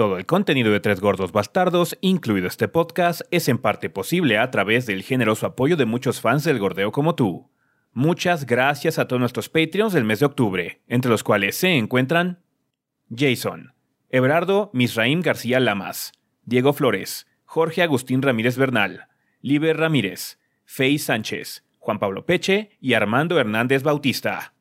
Todo el contenido de Tres Gordos Bastardos, incluido este podcast, es en parte posible a través del generoso apoyo de muchos fans del gordeo como tú. Muchas gracias a todos nuestros Patreons del mes de octubre, entre los cuales se encuentran Jason, Everardo Misraim García Lamas, Diego Flores, Jorge Agustín Ramírez Bernal, Liber Ramírez, Fey Sánchez, Juan Pablo Peche y Armando Hernández Bautista.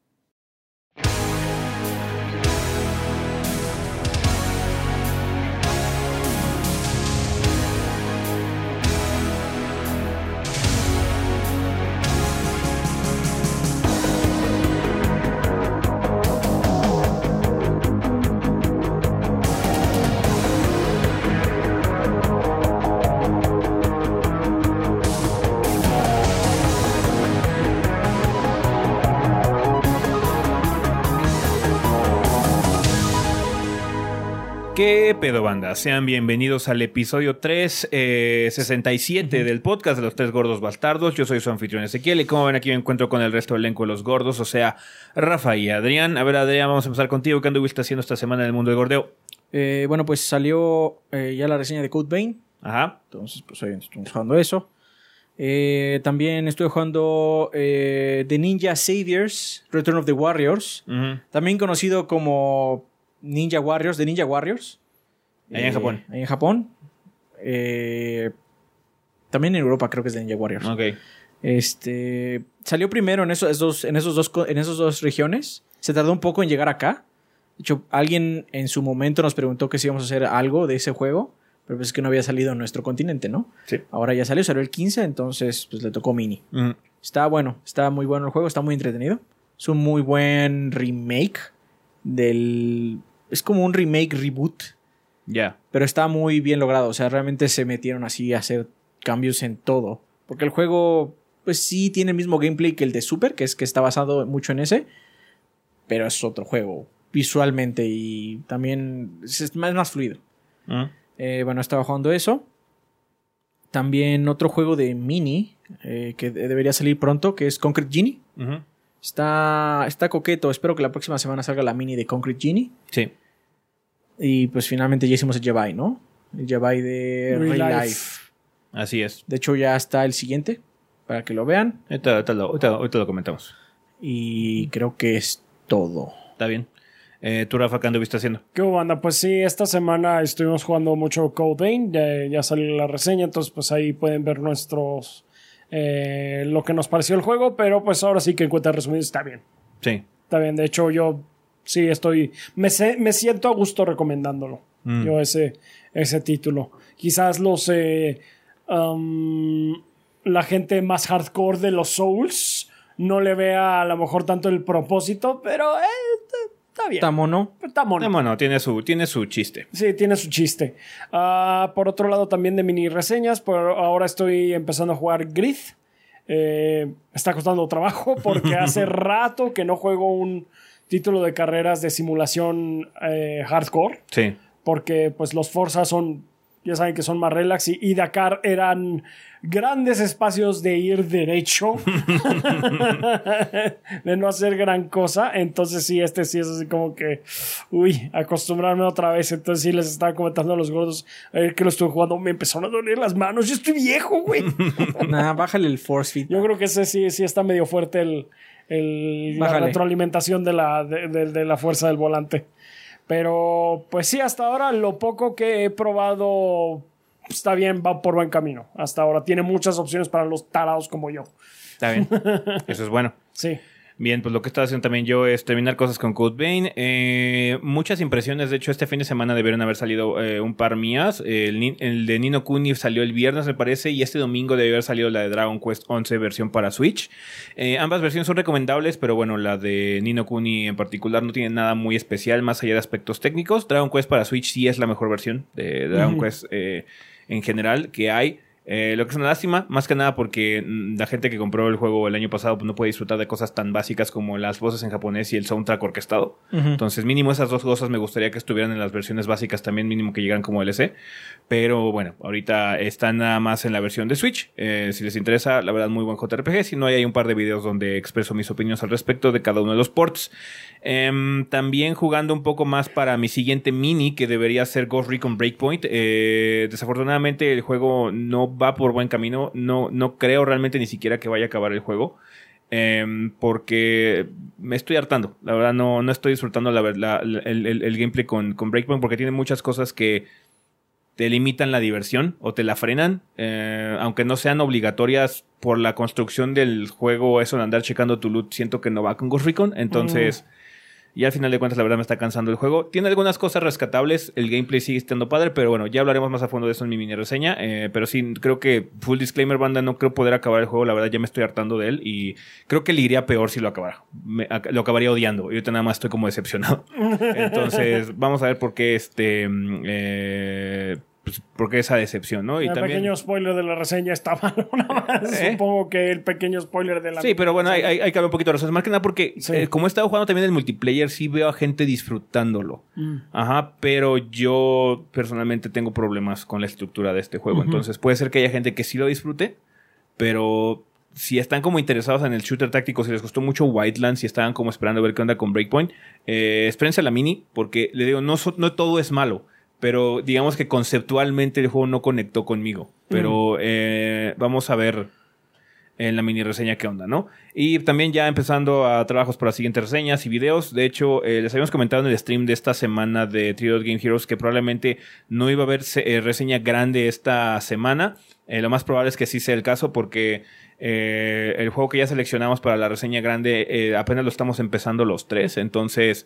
¿Qué pedo, banda? Sean bienvenidos al episodio 367 del podcast de los Tres Gordos Bastardos. Yo soy su anfitrión Ezequiel y como ven aquí me encuentro con el resto del elenco de los gordos, o sea, Rafa y Adrián. A ver, Adrián, vamos a empezar contigo. ¿Qué anduviste haciendo esta semana en el mundo del gordeo? Bueno, pues salió ya la reseña de Code Vein. Ajá. Entonces, pues hoy estoy jugando eso. También estuve jugando The Ninja Saviors, Return of the Warriors. También conocido como Ninja Warriors, de Ninja Warriors. Allá en Japón. Ahí en Japón. También en Europa creo que es de Ninja Warriors. Ok. Salió primero en esos dos regiones. Se tardó un poco en llegar acá. De hecho, alguien en su momento nos preguntó que si íbamos a hacer algo de ese juego. Pero pues es que no había salido en nuestro continente, ¿no? Sí. Ahora ya salió el 15, entonces pues le tocó Mini. Está bueno, está muy bueno el juego, está muy entretenido. Es un muy buen remake es como un remake reboot. Ya. Pero está muy bien logrado. O sea, realmente se metieron así a hacer cambios en todo. Porque el juego, pues sí tiene el mismo gameplay que el de Super, que está basado mucho en ese. Pero es otro juego visualmente y también es más fluido. Bueno, estaba jugando eso. También otro juego de Mini que debería salir pronto, que es Concrete Genie. Está coqueto. Espero que la próxima semana salga la Mini de Concrete Genie. Sí. Y pues finalmente ya hicimos el Yabai, ¿no? El Yabai de Real Life. Así es. De hecho ya está el siguiente, para que lo vean. Ahorita lo comentamos. Y creo que es todo. Está bien. ¿Tú, Rafa, qué anduviste haciendo? ¿Qué banda? Pues sí, esta semana estuvimos jugando mucho Code Vein. Ya salió la reseña, entonces pues ahí pueden ver lo que nos pareció el juego, pero pues ahora sí que en cuenta resumidas está bien. Sí. Está bien, de hecho yo sí me siento a gusto recomendándolo. Yo ese título. Quizás la gente más hardcore de los Souls no le vea a lo mejor tanto el propósito, pero está bien. Está mono. Tiene su chiste. Sí, tiene su chiste. Por otro lado, también de mini reseñas, ahora estoy empezando a jugar Grid. Está costando trabajo porque hace rato que no juego un título de carreras de simulación hardcore. Sí. Porque pues los Forza ya saben que son más relax y Dakar eran grandes espacios de ir derecho de no hacer gran cosa. Entonces sí es así como que acostumbrarme otra vez. Entonces sí les estaba comentando a los gordos que lo estuve jugando, me empezaron a doler las manos. Yo estoy viejo, güey. Bájale el force feedback. Yo creo que ese sí está medio fuerte la retroalimentación de la fuerza del volante. Pero pues sí, hasta ahora lo poco que he probado está bien, va por buen camino. Hasta ahora tiene muchas opciones para los tarados como yo. Está bien. Eso es bueno. Sí. Bien, pues lo que estaba haciendo también yo es terminar cosas con Code Vein. Muchas impresiones. De hecho, este fin de semana debieron haber salido un par mías. El de Ni no Kuni salió el viernes, me parece. Y este domingo debe haber salido la de Dragon Quest 11 versión para Switch. Ambas versiones son recomendables, pero bueno, la de Ni no Kuni en particular no tiene nada muy especial más allá de aspectos técnicos. Dragon Quest para Switch sí es la mejor versión de Dragon Quest en general que hay. Lo que es una lástima, más que nada porque la gente que compró el juego el año pasado pues, no puede disfrutar de cosas tan básicas como las voces en japonés y el soundtrack orquestado. Entonces mínimo esas dos cosas me gustaría que estuvieran en las versiones básicas también, mínimo que llegaran como DLC. Pero bueno, ahorita están nada más en la versión de Switch. Si les interesa, la verdad, muy buen JRPG. Si no, hay un par de videos donde expreso mis opiniones al respecto de cada uno de los ports. También jugando un poco más para mi siguiente mini, que debería ser Ghost Recon Breakpoint. Desafortunadamente el juego no va por buen camino. No creo realmente ni siquiera que vaya a acabar el juego. Porque me estoy hartando. La verdad no estoy disfrutando el gameplay con Breakpoint, porque tiene muchas cosas que te limitan la diversión o te la frenan, aunque no sean obligatorias por la construcción del juego. Eso de andar checando tu loot siento que no va con Ghost Recon. Entonces y al final de cuentas la verdad me está cansando el juego. Tiene algunas cosas rescatables, el gameplay sigue estando padre, pero bueno, ya hablaremos más a fondo de eso en mi mini reseña. Pero sí, creo que, full disclaimer, banda, no creo poder acabar el juego. La verdad ya me estoy hartando de él y creo que le iría peor si lo acabara. Lo acabaría odiando. Y ahorita nada más estoy como decepcionado. Entonces vamos a ver por qué pues, porque esa decepción, ¿no? Y el también pequeño spoiler de la reseña está malo, nada más. Supongo que el pequeño spoiler de la... Sí, pero bueno, hay que haber un poquito de razón. Más que nada porque como he estado jugando también el multiplayer, sí veo a gente disfrutándolo. Ajá, pero yo personalmente tengo problemas con la estructura de este juego. Entonces puede ser que haya gente que sí lo disfrute, pero si están como interesados en el shooter táctico, si les gustó mucho Wildlands, si estaban como esperando ver qué onda con Breakpoint, espérense a la mini, porque le digo, no todo es malo. Pero digamos que conceptualmente el juego no conectó conmigo. Pero vamos a ver en la mini reseña qué onda, ¿no? Y también ya empezando a trabajos para las siguientes reseñas y videos. De hecho, les habíamos comentado en el stream de esta semana de Trio Game Heroes que probablemente no iba a haber reseña grande esta semana. Lo más probable es que sí sea el caso porque el juego que ya seleccionamos para la reseña grande apenas lo estamos empezando los tres. Entonces...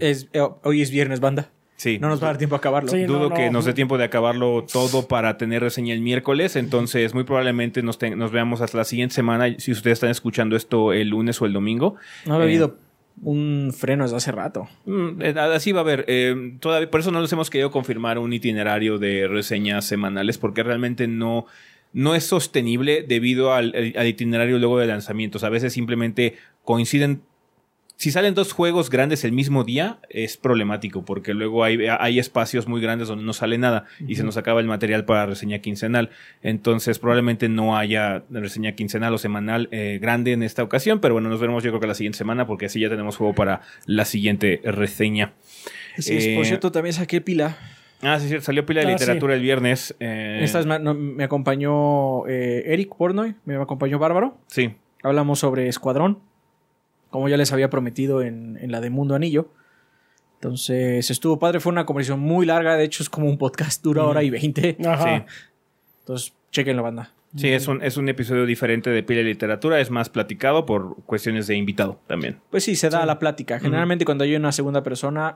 hoy es viernes, banda. Sí. No nos va a dar tiempo a acabarlo. Sí, dudo que nos dé tiempo de acabarlo todo para tener reseña el miércoles. Entonces, muy probablemente nos veamos hasta la siguiente semana. Si ustedes están escuchando esto el lunes o el domingo. No ha habido un freno desde hace rato. Así va a haber. Todavía, por eso no les hemos querido confirmar un itinerario de reseñas semanales, porque realmente no es sostenible debido al itinerario luego de lanzamientos. A veces simplemente coinciden. Si salen dos juegos grandes el mismo día, es problemático, porque luego hay espacios muy grandes donde no sale nada y se nos acaba el material para reseña quincenal. Entonces, probablemente no haya reseña quincenal o semanal grande en esta ocasión, pero bueno, nos veremos yo creo que la siguiente semana, porque así ya tenemos juego para la siguiente reseña. Sí, por cierto, también saqué pila. Sí, salió pila de literatura el viernes. Esta vez me acompañó Eric Pornoy, me acompañó Bárbaro. Sí. Hablamos sobre Escuadrón, como ya les había prometido en la de Mundo Anillo. Entonces estuvo padre, fue una conversación muy larga, de hecho es como un podcast, dura hora y 20. Ajá. Sí. Entonces chequen la banda. Sí, es un episodio diferente de Pila de Literatura, es más platicado por cuestiones de invitado también. Pues sí, se da la plática. Generalmente cuando hay una segunda persona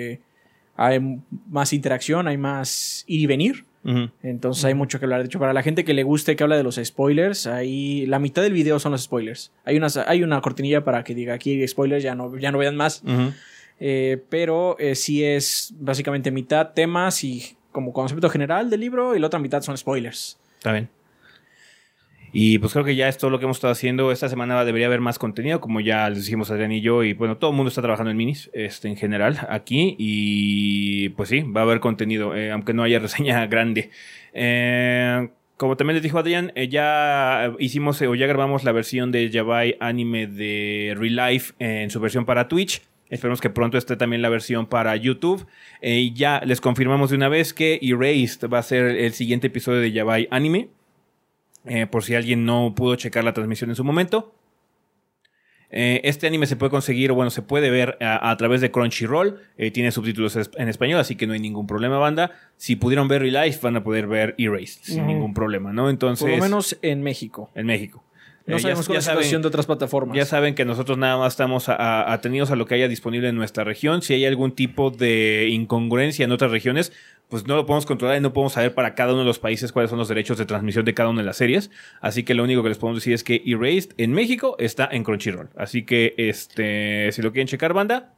hay más interacción, hay más ir y venir. Entonces hay mucho que hablar. De hecho, para la gente que le guste que habla de los spoilers, ahí la mitad del video son los spoilers. Hay una cortinilla para que diga aquí spoilers, ya no vean más. Pero sí es básicamente mitad temas y como concepto general del libro y la otra mitad son spoilers. Está bien. Y pues creo que ya es todo lo que hemos estado haciendo. Esta semana debería haber más contenido, como ya les dijimos Adrián y yo. Y bueno, todo el mundo está trabajando en minis en general aquí. Y pues sí, va a haber contenido, aunque no haya reseña grande. Como también les dijo Adrián, ya hicimos o ya grabamos la versión de Yabai Anime de Real Life en su versión para Twitch. Esperemos que pronto esté también la versión para YouTube. Ya les confirmamos de una vez que Erased va a ser el siguiente episodio de Yabai Anime. Por si alguien no pudo checar la transmisión en su momento. Este anime se puede conseguir, o bueno, se puede ver a través de Crunchyroll. Tiene subtítulos en español, así que no hay ningún problema, banda. Si pudieron ver Real Life, van a poder ver Erased sin ningún problema, ¿no? Entonces, por lo menos en México. En México. No sabemos cuál es la situación de otras plataformas. Ya saben que nosotros nada más estamos atenidos a lo que haya disponible en nuestra región. Si hay algún tipo de incongruencia en otras regiones, pues no lo podemos controlar y no podemos saber para cada uno de los países cuáles son los derechos de transmisión de cada una de las series. Así que lo único que les podemos decir es que Erased en México está en Crunchyroll. Así que si lo quieren checar, banda,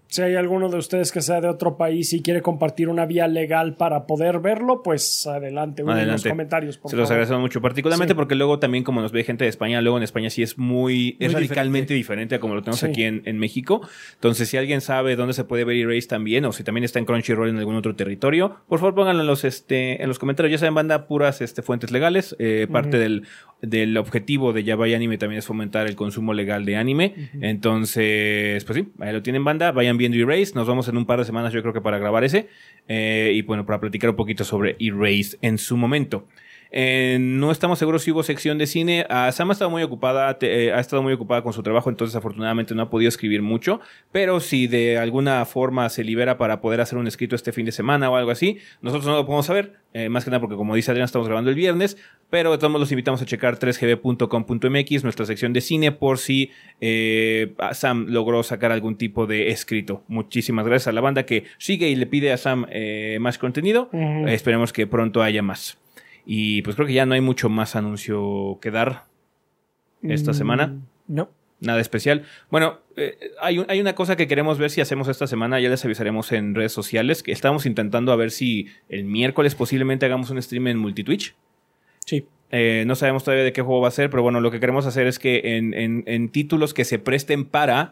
Si hay alguno de ustedes que sea de otro país y quiere compartir una vía legal para poder verlo, pues adelante, en los comentarios, por favor. Se los agradecemos mucho, particularmente porque luego también como nos ve gente de España, luego en España sí es es radicalmente diferente a como lo tenemos aquí en México. Entonces, si alguien sabe dónde se puede ver Erased también, o si también está en Crunchyroll en algún otro territorio, por favor pónganlo en los comentarios. Ya saben, banda, puras fuentes legales. Parte del objetivo de Ya Vaya Anime también es fomentar el consumo legal de anime. Entonces, pues sí, ahí lo tienen, banda. Vayan viendo Erased. Nos vamos en un par de semanas, yo creo que para grabar ese. Y bueno, para platicar un poquito sobre Erased en su momento. No estamos seguros si hubo sección de cine. Sam ha estado muy ocupada, con su trabajo, entonces afortunadamente no ha podido escribir mucho. Pero si de alguna forma se libera para poder hacer un escrito este fin de semana o algo así, nosotros no lo podemos saber. Más que nada porque, como dice Adrián, estamos grabando el viernes. Pero de todos modos los invitamos a checar 3gb.com.mx, nuestra sección de cine, por si Sam logró sacar algún tipo de escrito. Muchísimas gracias a la banda que sigue y le pide a Sam más contenido. Esperemos que pronto haya más. Y pues creo que ya no hay mucho más anuncio que dar esta semana. No. Nada especial. Bueno, hay una cosa que queremos ver si hacemos esta semana. Ya les avisaremos en redes sociales. Que estamos intentando a ver si el miércoles posiblemente hagamos un stream en Multitwitch. Sí. No sabemos todavía de qué juego va a ser, pero bueno, lo que queremos hacer es que en títulos que se presten para...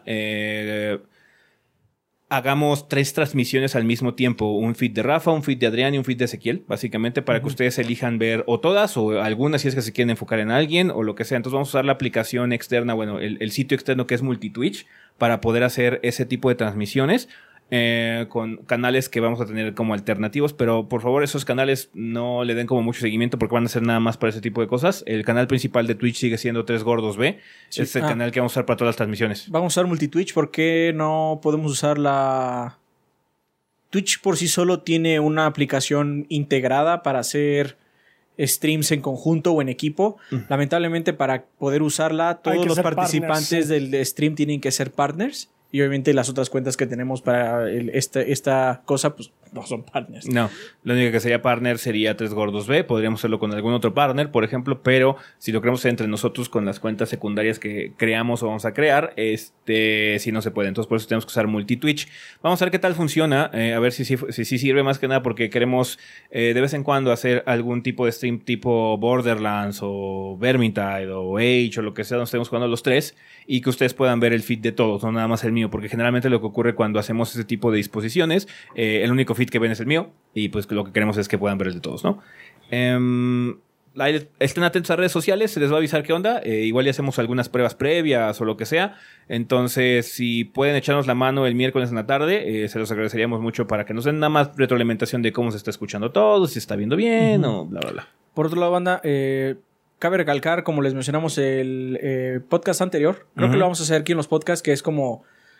hagamos 3 transmisiones al mismo tiempo, un feed de Rafa, un feed de Adrián y un feed de Ezequiel, básicamente para que ustedes elijan ver o todas o algunas si es que se quieren enfocar en alguien o lo que sea. Entonces vamos a usar la aplicación externa, bueno, el sitio externo que es Multitwitch para poder hacer ese tipo de transmisiones. Con canales que vamos a tener como alternativos, pero por favor esos canales no le den como mucho seguimiento porque van a ser nada más para ese tipo de cosas. El canal principal de Twitch sigue siendo 3 Gordos B. Sí. Es el canal que vamos a usar para todas las transmisiones. Vamos a usar Multitwitch porque no podemos usar la... Twitch por sí solo tiene una aplicación integrada para hacer streams en conjunto o en equipo. Lamentablemente, para poder usarla, todos los participantes del stream tienen que ser partners. Y obviamente las otras cuentas que tenemos para esta cosa, pues no son partners. No, lo único que sería partner sería 3 Gordos B. Podríamos hacerlo con algún otro partner, por ejemplo, pero si lo queremos hacer entre nosotros con las cuentas secundarias que creamos o vamos a crear, sí no se puede. Entonces por eso tenemos que usar Multitwitch. Vamos a ver qué tal funciona, a ver si sirve, más que nada porque queremos de vez en cuando hacer algún tipo de stream tipo Borderlands o Vermintide o Age o lo que sea, donde estemos jugando los 3 y que ustedes puedan ver el feed de todos, no nada más el mío, porque generalmente lo que ocurre cuando hacemos ese tipo de disposiciones, el único feed que ven es el mío y pues lo que queremos es que puedan ver el de todos, ¿no? Estén atentos a redes sociales, se les va a avisar qué onda, igual ya hacemos algunas pruebas previas o lo que sea, entonces si pueden echarnos la mano el miércoles en la tarde, se los agradeceríamos mucho para que nos den nada más retroalimentación de cómo se está escuchando todo, si se está viendo bien o bla bla bla. Por otro lado, banda, cabe recalcar, como les mencionamos el podcast anterior, creo que lo vamos a hacer aquí en los podcasts, que es como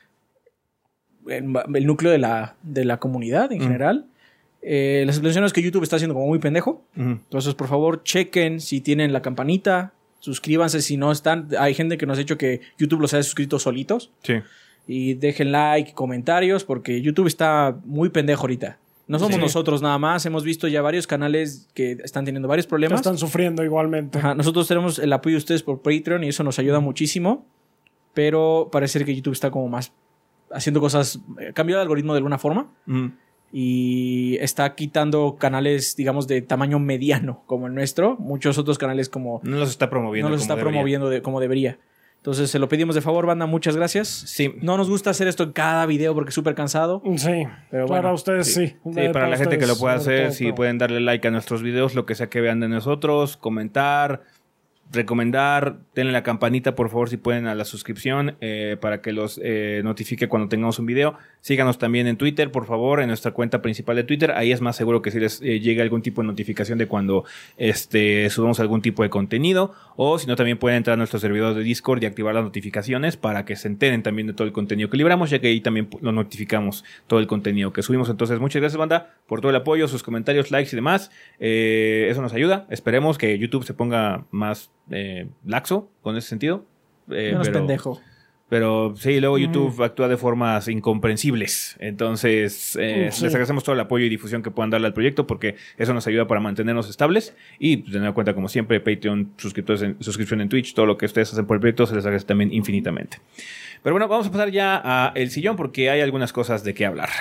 el núcleo de la comunidad en general. Las explicaciones que YouTube está haciendo como muy pendejo. Entonces, por favor, chequen si tienen la campanita, suscríbanse si no están. Hay gente que nos ha dicho que YouTube los ha suscrito solitos. Sí. Y dejen like, comentarios, porque YouTube está muy pendejo ahorita. No somos nosotros nada más, hemos visto ya varios canales que están teniendo varios problemas. Están sufriendo igualmente. Ajá, nosotros tenemos el apoyo de ustedes por Patreon y eso nos ayuda muchísimo, pero parece que YouTube está como más haciendo cosas, cambió el algoritmo de alguna forma y está quitando canales, digamos, de tamaño mediano como el nuestro. Muchos otros canales como... No los está promoviendo como debería. Entonces, se lo pedimos de favor, banda. Muchas gracias. Sí. No nos gusta hacer esto en cada video porque es súper cansado. Sí. Pero para ustedes sí. Sí, para la gente que lo pueda hacer, si pueden darle like a nuestros videos, lo que sea que vean de nosotros, comentar, recomendar, denle la campanita por favor si pueden a la suscripción para que los notifique cuando tengamos un video. Síganos también en Twitter por favor, en nuestra cuenta principal de Twitter, ahí es más seguro que si les llegue algún tipo de notificación de cuando subamos algún tipo de contenido, o si no también pueden entrar a nuestro servidor de Discord y activar las notificaciones para que se enteren también de todo el contenido que libramos, ya que ahí también lo notificamos todo el contenido que subimos. Entonces muchas gracias banda por todo el apoyo, sus comentarios, likes y demás, eso nos ayuda. Esperemos que YouTube se ponga más laxo con ese sentido, menos pendejo. Pero sí, luego YouTube actúa de formas incomprensibles. Entonces, les agradecemos todo el apoyo y difusión que puedan darle al proyecto porque eso nos ayuda para mantenernos estables. Y pues, tener en cuenta, como siempre, Patreon, suscripción en Twitch, todo lo que ustedes hacen por el proyecto se les agradece también infinitamente. Pero bueno, vamos a pasar ya a el sillón porque hay algunas cosas de qué hablar.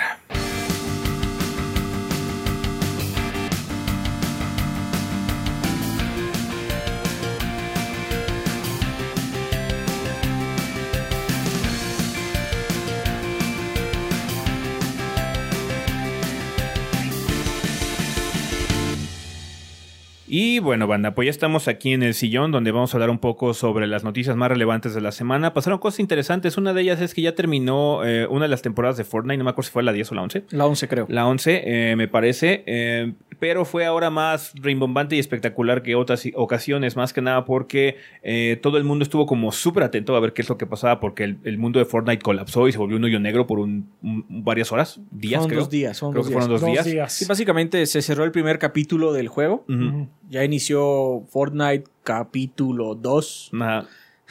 Y bueno, banda, pues ya estamos aquí en el sillón donde vamos a hablar un poco sobre las noticias más relevantes de la semana. Pasaron cosas interesantes. Una de ellas es que ya terminó una de las temporadas de Fortnite. No me acuerdo si fue la 10 o la 11. La 11 creo. La 11, me parece. Pero fue ahora más rimbombante y espectacular que otras ocasiones. Más que nada porque todo el mundo estuvo como súper atento a ver qué es lo que pasaba. Porque el mundo de Fortnite colapsó y se volvió un hoyo negro por varias horas. Días, Fueron creo. 2 días. Creo que fueron 2 días. Sí, básicamente se cerró el primer capítulo del juego. Ya inició Fortnite capítulo 2. Ajá.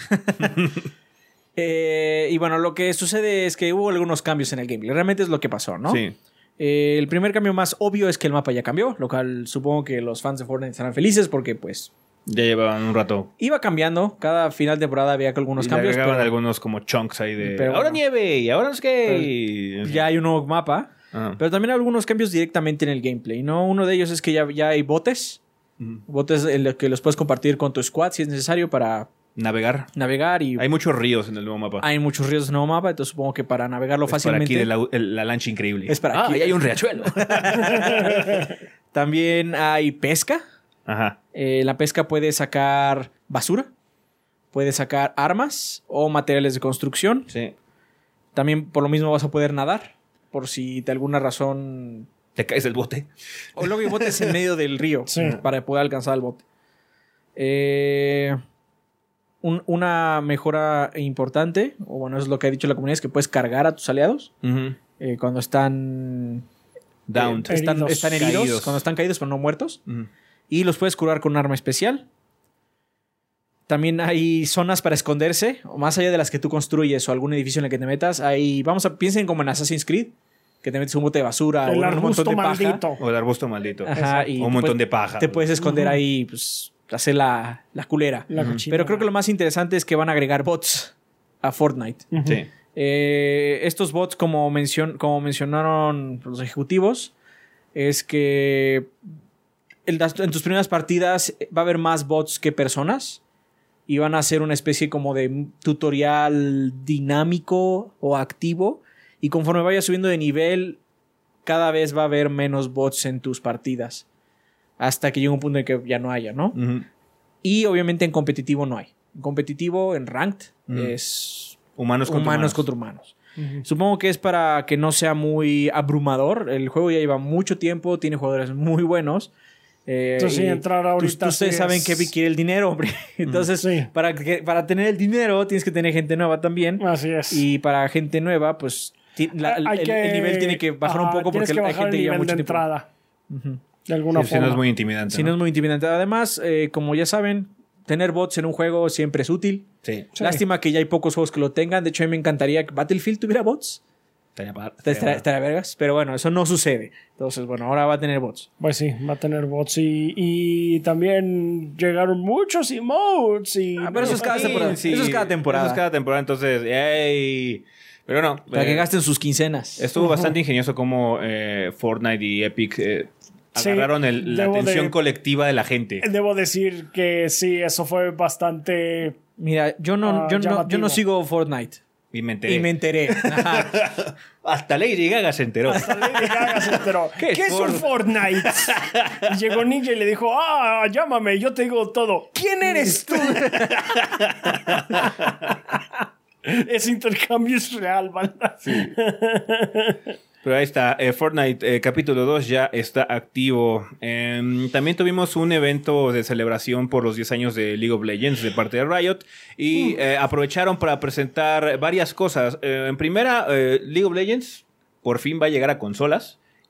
Y bueno, lo que sucede es que hubo algunos cambios en el gameplay. Realmente es lo que pasó, ¿no? Sí. El primer cambio más obvio es que el mapa ya cambió, lo cual supongo que los fans de Fortnite estarán felices porque pues Ya llevaban un rato. iba cambiando. Cada final de temporada había algunos cambios. Le agregaban algunos como chunks ahí de... Pero ahora bueno. nieve y ahora no es que... Ya hay un nuevo mapa. Pero también hay algunos cambios directamente en el gameplay, ¿no? Uno de ellos es que ya hay botes. Botes en los que los puedes compartir con tu squad si es necesario para navegar. y Hay muchos ríos en el nuevo mapa. hay muchos ríos en el nuevo mapa, entonces supongo que para navegarlo fácilmente. Para aquí de la lancha increíble. Es para aquí. Ahí hay un riachuelo. También hay pesca. Ajá. La pesca puede sacar basura, puede sacar armas o materiales de construcción. Sí. También por lo mismo vas a poder nadar, por si de alguna razón... Te caes del bote. O luego hay botes en medio del río para poder alcanzar el bote. Una mejora importante, o bueno, es lo que ha dicho la comunidad, es que puedes cargar a tus aliados cuando están... Down. Están heridos, Caídos. cuando están caídos pero no muertos. Y los puedes curar con un arma especial. También hay zonas para esconderse, o más allá de las que tú construyes o algún edificio en el que te metas. Piensen como en Assassin's Creed, que te metes un bote de basura El o un montón de paja. maldito. O el arbusto maldito. Ajá, y o un montón de paja. Te puedes esconder ahí, pues, hacer la culera. La cochina. Pero creo que lo más interesante es que van a agregar bots a Fortnite. Sí. Estos bots, como mencionaron los ejecutivos, es que en tus primeras partidas va a haber más bots que personas y van a hacer una especie como de tutorial dinámico o activo, y conforme vayas subiendo de nivel cada vez va a haber menos bots en tus partidas hasta que llegue un punto en que ya no haya, ¿no? Y obviamente en competitivo no hay. En competitivo, en ranked, es humanos contra humanos. Supongo que es para que no sea muy abrumador. El juego ya lleva mucho tiempo, tiene jugadores muy buenos. Entonces, entrar ahorita. Ustedes saben que quiere el dinero, hombre. Entonces, para tener el dinero, tienes que tener gente nueva también. Así es. Y para gente nueva, pues el nivel tiene que bajar un poco porque hay gente que lleva mucho tiempo. De alguna forma. Si no es muy intimidante. No es muy intimidante. Además, como ya saben, tener bots en un juego siempre es útil. Sí. Lástima que ya hay pocos juegos que lo tengan. De hecho, a mí me encantaría que Battlefield tuviera bots. Estaría vergas, pero bueno, eso no sucede. Entonces, bueno, ahora va a tener bots. Pues sí, va a tener bots y también llegaron muchos emotes pero eso es cada temporada. Sí, eso es cada temporada. Eso es cada temporada, entonces, ¡yay! Pero no. Para que gasten sus quincenas. Estuvo bastante ingenioso como Fortnite y Epic agarraron la atención colectiva de la gente. Debo decir que sí, eso fue bastante... Mira, yo no sigo Fortnite. Y me enteré. Ajá. Hasta Lady Gaga se enteró. ¿Qué es un Fortnite? Y llegó Ninja y le dijo, llámame, yo te digo todo. ¿Quién eres tú? Ese intercambio es real, ¿verdad? Sí. Pero ahí está, Fortnite capítulo 2 ya está activo. También tuvimos un evento de celebración por los 10 años de League of Legends de parte de Riot. Y aprovecharon para presentar varias cosas. En primera, League of Legends por fin va a llegar a consolas.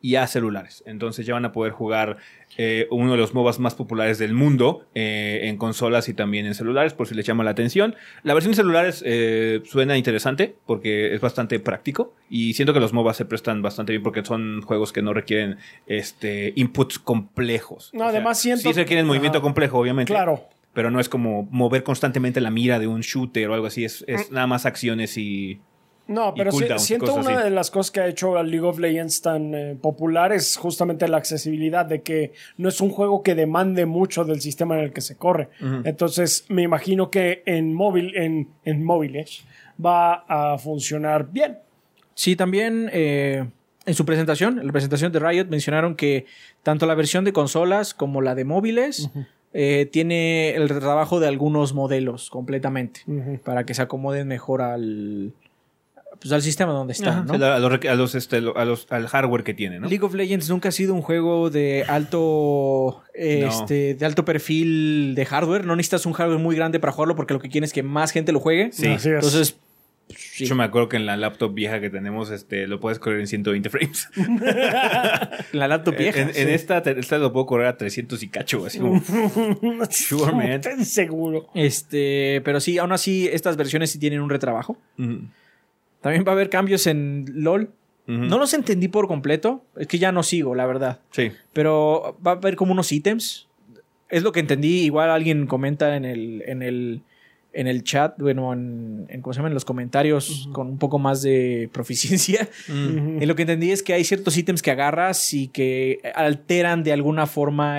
y a celulares. Entonces ya van a poder jugar uno de los MOBAs más populares del mundo en consolas y también en celulares, por si les llama la atención. La versión de celulares suena interesante porque es bastante práctico y siento que los MOBAs se prestan bastante bien porque son juegos que no requieren inputs complejos. No, además siento... Sí requieren movimiento complejo, obviamente. Claro. Pero no es como mover constantemente la mira de un shooter o algo así. Es nada más acciones y... No, pero siento una de las cosas que ha hecho al League of Legends tan popular es justamente la accesibilidad, de que no es un juego que demande mucho del sistema en el que se corre. Entonces, me imagino que en móviles va a funcionar bien. Sí, también en su presentación, en la presentación de Riot, mencionaron que tanto la versión de consolas como la de móviles tiene el trabajo de algunos modelos completamente para que se acomoden mejor al sistema donde están, ¿no? Al hardware que tiene, ¿no? League of Legends nunca ha sido un juego de alto perfil de hardware. No necesitas un hardware muy grande para jugarlo porque lo que quieres es que más gente lo juegue. Sí. Entonces, sí. Yo me acuerdo que en la laptop vieja que tenemos lo puedes correr en 120 frames. La laptop vieja. En esta lo puedo correr a 300 y cacho, así como... Sure, man. Estoy seguro. Pero sí, aún así, estas versiones sí tienen un retrabajo. También va a haber cambios en LoL. No los entendí por completo. Es que ya no sigo, la verdad. Sí. Pero va a haber como unos ítems. Es lo que entendí. Igual alguien comenta en el chat, bueno, ¿cómo se llama? En los comentarios con un poco más de proficiencia. Y lo que entendí es que hay ciertos ítems que agarras y que alteran de alguna forma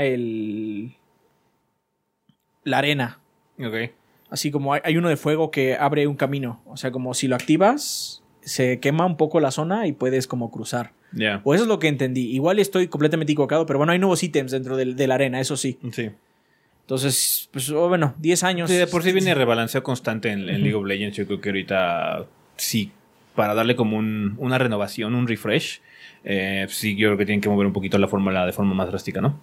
la arena. Ok. Así como hay uno de fuego que abre un camino. O sea, como si lo activas, se quema un poco la zona y puedes como cruzar. Yeah. O eso es lo que entendí. Igual estoy completamente equivocado, pero bueno, hay nuevos ítems dentro de la arena, eso sí. Sí. Entonces, pues, 10 años. Sí, de por sí viene rebalanceo constante en League of Legends. Yo creo que ahorita sí, para darle como una renovación, un refresh, sí, yo creo que tienen que mover un poquito la fórmula de forma más drástica, ¿no?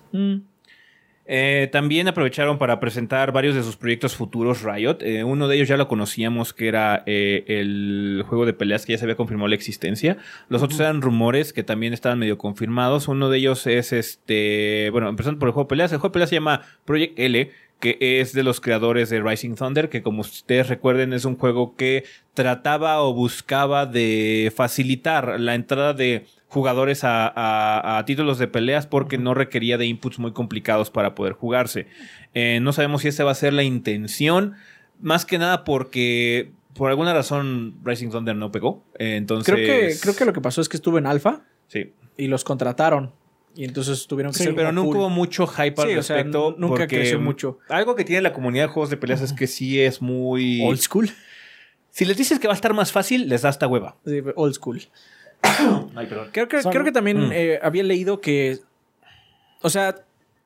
También aprovecharon para presentar varios de sus proyectos futuros Riot. Uno de ellos ya lo conocíamos, que era el juego de peleas que ya se había confirmado la existencia. Los otros eran rumores que también estaban medio confirmados. Uno de ellos es empezando por el juego de peleas. El juego de peleas se llama Project L, que es de los creadores de Rising Thunder, que como ustedes recuerden es un juego que trataba o buscaba de facilitar la entrada de jugadores a títulos de peleas porque no requería de inputs muy complicados para poder jugarse. No sabemos si esa va a ser la intención, más que nada porque por alguna razón Rising Thunder no pegó. Entonces creo que lo que pasó es que estuvo en alfa. Sí. Y los contrataron. Y entonces tuvieron que ser pero nunca hubo mucho hype al respecto. O sea, nunca creció mucho. Algo que tiene la comunidad de juegos de peleas es que sí es muy... Old school. Si les dices que va a estar más fácil, les da hasta hueva. Sí, old school. Ay, perdón. Creo que también había leído que... O sea...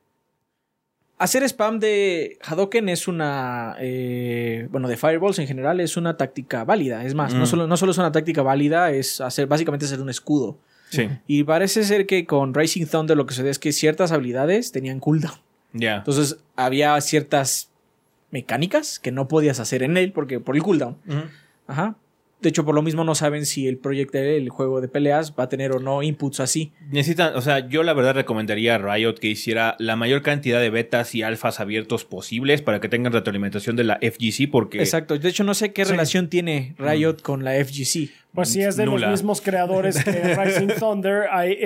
Hacer spam de Hadouken es una... de Fireballs en general es una táctica válida. Es más, no solo es una táctica válida, es básicamente hacer un escudo. Sí. Y parece ser que con Rising Thunder lo que sucede es que ciertas habilidades tenían cooldown. Ya. Entonces había ciertas mecánicas que no podías hacer en él por el cooldown. Ajá. De hecho, por lo mismo no saben si el Project L, el juego de peleas, va a tener o no inputs así. Necesitan, o sea, yo la verdad recomendaría a Riot que hiciera la mayor cantidad de betas y alfas abiertos posibles para que tengan retroalimentación de la FGC porque... Exacto. De hecho, no sé qué relación tiene Riot con la FGC. Pues sí, es de los mismos creadores que Rising Thunder.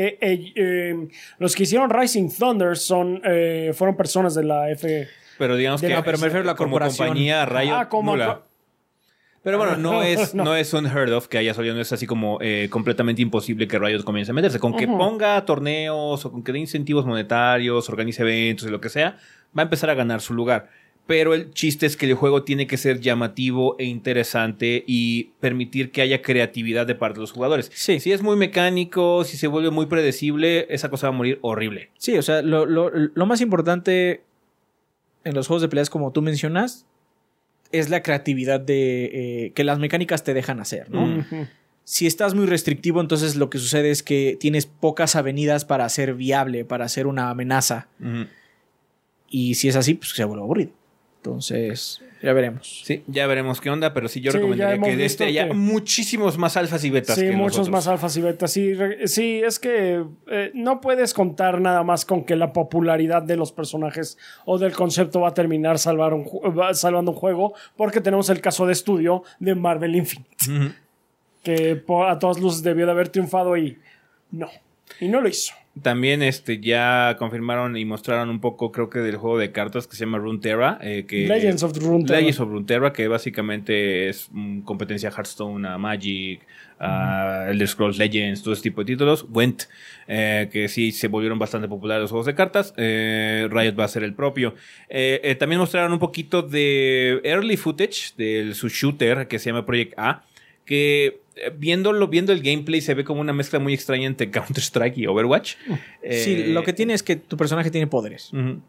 Los que hicieron Rising Thunder fueron personas de la F... Pero digamos que... pero me refiero a la corporación. Como compañía, Riot nula. Pero bueno, no es unheard of que haya salido, no es así como completamente imposible que Riot comience a meterse. Con que ponga torneos o con que dé incentivos monetarios, organice eventos y lo que sea, va a empezar a ganar su lugar. Pero el chiste es que el juego tiene que ser llamativo e interesante y permitir que haya creatividad de parte de los jugadores. Sí. Si es muy mecánico, si se vuelve muy predecible, esa cosa va a morir horrible. Sí, o sea, lo más importante en los juegos de peleas, como tú mencionas, es la creatividad de que las mecánicas te dejan hacer, ¿no? Si estás muy restrictivo, entonces lo que sucede es que tienes pocas avenidas para ser viable, para ser una amenaza. Y si es así, pues se vuelve aburrido. Entonces, ya veremos. Sí, ya veremos qué onda, pero sí, yo Sí, recomendaría que de visto haya muchísimos más alfas y betas. Sí, que muchos nosotros. más alfas y betas. Sí, es que no puedes contar nada más con que la popularidad de los personajes o del concepto va a terminar salvando un juego, porque tenemos el caso de estudio de Marvel Infinite, que a todas luces debió de haber triunfado y no lo hizo. También ya confirmaron y mostraron un poco, creo que del juego de cartas que se llama Runeterra. Legends of Runeterra. Legends of Runeterra, que básicamente es competencia Hearthstone, a Magic, a Elder Scrolls Legends, todo ese tipo de títulos. Gwent, que sí se volvieron bastante populares los juegos de cartas. Riot va a ser el propio. También mostraron un poquito de early footage de su shooter que se llama Project A, que viendo el gameplay se ve como una mezcla muy extraña entre Counter-Strike y Overwatch. Sí, lo que tiene es que tu personaje tiene poderes. Uh-huh.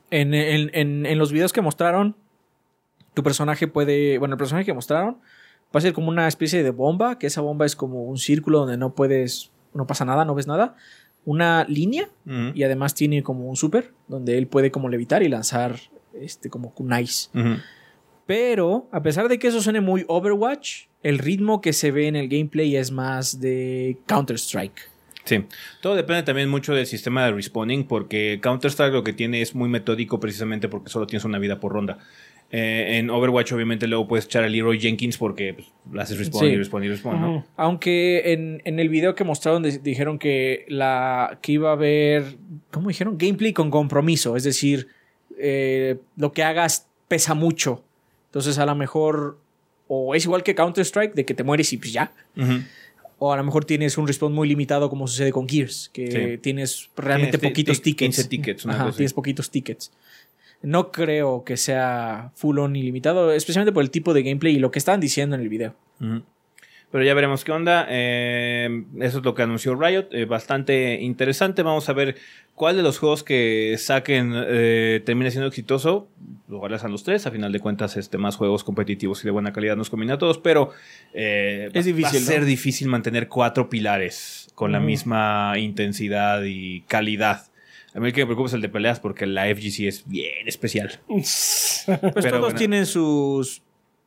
En los videos que mostraron, tu personaje puede... Bueno, el personaje que mostraron va a ser como una especie de bomba, que esa bomba es como un círculo donde no pasa nada, no ves nada. Una línea, Uh-huh. y además tiene como un super, donde él puede como levitar y lanzar como kunais. Uh-huh. Pero, a pesar de que eso suene muy Overwatch, el ritmo que se ve en el gameplay es más de Counter-Strike. Sí, todo depende también mucho del sistema de respawning, porque Counter-Strike lo que tiene es muy metódico precisamente porque solo tienes una vida por ronda. En Overwatch obviamente luego puedes echar a Leroy Jenkins porque pues, haces respawn Sí. y respawn y respawn, ¿no? Aunque en el video que mostraron dijeron que iba a haber, ¿cómo dijeron? Gameplay con compromiso, es decir, lo que hagas pesa mucho. Entonces a lo mejor o es igual que Counter-Strike, de que te mueres y pues ya. Uh-huh. O a lo mejor tienes un respawn muy limitado como sucede con Gears, que Sí. tienes realmente poquitos tickets. 15 tickets, una Ajá, cosa así. tienes poquitos tickets. No creo que sea full on ilimitado, especialmente por el tipo de gameplay y lo que estaban diciendo en el video. Uh-huh. Pero ya veremos qué onda. Eso es lo que anunció Riot. Bastante interesante. Vamos a ver cuál de los juegos que saquen termina siendo exitoso. Ojalá sean los tres. A final de cuentas, más juegos competitivos y de buena calidad nos combina a todos. Pero es difícil, va a ser ¿no? difícil mantener 4 pilares con la misma intensidad y calidad. A mí el que me preocupa es el de peleas porque la FGC es bien especial. Pues Pero todos bueno. tienen sus...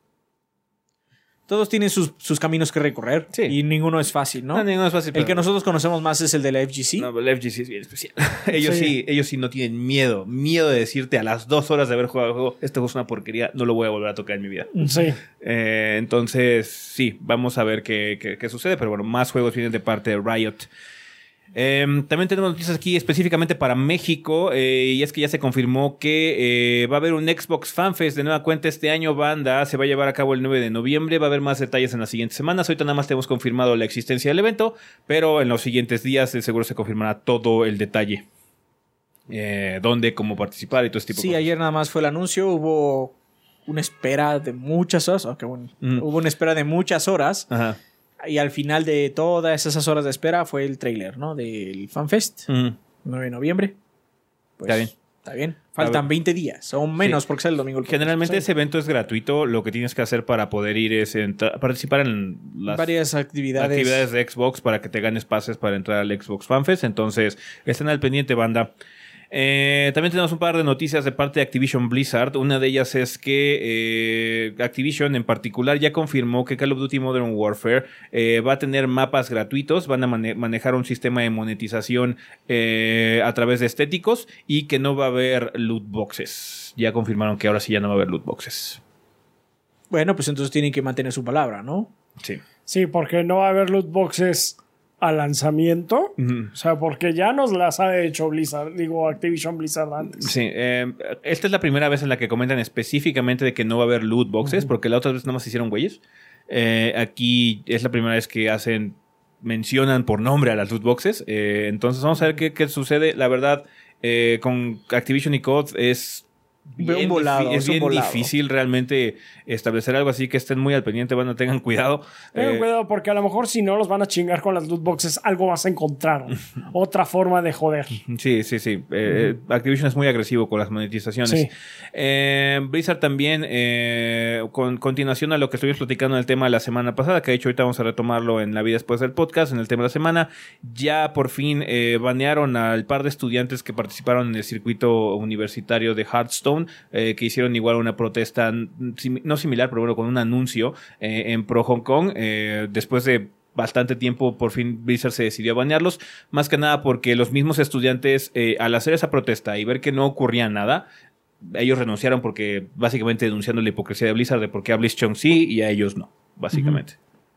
Todos tienen sus caminos que recorrer. Sí. Y ninguno es fácil, ¿no? No, ninguno es fácil, El pero- que nosotros conocemos más es el de la FGC. No, pero la FGC es bien especial. ellos sí no tienen miedo de decirte a las 2 horas de haber jugado el juego, este juego es una porquería, no lo voy a volver a tocar en mi vida. Sí. Entonces, sí, vamos a ver qué sucede, pero bueno, más juegos vienen de parte de Riot. También tenemos noticias aquí específicamente para México, y es que ya se confirmó que va a haber un Xbox Fan Fest de nueva cuenta este año, banda. Se va a llevar a cabo el 9 de noviembre. Va a haber más detalles en las siguientes semanas. Ahorita nada más tenemos confirmado la existencia del evento, pero en los siguientes días seguro se confirmará todo el detalle. Dónde, cómo participar y todo ese tipo de Sí, cosas. ayer nada más fue el anuncio. Hubo una espera de muchas horas. Oh, qué bueno. Hubo una espera de muchas horas. Ajá. Y al final de todas esas horas de espera fue el tráiler, ¿no? Del FanFest, 9 de noviembre. Pues, Está bien. Está bien. Faltan 20 días, o menos, Sí. porque sale el domingo. El Generalmente podcast. ese evento es gratuito. Lo que tienes que hacer para poder ir es participar en las Varias actividades. de Xbox para que te ganes pases para entrar al Xbox Fan Fest. Entonces, estén al pendiente, banda. También tenemos un par de noticias de parte de Activision Blizzard. Una de ellas es que Activision en particular ya confirmó que Call of Duty Modern Warfare va a tener mapas gratuitos, van a manejar un sistema de monetización a través de estéticos y que no va a haber loot boxes. Ya confirmaron que ahora sí ya no va a haber loot boxes. Bueno, pues entonces tienen que mantener su palabra, ¿no? Sí. Sí, porque no va a haber loot boxes al lanzamiento. Uh-huh. O sea, porque ya nos las ha hecho Activision Blizzard antes. Sí, esta es la primera vez en la que comentan específicamente de que no va a haber loot boxes, porque la otra vez nada más hicieron güeyes. Aquí es la primera vez que mencionan por nombre a las loot boxes. Entonces vamos a ver qué sucede. La verdad, con Activision y COD es bien, es bien difícil realmente establecer algo así, que estén muy al pendiente, bueno, tengan cuidado. Tengan cuidado porque a lo mejor si no los van a chingar con las loot boxes, algo vas a encontrar. Otra forma de joder. Sí. Activision es muy agresivo con las monetizaciones. Sí. Blizzard también, con continuación a lo que estuvimos platicando en el tema de la semana pasada, que de hecho ahorita vamos a retomarlo en la vida después del podcast, en el tema de la semana, ya por fin banearon al par de estudiantes que participaron en el circuito universitario de Hearthstone. Hearthstone, que hicieron igual una protesta, no similar, pero bueno, con un anuncio en pro Hong Kong, después de bastante tiempo, por fin Blizzard se decidió a banearlos, más que nada porque los mismos estudiantes, al hacer esa protesta y ver que no ocurría nada, ellos renunciaron porque básicamente denunciando la hipocresía de Blizzard de por qué a BlizzCon sí y a ellos no, básicamente.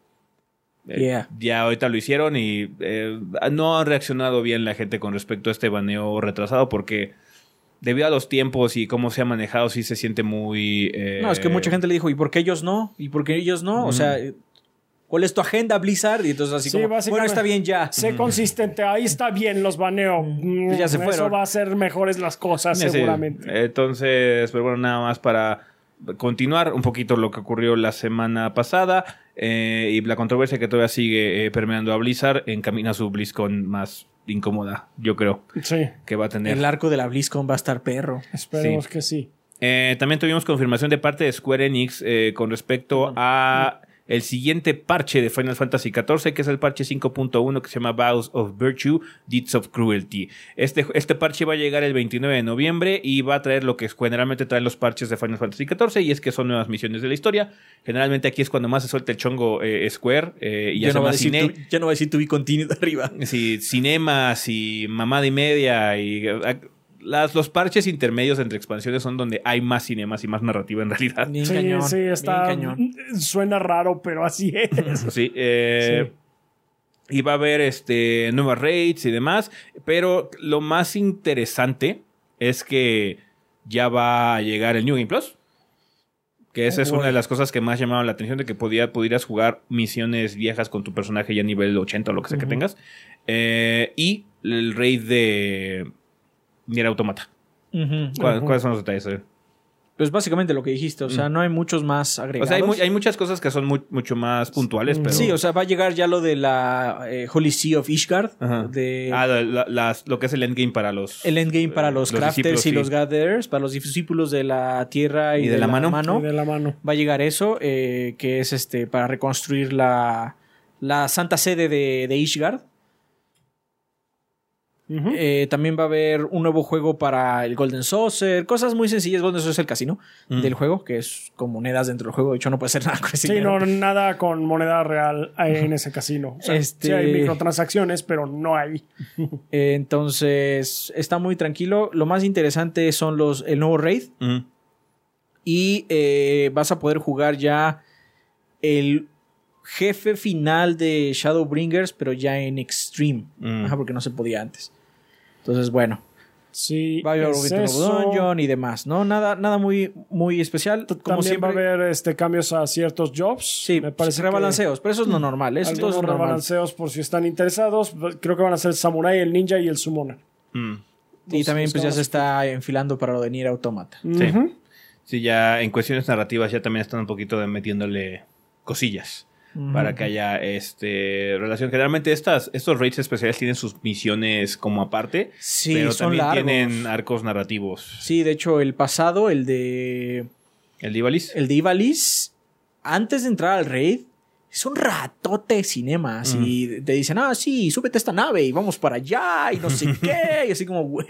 Ya ahorita lo hicieron y no han reaccionado bien la gente con respecto a este baneo retrasado porque debido a los tiempos y cómo se ha manejado sí se siente muy... No, es que mucha gente le dijo, ¿y por qué ellos no? ¿Y por qué ellos no? O sea... ¿Cuál es tu agenda, Blizzard? Y entonces así como, bueno, está bien ya. Sé consistente, ahí está bien, los baneo. Ya se fueron. Eso va a hacer mejores las cosas, seguramente. Entonces, pero bueno, nada más para continuar un poquito lo que ocurrió la semana pasada y la controversia que todavía sigue permeando a Blizzard encamina su BlizzCon más incómoda, yo creo. Sí. Que va a tener. El arco de la BlizzCon va a estar perro. Esperemos que sí. También tuvimos confirmación de parte de Square Enix con respecto a el siguiente parche de Final Fantasy XIV, que es el parche 5.1 que se llama Vows of Virtue, Deeds of Cruelty. Este parche va a llegar el 29 de noviembre y va a traer lo que generalmente traen los parches de Final Fantasy XIV, y es que son nuevas misiones de la historia. Generalmente aquí es cuando más se suelta el chongo Square y ya no va a decir to be continued arriba. Sí, cinemas y mamada y media y... Los parches intermedios entre expansiones son donde hay más cinemas y más narrativa en realidad. Bien cañón, sí, está... cañón. Suena raro, pero así es. Sí, y va a haber nuevas raids y demás, pero lo más interesante es que ya va a llegar el New Game Plus, que esa es una de las cosas que más llamaban la atención, de que pudieras jugar misiones viejas con tu personaje ya nivel 80 o lo que sea que tengas, y el raid de Nier Automata. ¿Cuáles son los detalles? Pues básicamente lo que dijiste, o sea, no hay muchos más agregados. O sea, hay muchas cosas que son mucho más puntuales, pero... Sí, o sea, va a llegar ya lo de la Holy Sea of Ishgard. Lo que es el endgame para los... El endgame para los crafters y los gatherers, para los discípulos de la tierra y de la mano. Y de la mano. Va a llegar eso, que es para reconstruir la santa sede de Ishgard. También va a haber un nuevo juego para el Golden Saucer, cosas muy sencillas. Golden Saucer es el casino del juego, que es con monedas dentro del juego. De hecho, no puede ser nada con ese dinero. No, nada con moneda real en ese casino. O sea, sí hay microtransacciones, pero no hay. Entonces, está muy tranquilo. Lo más interesante son el nuevo raid. Y vas a poder jugar ya el jefe final de Shadowbringers, pero ya en Extreme. Porque no se podía antes. Entonces, bueno. Sí, va a haber Dungeon y demás, ¿no? Nada muy, muy especial. Como también siempre, va a haber cambios a ciertos jobs. Sí, me parece rebalanceos, pero eso es lo normal. Algunos rebalanceos por si están interesados. Creo que van a ser el Samurai, el Ninja y el Summoner. Y también pues ya se está enfilando para lo de Nier Automata. Sí, ya en cuestiones narrativas ya también están un poquito metiéndole cosillas. Para que haya relación. Generalmente estos raids especiales tienen sus misiones como aparte. Sí, pero son también largos. tienen arcos narrativos. Sí, de hecho, el pasado, el de Ivalice. El de Ivalice, antes de entrar al raid, es un ratote de cinemas. Y te dicen, sí, súbete a esta nave y vamos para allá y no sé qué. Y así como, güey.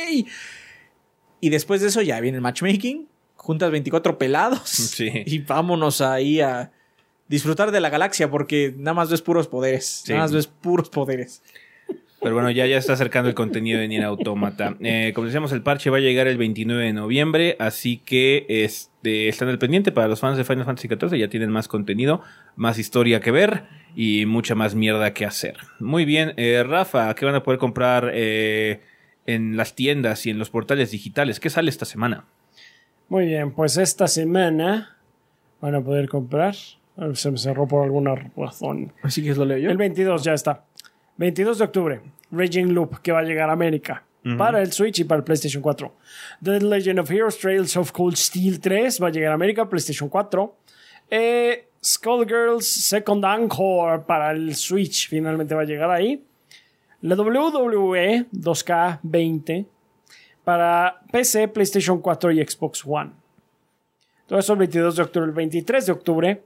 Y después de eso ya viene el matchmaking. Juntas 24 pelados. Sí. Y vámonos ahí a disfrutar de la galaxia, porque nada más ves puros poderes. Sí. Nada más ves puros poderes. Pero bueno, ya está acercando el contenido de Nier Automata. Como decíamos, el parche va a llegar el 29 de noviembre, así que están al pendiente para los fans de Final Fantasy XIV. Ya tienen más contenido, más historia que ver y mucha más mierda que hacer. Muy bien, Rafa, ¿qué van a poder comprar en las tiendas y en los portales digitales? ¿Qué sale esta semana? Muy bien, pues esta semana van a poder comprar... Se me cerró por alguna razón. Así que lo leo yo. El 22 ya está. 22 de octubre. Raging Loop, que va a llegar a América. Para el Switch y para el PlayStation 4. The Legend of Heroes Trails of Cold Steel 3 va a llegar a América, PlayStation 4. Skullgirls Second Encore para el Switch finalmente va a llegar ahí. La WWE 2K20 para PC, PlayStation 4 y Xbox One. Todo eso el 22 de octubre. El 23 de octubre,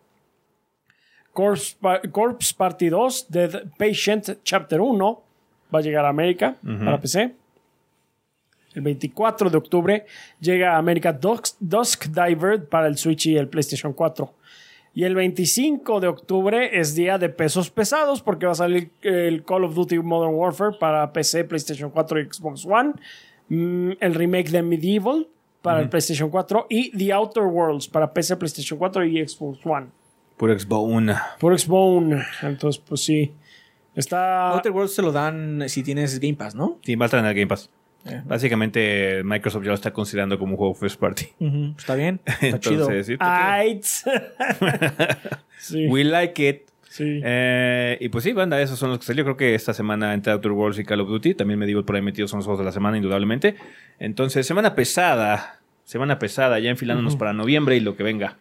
Corpse Party 2, Dead Patient Chapter 1 va a llegar a América para PC. El 24 de octubre llega American Dusk Diver para el Switch y el PlayStation 4. Y el 25 de octubre es día de pesos pesados porque va a salir el Call of Duty Modern Warfare para PC, PlayStation 4 y Xbox One. El remake de Medieval para el PlayStation 4 y The Outer Worlds para PC, PlayStation 4 y Xbox One. Por Xbox. Por Xbox. Entonces, pues sí. Outer Worlds te lo dan si tienes Game Pass, ¿no? Sí, va a estar en el Game Pass. Básicamente, Microsoft ya lo está considerando como un juego first party. Está bien. Está Entonces, chido. Sí. We like it. Sí. Y pues sí, banda, esos son los que salió. Creo que esta semana entre Outer Worlds y Call of Duty. También Medieval por ahí metidos son los juegos de la semana, indudablemente. Entonces, semana pesada, ya enfilándonos para noviembre y lo que venga.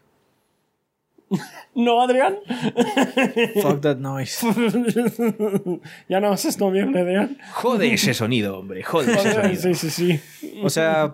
No, Adrián. Fuck that noise. Ya no es noviembre, Adrián. Jode ese sonido, hombre. Jode ese sonido. Sí. O sea,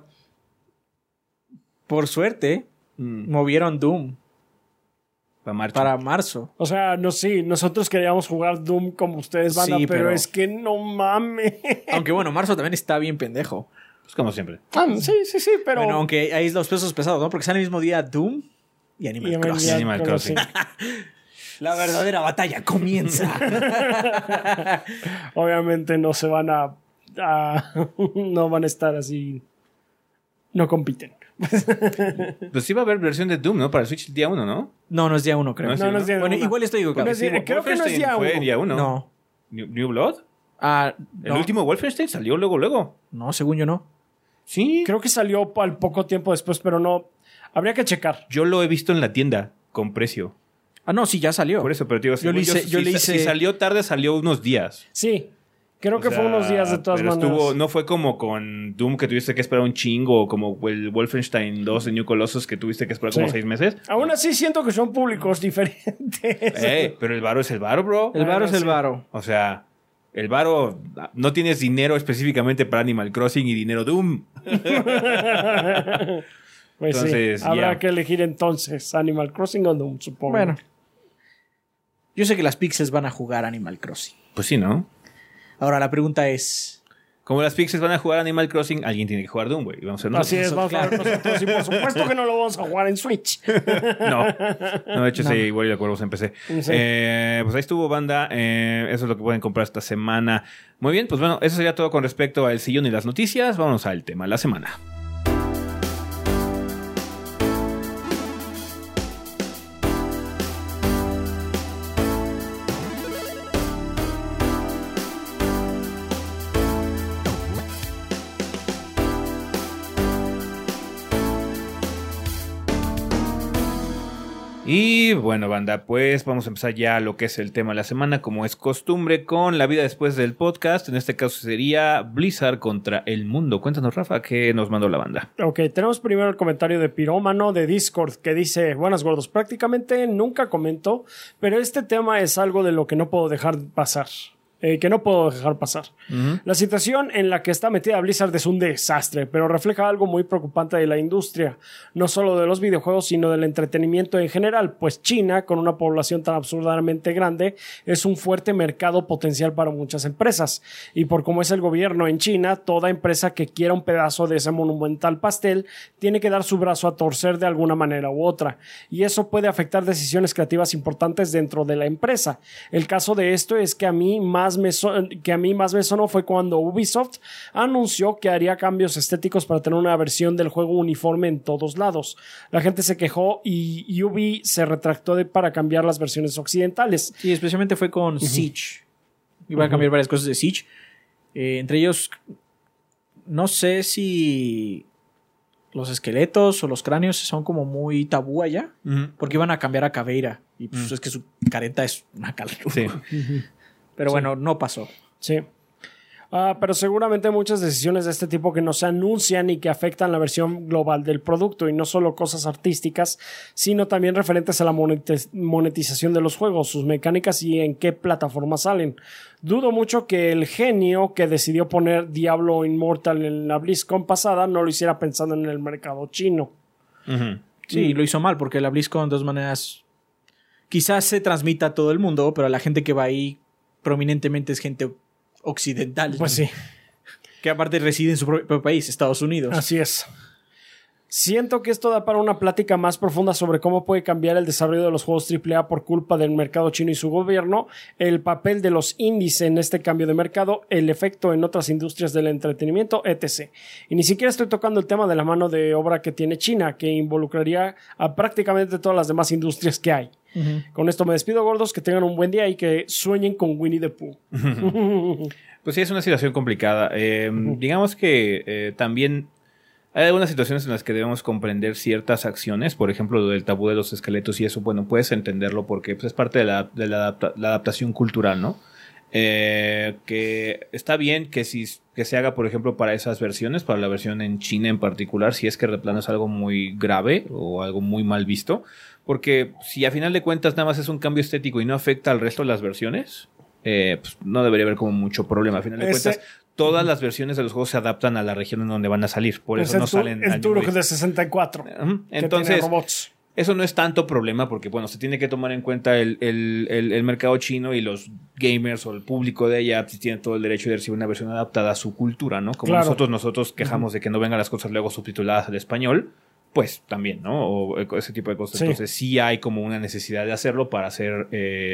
por suerte, movieron Doom para marzo. O sea, nosotros queríamos jugar Doom como ustedes, banda, Sí, pero es que no mames. Aunque bueno, marzo también está bien pendejo. Pues como siempre. Sí, pero... Bueno, aunque ahí es los pesos pesados, ¿no? Porque sale el mismo día Doom y Animal Crossing. Animal Crossing. La verdadera batalla comienza. Obviamente no se van a no van a estar así. No compiten. Pues sí va a haber versión de Doom, ¿no? Para el Switch el día 1, ¿no? No es día 1, creo. No es día 1. Bueno, igual estoy equivocado. Creo que no es día 1. Fue día 1. No. ¿New Blood? No. El último Wolfenstein salió luego. No, según yo no. Sí. Creo que salió al poco tiempo después, pero no. Habría que checar. Yo lo he visto en la tienda con precio. Ah, no, sí, ya salió. Por eso, pero digo, yo le hice... Si salió tarde, salió unos días. Sí. Creo que fue unos días de todas maneras. No fue como con Doom que tuviste que esperar un chingo, o como el Wolfenstein 2 de New Colossus que tuviste que esperar como 6 meses. Aún así siento que son públicos diferentes. Pero el varo es el varo, bro. El varo es el varo. O sea, el varo, no tienes dinero específicamente para Animal Crossing y dinero Doom. Pues entonces, sí, habrá que elegir entonces Animal Crossing o Doom, supongo. Bueno. Yo sé que las Pixels van a jugar Animal Crossing. Pues sí, ¿no? Ahora la pregunta es... Como las Pixels van a jugar Animal Crossing, alguien tiene que jugar Doom, güey. Así es, vamos a ver nosotros. Y por supuesto que no lo vamos a jugar en Switch. No, de hecho sí, igual de acuerdo en PC. Sí. Pues ahí estuvo, banda. Eso es lo que pueden comprar esta semana. Muy bien, pues bueno, eso sería todo con respecto al sillón y las noticias. Vámonos al tema de la semana. Y bueno, banda, pues vamos a empezar ya lo que es el tema de la semana, como es costumbre, con la vida después del podcast. En este caso sería Blizzard contra el mundo. Cuéntanos, Rafa, ¿qué nos mandó la banda? Ok, tenemos primero el comentario de Pirómano de Discord que dice: buenas gordos, prácticamente nunca comento, pero este tema es algo de lo que no puedo dejar pasar. La situación en la que está metida Blizzard es un desastre, pero refleja algo muy preocupante de la industria, no solo de los videojuegos, sino del entretenimiento en general, pues China, con una población tan absurdamente grande, es un fuerte mercado potencial para muchas empresas, y por cómo es el gobierno en China, toda empresa que quiera un pedazo de ese monumental pastel tiene que dar su brazo a torcer de alguna manera u otra, y eso puede afectar decisiones creativas importantes dentro de la empresa. El caso de esto es que a mí más me sonó fue cuando Ubisoft anunció que haría cambios estéticos para tener una versión del juego uniforme en todos lados. La gente se quejó y Ubi se retractó para cambiar las versiones occidentales. Sí, especialmente fue con Siege. Iban a cambiar varias cosas de Siege. Entre ellos, no sé si los esqueletos o los cráneos son como muy tabú allá, porque iban a cambiar a Caveira. Y pues es que su careta es una calma. Sí. Pero bueno, no pasó. Sí. Pero seguramente muchas decisiones de este tipo que no se anuncian y que afectan la versión global del producto, y no solo cosas artísticas, sino también referentes a la monetización de los juegos, sus mecánicas y en qué plataformas salen. Dudo mucho que el genio que decidió poner Diablo Immortal en la BlizzCon pasada no lo hiciera pensando en el mercado chino. Sí, lo hizo mal, porque la BlizzCon de todas maneras quizás se transmita a todo el mundo, pero la gente que va ahí prominentemente es gente occidental. Pues sí. Que aparte reside en su propio país, Estados Unidos. Así es. Siento que esto da para una plática más profunda sobre cómo puede cambiar el desarrollo de los juegos AAA por culpa del mercado chino y su gobierno, el papel de los indies en este cambio de mercado, el efecto en otras industrias del entretenimiento, etc. Y ni siquiera estoy tocando el tema de la mano de obra que tiene China, que involucraría a prácticamente todas las demás industrias que hay. Con esto me despido, gordos, que tengan un buen día y que sueñen con Winnie the Pooh. Pues sí, es una situación complicada. Digamos que también hay algunas situaciones en las que debemos comprender ciertas acciones, por ejemplo, lo del tabú de los esqueletos y eso, bueno, puedes entenderlo porque pues, es parte de la adaptación cultural, ¿no? Que está bien que se haga, por ejemplo, para esas versiones, para la versión en China en particular, si es que de plano es algo muy grave o algo muy mal visto, porque si a final de cuentas nada más es un cambio estético y no afecta al resto de las versiones, pues no debería haber como mucho problema. A final de cuentas, todas las versiones de los juegos se adaptan a la región en donde van a salir. Por eso no salen. El Turok de 64. Entonces, eso no es tanto problema porque, bueno, se tiene que tomar en cuenta el mercado chino y los gamers o el público de allá tienen todo el derecho de recibir una versión adaptada a su cultura, ¿no? Como nosotros quejamos de que no vengan las cosas luego subtituladas al español, pues también, ¿no? O ese tipo de cosas. Sí. Entonces sí hay como una necesidad de hacerlo para hacer...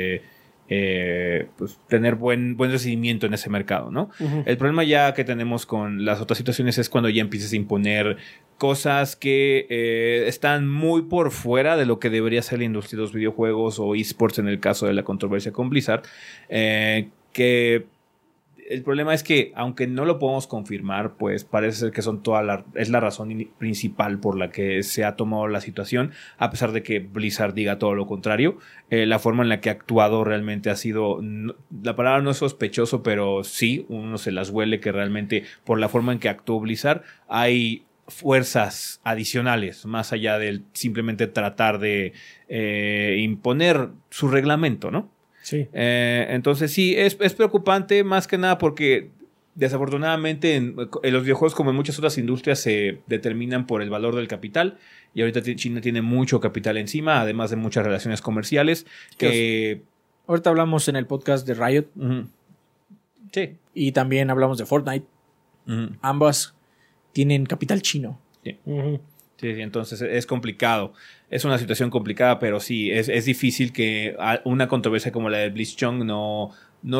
pues tener buen recibimiento en ese mercado, ¿no? El problema ya que tenemos con las otras situaciones es cuando ya empiezas a imponer cosas que están muy por fuera de lo que debería ser la industria de los videojuegos o esports en el caso de la controversia con Blizzard, que el problema es que, aunque no lo podemos confirmar, pues parece ser que es la razón principal por la que se ha tomado la situación, a pesar de que Blizzard diga todo lo contrario. La forma en la que ha actuado realmente ha sido, la palabra no es sospechoso, pero sí, uno se las huele que realmente por la forma en que actuó Blizzard hay fuerzas adicionales, más allá de simplemente tratar de imponer su reglamento, ¿no? Sí. Entonces sí, es preocupante más que nada porque desafortunadamente en los videojuegos como en muchas otras industrias se determinan por el valor del capital y ahorita China tiene mucho capital encima, además de muchas relaciones comerciales que... Ahorita hablamos en el podcast de Riot. Sí. Y también hablamos de Fortnite. Ambas tienen capital chino. Sí. Sí, entonces es complicado. Es una situación complicada, pero sí, es difícil que una controversia como la de Blitzchung no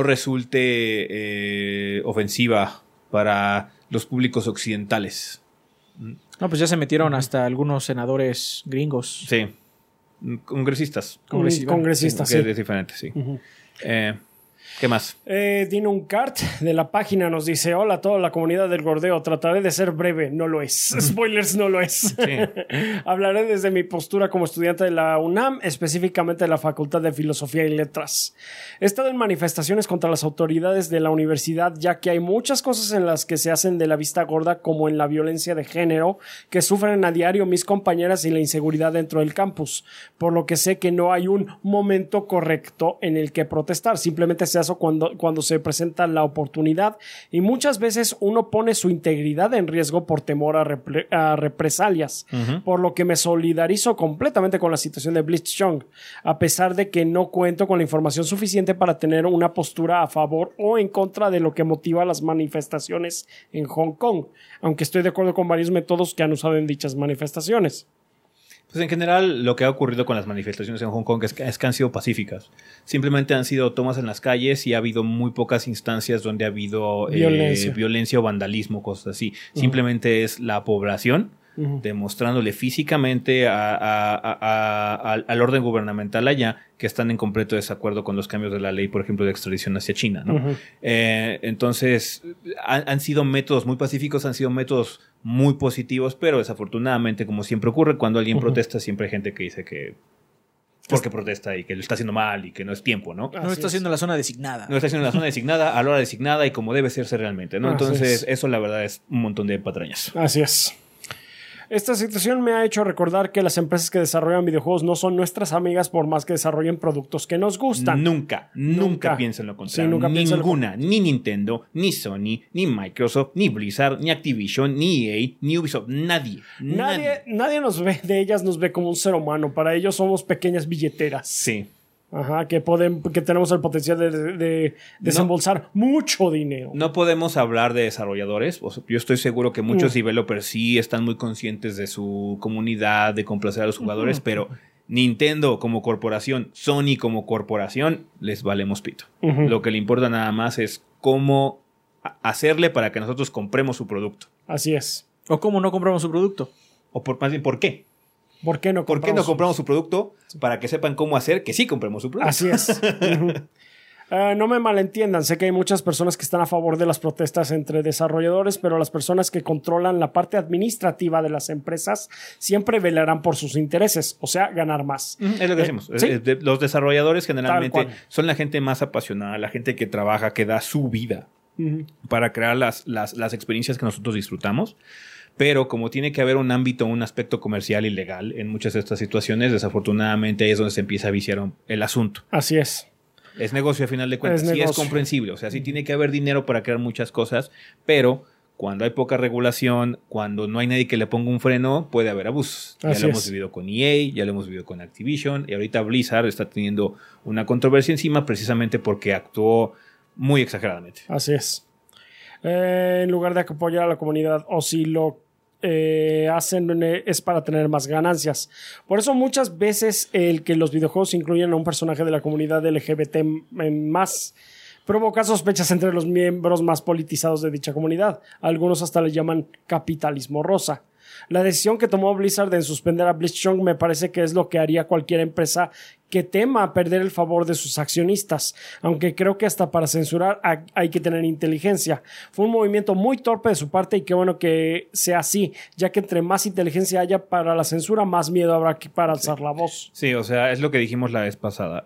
resulte ofensiva para los públicos occidentales. No, pues ya se metieron hasta algunos senadores gringos. Sí. Congresistas. Congresistas, sí. Es diferente, sí. ¿Qué más? Dino Cart de la página nos dice: hola a toda la comunidad del gordeo, trataré de ser breve, no lo es. Spoilers, no lo es. Sí. Hablaré desde mi postura como estudiante de la UNAM, específicamente de la Facultad de Filosofía y Letras. He estado en manifestaciones contra las autoridades de la universidad, ya que hay muchas cosas en las que se hacen de la vista gorda, como en la violencia de género que sufren a diario mis compañeras y la inseguridad dentro del campus, por lo que sé que no hay un momento correcto en el que protestar, simplemente se hace cuando se presenta la oportunidad y muchas veces uno pone su integridad en riesgo por temor a represalias, por lo que me solidarizo completamente con la situación de Blitzchung, a pesar de que no cuento con la información suficiente para tener una postura a favor o en contra de lo que motiva las manifestaciones en Hong Kong, aunque estoy de acuerdo con varios métodos que han usado en dichas manifestaciones. Pues en general lo que ha ocurrido con las manifestaciones en Hong Kong es que han sido pacíficas. Simplemente han sido tomas en las calles y ha habido muy pocas instancias donde ha habido violencia o vandalismo, cosas así. Simplemente es la población demostrándole físicamente al orden gubernamental allá que están en completo desacuerdo con los cambios de la ley, por ejemplo, de extradición hacia China, ¿no? Entonces, han sido métodos muy pacíficos, han sido métodos muy positivos, pero desafortunadamente, como siempre ocurre, cuando alguien protesta, siempre hay gente que dice que porque protesta y que lo está haciendo mal y que no es tiempo, ¿no? No está haciendo la zona designada. No está haciendo la zona designada, a la hora designada y como debe serse realmente, ¿no? Entonces, eso la verdad es un montón de patrañas. Así es. Esta situación me ha hecho recordar que las empresas que desarrollan videojuegos no son nuestras amigas por más que desarrollen productos que nos gustan. Nunca piensen lo contrario. Sí, nunca Ninguna, ni Nintendo, ni Sony, ni Microsoft, ni Blizzard, ni Activision, ni EA, ni Ubisoft, nadie nos ve, de ellas nos ve como un ser humano. Para ellos somos pequeñas billeteras. Sí. Ajá, que tenemos el potencial de desembolsar mucho dinero. No podemos hablar de desarrolladores. Yo estoy seguro que muchos developers sí están muy conscientes de su comunidad, de complacer a los jugadores, pero Nintendo como corporación, Sony como corporación, les valemos pito. Lo que le importa nada más es cómo hacerle para que nosotros compremos su producto. Así es. O cómo no compramos su producto. O más bien, ¿por qué? ¿Por qué no compramos su producto? Para que sepan cómo hacer que sí compremos su producto. Así es. No me malentiendan, sé que hay muchas personas que están a favor de las protestas entre desarrolladores, pero las personas que controlan la parte administrativa de las empresas siempre velarán por sus intereses, o sea, ganar más. Es lo que decimos. ¿Sí? Los desarrolladores generalmente son la gente más apasionada, la gente que trabaja, que da su vida para crear las experiencias que nosotros disfrutamos. Pero como tiene que haber un ámbito, un aspecto comercial y legal en muchas de estas situaciones, desafortunadamente ahí es donde se empieza a viciar el asunto. Así es. Es negocio a final de cuentas. Sí es comprensible. O sea, sí tiene que haber dinero para crear muchas cosas, pero cuando hay poca regulación, cuando no hay nadie que le ponga un freno, puede haber abusos. Ya lo hemos vivido con EA, ya lo hemos vivido con Activision, y ahorita Blizzard está teniendo una controversia encima precisamente porque actuó muy exageradamente. Así es. En lugar de apoyar a la comunidad, o si lo hacen es para tener más ganancias. Por eso muchas veces el que los videojuegos incluyan a un personaje de la comunidad LGBT más provoca sospechas entre los miembros más politizados de dicha comunidad. Algunos hasta le llaman capitalismo rosa. La decisión que tomó Blizzard en suspender a Blitzchung me parece que es lo que haría cualquier empresa que tema perder el favor de sus accionistas, aunque creo que hasta para censurar hay que tener inteligencia. Fue un movimiento muy torpe de su parte y qué bueno que sea así, ya que entre más inteligencia haya para la censura, más miedo habrá para alzar la voz. Sí, o sea, es lo que dijimos la vez pasada.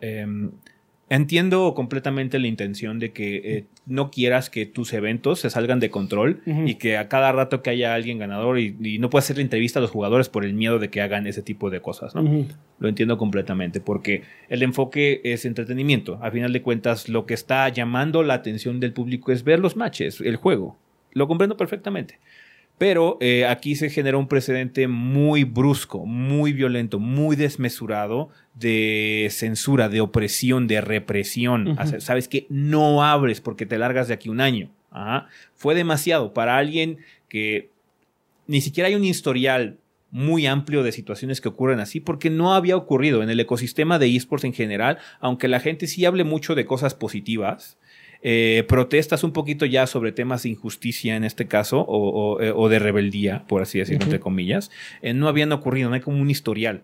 Entiendo completamente la intención de que no quieras que tus eventos se salgan de control y que a cada rato que haya alguien ganador y no puedas hacerle entrevista a los jugadores por el miedo de que hagan ese tipo de cosas, ¿no? Lo entiendo completamente porque el enfoque es entretenimiento. A final de cuentas, lo que está llamando la atención del público es ver los matches, el juego. Lo comprendo perfectamente. Pero aquí se generó un precedente muy brusco, muy violento, muy desmesurado de censura, de opresión, de represión. O sea, sabes que no abres porque te largas de aquí un año. Ajá. Fue demasiado para alguien que ni siquiera hay un historial muy amplio de situaciones que ocurren así porque no había ocurrido en el ecosistema de eSports en general, aunque la gente sí hable mucho de cosas positivas. Protestas un poquito ya sobre temas de injusticia en este caso o de rebeldía, por así decirlo, entre comillas, no habían ocurrido, no hay como un historial.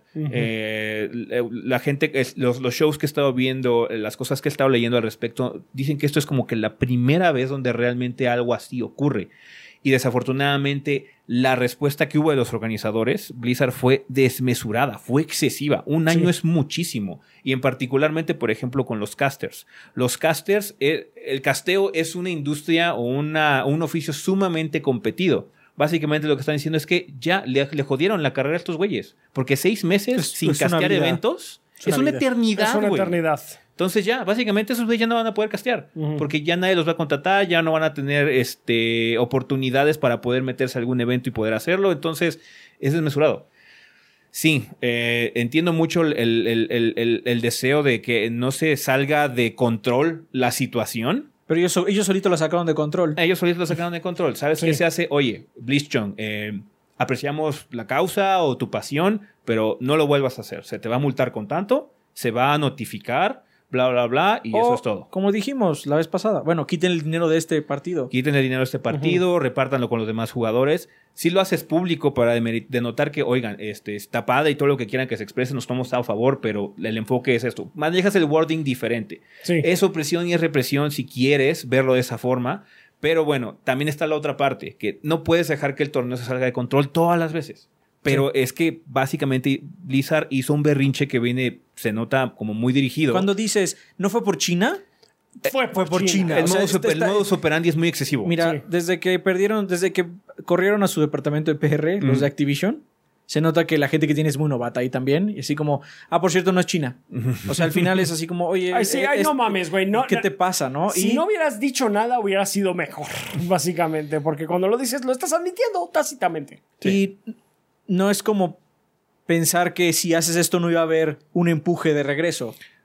La gente, los shows que he estado viendo, las cosas que he estado leyendo al respecto, dicen que esto es como que la primera vez donde realmente algo así ocurre. Y desafortunadamente la respuesta que hubo de los organizadores, Blizzard, fue desmesurada, fue excesiva. Un año es muchísimo. Y en particularmente, por ejemplo, con los casters. Los casters, el casteo es una industria o un oficio sumamente competido. Básicamente lo que están diciendo es que ya le jodieron la carrera a estos güeyes. Porque 6 meses sin castear eventos es una eternidad, es una eternidad. Entonces ya, básicamente esos güeyes ya no van a poder castear. Porque ya nadie los va a contratar, ya no van a tener oportunidades para poder meterse a algún evento y poder hacerlo. Entonces es desmesurado. Sí, entiendo mucho el deseo de que no se salga de control la situación. Pero ellos solitos la sacaron de control. Ellos solitos la sacaron de control. ¿Sabes qué se hace? Oye, Blitzchung, apreciamos la causa o tu pasión, pero no lo vuelvas a hacer. Se te va a multar con tanto, se va a notificar, bla, bla, bla, y eso es todo. Como dijimos la vez pasada, bueno, quiten el dinero de este partido. Quiten el dinero de este partido, repártanlo con los demás jugadores. Si lo haces público para denotar que, oigan, está padre y todo lo que quieran que se exprese, nos estamos a favor, pero el enfoque es esto. Manejas el wording diferente. Sí. Es opresión y es represión si quieres verlo de esa forma. Pero bueno, también está la otra parte, que no puedes dejar que el torneo se salga de control todas las veces. Pero es que básicamente Blizzard hizo un berrinche que se nota como muy dirigido. Cuando dices, ¿no fue por China? Fue por China. El modus operandi es muy excesivo. Mira, desde que corrieron a su departamento de PR, los de Activision, se nota que la gente que tiene es muy novata ahí también. Y así como, por cierto, no es China. O sea, al final es así como, oye... no mames, güey. ¿Qué te pasa, no? Si no hubieras dicho nada, hubiera sido mejor, básicamente. Porque cuando lo dices, lo estás admitiendo tácitamente. Sí. Y no es como pensar que si haces esto no iba a haber un empuje de regreso.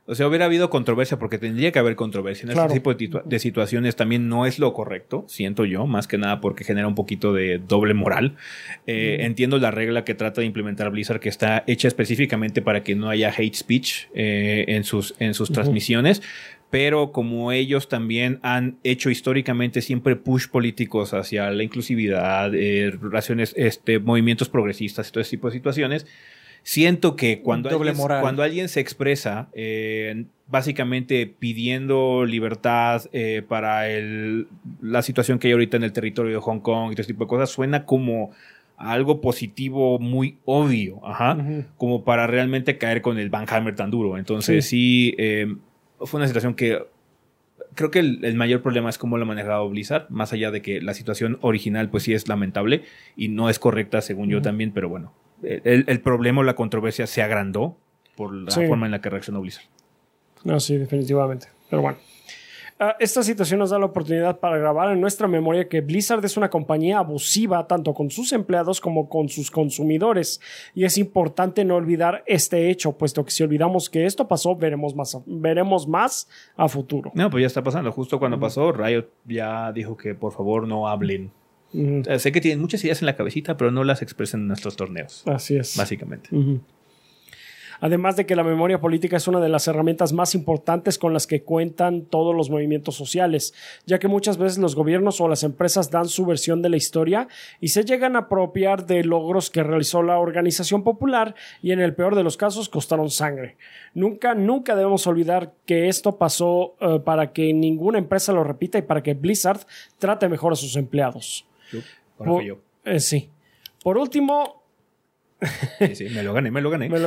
O sea, hubiera habido controversia porque tendría que haber controversia. En este tipo de situaciones también no es lo correcto, siento yo, más que nada porque genera un poquito de doble moral. Entiendo la regla que trata de implementar Blizzard, que está hecha específicamente para que no haya hate speech en sus transmisiones. Pero como ellos también han hecho históricamente siempre push políticos hacia la inclusividad, relaciones, movimientos progresistas y todo ese tipo de situaciones, siento que cuando alguien se expresa básicamente pidiendo libertad para la situación que hay ahorita en el territorio de Hong Kong y todo ese tipo de cosas, suena como algo positivo muy obvio, como para realmente caer con el banhammer tan duro. Entonces sí fue una situación que creo que el mayor problema es cómo lo ha manejado Blizzard, más allá de que la situación original pues sí es lamentable y no es correcta según yo también, pero bueno, el problema o la controversia se agrandó por la forma en la que reaccionó Blizzard. No, sí, definitivamente. Pero bueno. Esta situación nos da la oportunidad para grabar en nuestra memoria que Blizzard es una compañía abusiva tanto con sus empleados como con sus consumidores, y es importante no olvidar este hecho, puesto que si olvidamos que esto pasó, veremos más a futuro. No, pues ya está pasando. Justo cuando pasó, Riot ya dijo que por favor no hablen. Sé que tienen muchas ideas en la cabecita, pero no las expresen en nuestros torneos. Así es. Básicamente. Además de que la memoria política es una de las herramientas más importantes con las que cuentan todos los movimientos sociales, ya que muchas veces los gobiernos o las empresas dan su versión de la historia y se llegan a apropiar de logros que realizó la organización popular y en el peor de los casos costaron sangre. Nunca debemos olvidar que esto pasó para que ninguna empresa lo repita y para que Blizzard trate mejor a sus empleados. Sí. Por último... Sí, me lo gané.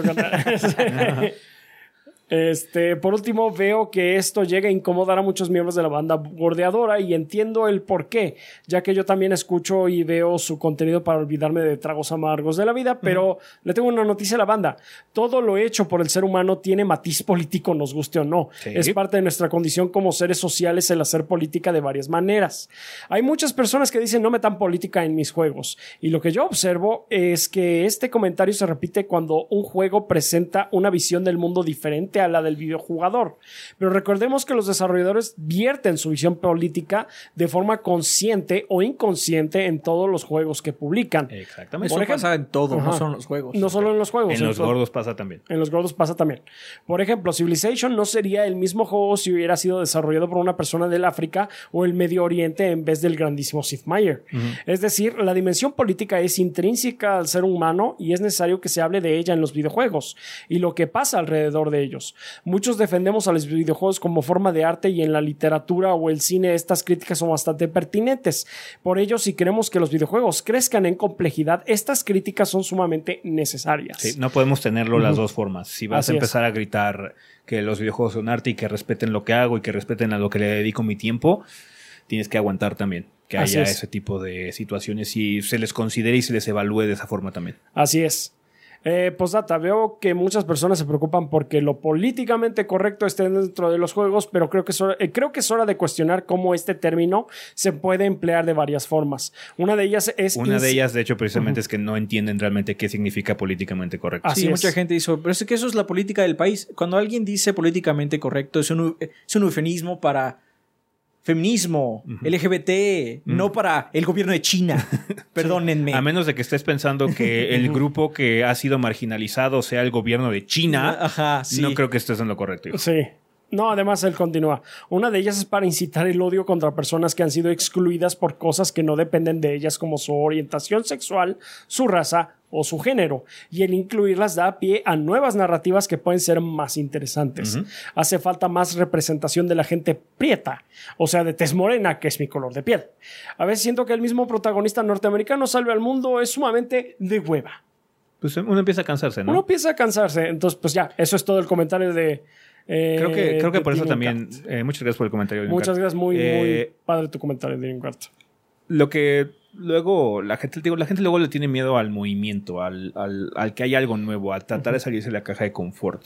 Por último, veo que esto llega a incomodar a muchos miembros de la banda bordeadora y entiendo el por qué, ya que yo también escucho y veo su contenido para olvidarme de tragos amargos de la vida, pero le tengo una noticia a la banda. Todo lo hecho por el ser humano tiene matiz político, nos guste o no. Sí. Es parte de nuestra condición como seres sociales el hacer política de varias maneras. Hay muchas personas que dicen no metan política en mis juegos, y lo que yo observo es que este comentario se repite cuando un juego presenta una visión del mundo diferente a la del videojugador. Pero recordemos que los desarrolladores vierten su visión política de forma consciente o inconsciente en todos los juegos que publican. Exactamente. Eso pasa en todo, no solo en los juegos. No solo en los juegos. En los gordos pasa también. En los gordos pasa también. Por ejemplo, Civilization no sería el mismo juego si hubiera sido desarrollado por una persona del África o el Medio Oriente en vez del grandísimo Sid Meier. Es decir, la dimensión política es intrínseca al ser humano y es necesario que se hable de ella en los videojuegos y lo que pasa alrededor de ellos. Muchos defendemos a los videojuegos como forma de arte y en la literatura o el cine estas críticas son bastante pertinentes. Por ello, si queremos que los videojuegos crezcan en complejidad, estas críticas son sumamente necesarias. Sí, no podemos tenerlo las dos formas. Si vas a empezar a gritar que los videojuegos son arte y que respeten lo que hago y que respeten a lo que le dedico mi tiempo, tienes que aguantar también que haya ese tipo de situaciones y se les considere y se les evalúe de esa forma también. Así es. Postdata, veo que muchas personas se preocupan porque lo políticamente correcto esté dentro de los juegos, pero creo que es hora de cuestionar cómo este término se puede emplear de varias formas. Una de ellas, de hecho, precisamente es que no entienden realmente qué significa políticamente correcto. Así es. Mucha gente dice, pero es que eso es la política del país. Cuando alguien dice políticamente correcto, es un eufemismo para feminismo, LGBT, no para el gobierno de China. Perdónenme. A menos de que estés pensando que el grupo que ha sido marginalizado sea el gobierno de China, no creo que estés en lo correcto. Sí. No, además él continúa. Una de ellas es para incitar el odio contra personas que han sido excluidas por cosas que no dependen de ellas, como su orientación sexual, su raza o su género, y el incluirlas da pie a nuevas narrativas que pueden ser más interesantes. Hace falta más representación de la gente prieta, o sea, de tez morena, que es mi color de piel. A veces siento que el mismo protagonista norteamericano salve al mundo es sumamente de hueva. Pues uno empieza a cansarse, ¿no? Entonces, pues ya, eso es todo el comentario de... creo que por eso también... muchas gracias por el comentario. Muchas gracias, muy padre tu comentario, Dreamcast. Lo que luego la gente luego le tiene miedo al movimiento, al que hay algo nuevo, a tratar de salirse de la caja de confort.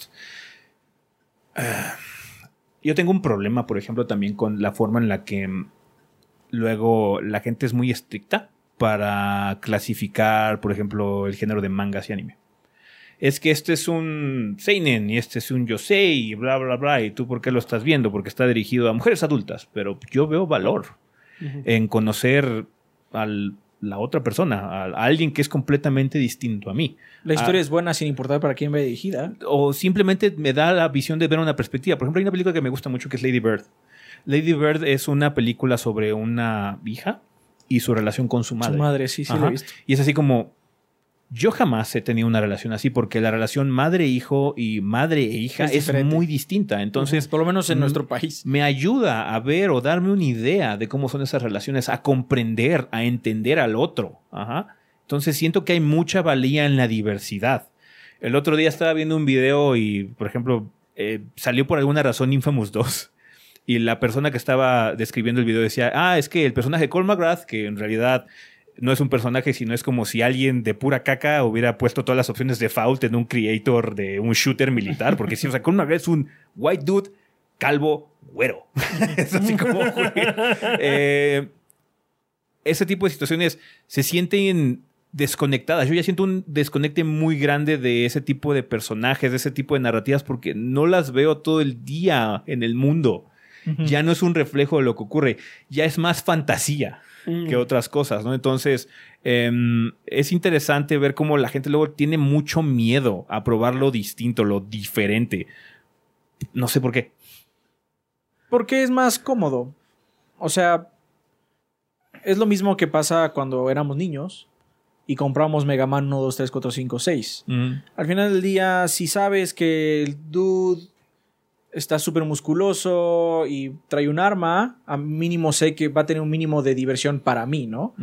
Yo tengo un problema, por ejemplo, también con la forma en la que luego la gente es muy estricta para clasificar, por ejemplo, el género de mangas y anime. es que este es un seinen y este es un yosei y bla, bla, bla. ¿Y tú por qué lo estás viendo? Porque está dirigido a mujeres adultas. Pero yo veo valor en conocer la otra persona, a alguien que es completamente distinto a mí. La historia es buena sin importar para quién va dirigida. O simplemente me da la visión de ver una perspectiva. Por ejemplo, hay una película que me gusta mucho que es Lady Bird. Lady Bird es una película sobre una hija y su relación con su madre. Su madre, sí, lo he visto. Y es así como... Yo jamás he tenido una relación así porque la relación madre-hijo y madre e hija es muy distinta. Entonces, por lo menos en nuestro país. Me ayuda a ver o darme una idea de cómo son esas relaciones, a comprender, a entender al otro. Entonces siento que hay mucha valía en la diversidad. El otro día estaba viendo un video y, por ejemplo, salió por alguna razón Infamous 2. Y la persona que estaba describiendo el video decía, es que el personaje de Cole McGrath, que en realidad... no es un personaje, sino es como si alguien de pura caca hubiera puesto todas las opciones de default en un creator de un shooter militar. Porque sí, o sea, Cole McGrath es un white dude, calvo, güero. Es así como... ese tipo de situaciones se sienten desconectadas. Yo ya siento un desconecte muy grande de ese tipo de personajes, de ese tipo de narrativas, porque no las veo todo el día en el mundo. Ya no es un reflejo de lo que ocurre. Ya es más fantasía que otras cosas, ¿no? Entonces, es interesante ver cómo la gente luego tiene mucho miedo a probar lo distinto, lo diferente. No sé por qué. Porque es más cómodo. O sea, es lo mismo que pasa cuando éramos niños y compramos Mega Man 1, 2, 3, 4, 5, 6. Al final del día, si sabes que el dude está súper musculoso y trae un arma, a mínimo sé que va a tener un mínimo de diversión para mí, ¿no?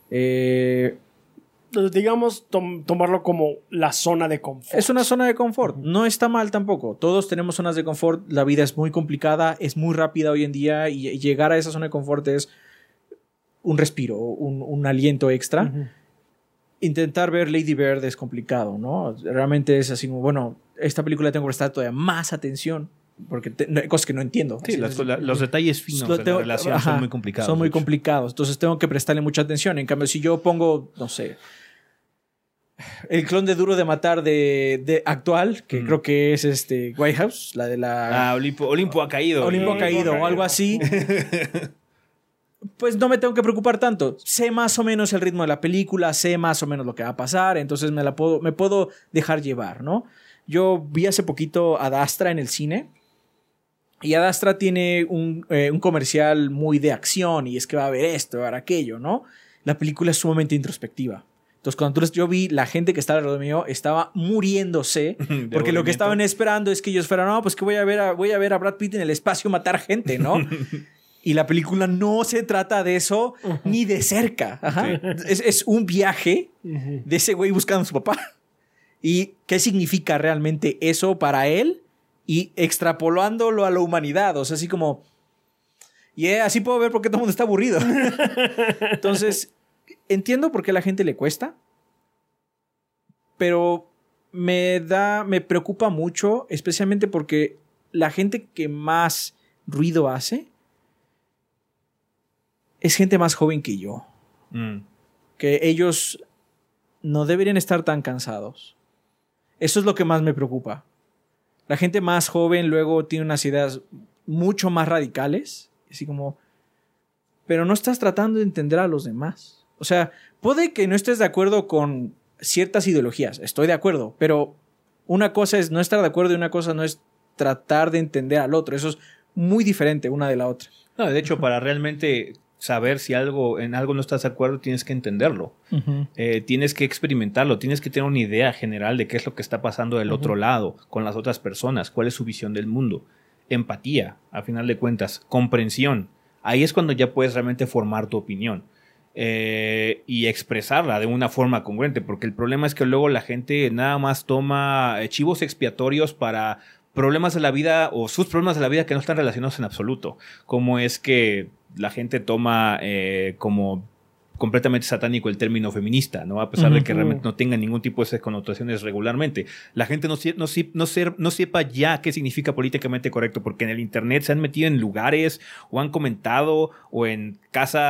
Digamos, tomarlo como la zona de confort. Es una zona de confort. No está mal tampoco. Todos tenemos zonas de confort. La vida es muy complicada, es muy rápida hoy en día y llegar a esa zona de confort es un respiro, un aliento extra. Intentar ver Lady Bird es complicado, ¿no? Realmente es así como, bueno, esta película tengo que prestar todavía más atención porque hay cosas que no entiendo. Sí, los detalles finos de la relación son muy complicados. Son muy complicados. Entonces tengo que prestarle mucha atención. En cambio, si yo pongo, no sé, el clon de Duro de Matar de actual, que creo que es White House, la de la... Olimpo ha caído. Olimpo ha caído o algo así. Pues no me tengo que preocupar tanto. Sé más o menos el ritmo de la película, sé más o menos lo que va a pasar, entonces me puedo dejar llevar, ¿no? Yo vi hace poquito Ad Astra en el cine. Y Ad Astra tiene un comercial muy de acción y es que va a haber esto, va a haber aquello, ¿no? La película es sumamente introspectiva. Entonces, cuando yo vi la gente que estaba alrededor mío estaba muriéndose porque lo que estaban esperando es que ellos fueran, no, pues que voy a ver a Brad Pitt en el espacio matar gente, ¿no? Y la película no se trata de eso ni de cerca. Sí. Es un viaje de ese güey buscando a su papá. ¿Y qué significa realmente eso para él? Y extrapolándolo a la humanidad. O sea, así como... así puedo ver por qué todo el mundo está aburrido. Entonces, entiendo por qué a la gente le cuesta. Pero me preocupa mucho, especialmente porque la gente que más ruido hace es gente más joven que yo. Que ellos no deberían estar tan cansados. Eso es lo que más me preocupa. La gente más joven luego tiene unas ideas mucho más radicales. Así como... Pero no estás tratando de entender a los demás. O sea, puede que no estés de acuerdo con ciertas ideologías. Estoy de acuerdo. Pero una cosa es no estar de acuerdo y una cosa no es tratar de entender al otro. Eso es muy diferente una de la otra. No, de hecho, para realmente saber si en algo no estás de acuerdo, tienes que entenderlo. Tienes que experimentarlo, tienes que tener una idea general de qué es lo que está pasando del otro lado, con las otras personas, cuál es su visión del mundo. Empatía, a final de cuentas, comprensión. Ahí es cuando ya puedes realmente formar tu opinión y expresarla de una forma congruente, porque el problema es que luego la gente nada más toma chivos expiatorios para problemas de la vida o sus problemas de la vida que no están relacionados en absoluto. Como es que la gente toma como completamente satánico el término feminista, ¿no? A pesar de que realmente no tenga ningún tipo de esas connotaciones regularmente. La gente no sepa ya qué significa políticamente correcto, porque en el internet se han metido en lugares o han comentado o en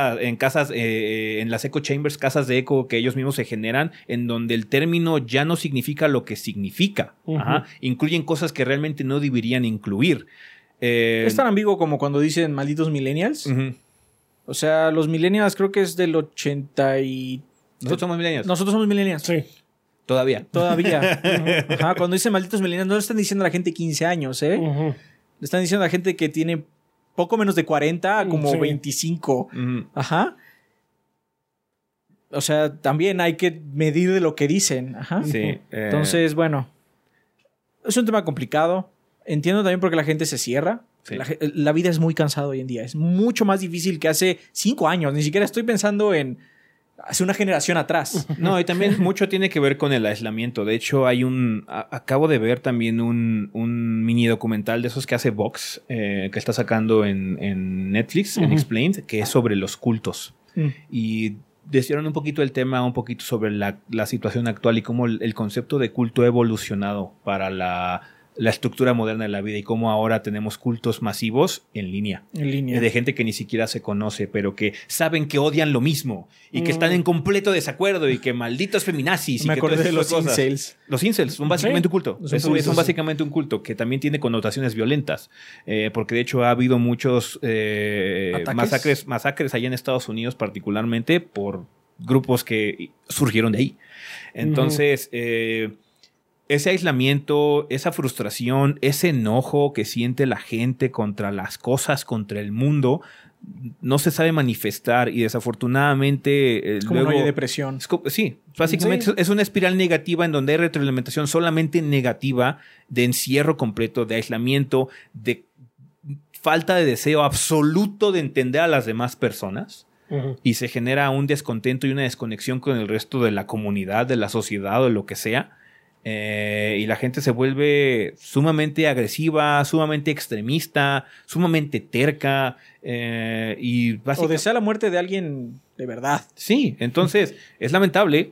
las echo chambers, casas de eco que ellos mismos se generan, en donde el término ya no significa lo que significa. Ajá. Incluyen cosas que realmente no deberían incluir. Es tan ambiguo como cuando dicen malditos millennials. O sea, los millennials creo que es del 80 y... ¿Nosotros somos millennials? Nosotros somos millennials. Sí. Todavía. Ajá, cuando dicen malditos millennials, no le están diciendo a la gente 15 años, ¿eh? Le están diciendo a la gente que tiene poco menos de 40 a como 25. Ajá. O sea, también hay que medir de lo que dicen. Ajá. Sí. Entonces, bueno, es un tema complicado. Entiendo también porque la gente se cierra. Sí. La vida es muy cansada hoy en día. Es mucho más difícil que hace 5 años. Ni siquiera estoy pensando en hace una generación atrás. No, y también mucho tiene que ver con el aislamiento. De hecho, hay acabo de ver también un mini documental de esos que hace Vox, que está sacando en Netflix, en Explained, que es sobre los cultos. Y desviaron un poquito el tema, un poquito sobre la situación actual y cómo el concepto de culto ha evolucionado para la estructura moderna de la vida y cómo ahora tenemos cultos masivos en línea. De gente que ni siquiera se conoce, pero que saben que odian lo mismo y que están en completo desacuerdo y que malditos feminazis. Me acordé de los incels. Los incels son básicamente un culto. Son básicamente un culto que también tiene connotaciones violentas. Porque de hecho ha habido muchos masacres allá en Estados Unidos, particularmente por grupos que surgieron de ahí. Entonces... ese aislamiento, esa frustración, ese enojo que siente la gente contra las cosas, contra el mundo, no se sabe manifestar y desafortunadamente... Es como luego, no hay depresión. Sí, básicamente es una espiral negativa en donde hay retroalimentación solamente negativa, de encierro completo, de aislamiento, de falta de deseo absoluto de entender a las demás personas. Y se genera un descontento y una desconexión con el resto de la comunidad, de la sociedad o de lo que sea. Y la gente se vuelve sumamente agresiva, sumamente extremista, sumamente terca y o desea la muerte de alguien de verdad. Sí, entonces es lamentable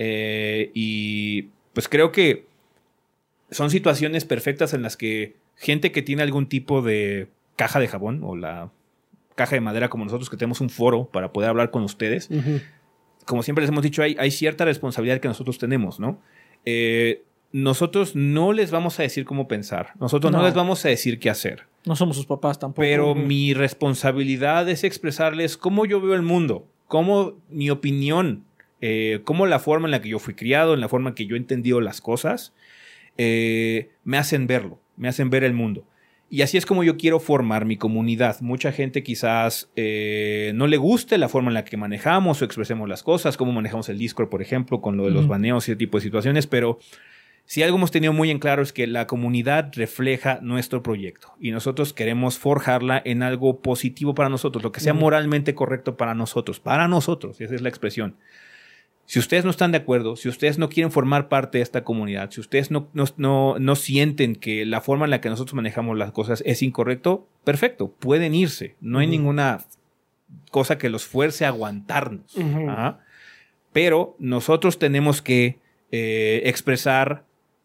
y pues creo que son situaciones perfectas en las que gente que tiene algún tipo de caja de jabón o la caja de madera como nosotros, que tenemos un foro para poder hablar con ustedes, como siempre les hemos dicho, hay cierta responsabilidad que nosotros tenemos, ¿no? Nosotros no les vamos a decir cómo pensar. Nosotros no les vamos a decir qué hacer. No somos sus papás tampoco. Pero mi responsabilidad es expresarles cómo yo veo el mundo, cómo mi opinión, cómo la forma en la que yo fui criado, en la forma en que yo he entendido las cosas, me hacen verlo, me hacen ver el mundo. Y así es como yo quiero formar mi comunidad. Mucha gente quizás no le guste la forma en la que manejamos o expresemos las cosas, cómo manejamos el Discord, por ejemplo, con lo de los baneos y ese tipo de situaciones, pero si algo hemos tenido muy en claro es que la comunidad refleja nuestro proyecto y nosotros queremos forjarla en algo positivo para nosotros, lo que sea moralmente correcto para nosotros, esa es la expresión. Si ustedes no están de acuerdo, si ustedes no quieren formar parte de esta comunidad, si ustedes no sienten que la forma en la que nosotros manejamos las cosas es incorrecto, perfecto, pueden irse. No hay ninguna cosa que los fuerce a aguantarnos. Pero nosotros tenemos que expresar,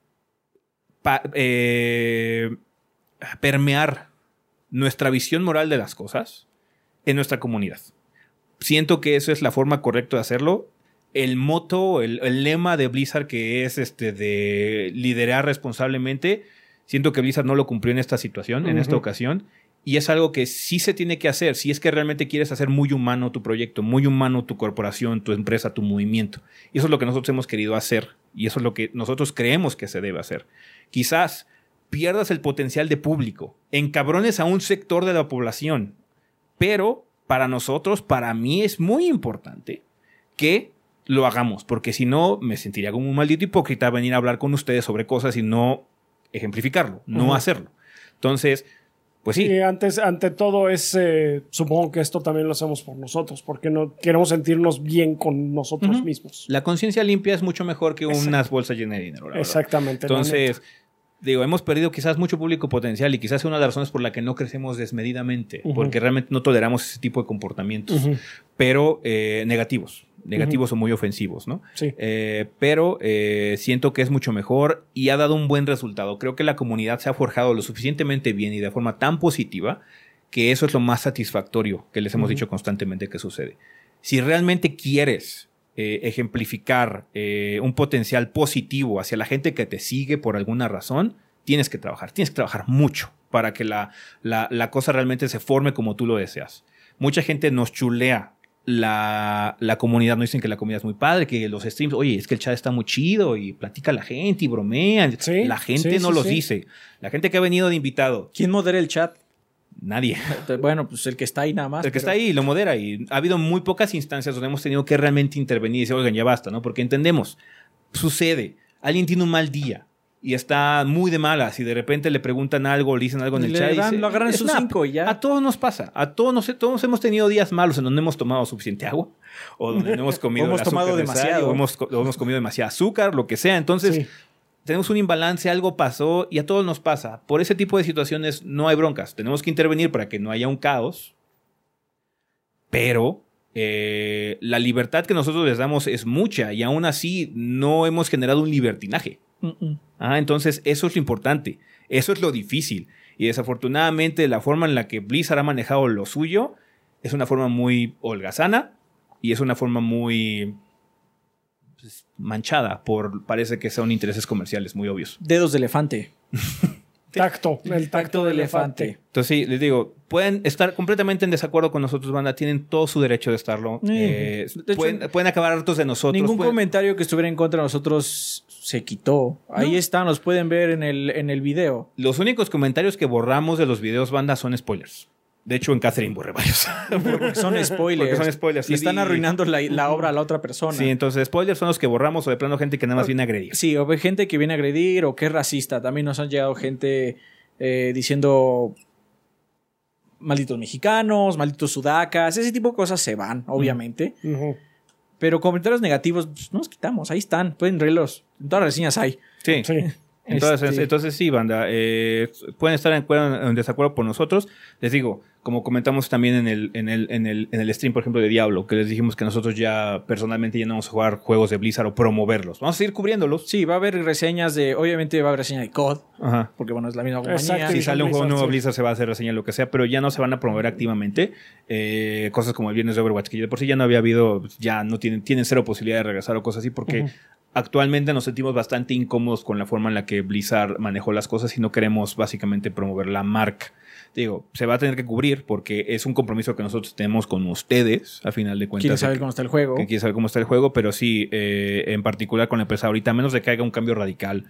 permear nuestra visión moral de las cosas en nuestra comunidad. Siento que eso es la forma correcta de hacerlo. El moto, el lema de Blizzard, que es de liderar responsablemente, siento que Blizzard no lo cumplió en esta situación, en esta ocasión, y es algo que sí se tiene que hacer, si es que realmente quieres hacer muy humano tu proyecto, muy humano tu corporación, tu empresa, tu movimiento. Y eso es lo que nosotros hemos querido hacer, y eso es lo que nosotros creemos que se debe hacer. Quizás pierdas el potencial de público, encabrones a un sector de la población, pero para nosotros, para mí es muy importante que lo hagamos, porque si no me sentiría como un maldito hipócrita venir a hablar con ustedes sobre cosas y no ejemplificarlo, no hacerlo. Entonces, pues sí. Y ante todo es, supongo que esto también lo hacemos por nosotros, porque no queremos sentirnos bien con nosotros mismos. La conciencia limpia es mucho mejor que unas bolsas llenas de dinero. Exactamente. Entonces, Digo, hemos perdido quizás mucho público potencial y quizás sea una de las razones por la que no crecemos desmedidamente, porque realmente no toleramos ese tipo de comportamientos, pero negativos o muy ofensivos, ¿no? Sí. Pero siento que es mucho mejor y ha dado un buen resultado. Creo que la comunidad se ha forjado lo suficientemente bien y de forma tan positiva que eso es lo más satisfactorio que les hemos dicho constantemente que sucede. Si realmente quieres ejemplificar un potencial positivo hacia la gente que te sigue por alguna razón, tienes que trabajar mucho para que la cosa realmente se forme como tú lo deseas. Mucha gente nos chulea la comunidad, nos dicen que la comunidad es muy padre, que los streams, oye, es que el chat está muy chido y platica la gente y bromea. Sí, la gente no los dice. La gente que ha venido de invitado. ¿Quién modera el chat? Nadie. Bueno, pues el que está ahí nada más. El que está ahí lo modera y ha habido muy pocas instancias donde hemos tenido que realmente intervenir y decir, oigan, ya basta, ¿no? Porque entendemos, sucede, alguien tiene un mal día y está muy de malas y de repente le preguntan algo, le dicen algo en el chat y dice, lo agarran en sus 5 y ya. A todos nos pasa, todos hemos tenido días malos en donde hemos tomado suficiente agua o donde no hemos comido hemos tomado demasiado, o hemos comido demasiado azúcar, lo que sea. Entonces, tenemos un imbalance, algo pasó y a todos nos pasa. Por ese tipo de situaciones no hay broncas. Tenemos que intervenir para que no haya un caos. Pero la libertad que nosotros les damos es mucha y aún así no hemos generado un libertinaje. Entonces eso es lo importante. Eso es lo difícil. Y desafortunadamente la forma en la que Blizzard ha manejado lo suyo es una forma muy holgazana y es una forma muy manchada por, parece que son intereses comerciales muy obvios. Dedos de elefante. El tacto de elefante. Entonces sí, les digo, pueden estar completamente en desacuerdo con nosotros, banda, tienen todo su derecho de estarlo. Pueden acabar hartos de nosotros. Ningún comentario que estuviera en contra de nosotros se quitó. Ahí están, los pueden ver en el video. Los únicos comentarios que borramos de los videos, banda, son spoilers. De hecho, en Catherine borré varios. Porque son spoilers. Sí, le están arruinando la obra a la otra persona. Sí, entonces spoilers son los que borramos o de plano gente que nada más viene a agredir. Sí, o gente que viene a agredir o que es racista. También nos han llegado gente diciendo malditos mexicanos, malditos sudacas. Ese tipo de cosas se van, obviamente. Pero comentarios negativos pues, no los quitamos. Ahí están. Pueden leerlos. En todas las reseñas hay. Sí. Entonces sí, banda. Pueden estar en desacuerdo por nosotros. Les digo, como comentamos también en el stream, por ejemplo, de Diablo, que les dijimos que nosotros ya personalmente ya no vamos a jugar juegos de Blizzard o promoverlos. Vamos a seguir cubriéndolos. Sí, va a haber reseñas obviamente va a haber reseña de COD. Porque bueno, es la misma compañía. Si sale un juego nuevo Blizzard se va a hacer reseña lo que sea, pero ya no se van a promover activamente. Cosas como el viernes de Overwatch, que de por sí ya no había habido, ya no tienen cero posibilidad de regresar o cosas así, porque actualmente nos sentimos bastante incómodos con la forma en la que Blizzard manejó las cosas y no queremos básicamente promover la marca. Digo, se va a tener que cubrir porque es un compromiso que nosotros tenemos con ustedes, a final de cuentas. Quieren saber cómo está el juego. Quieren saber cómo está el juego, pero sí, en particular con la empresa ahorita, a menos de que haya un cambio radical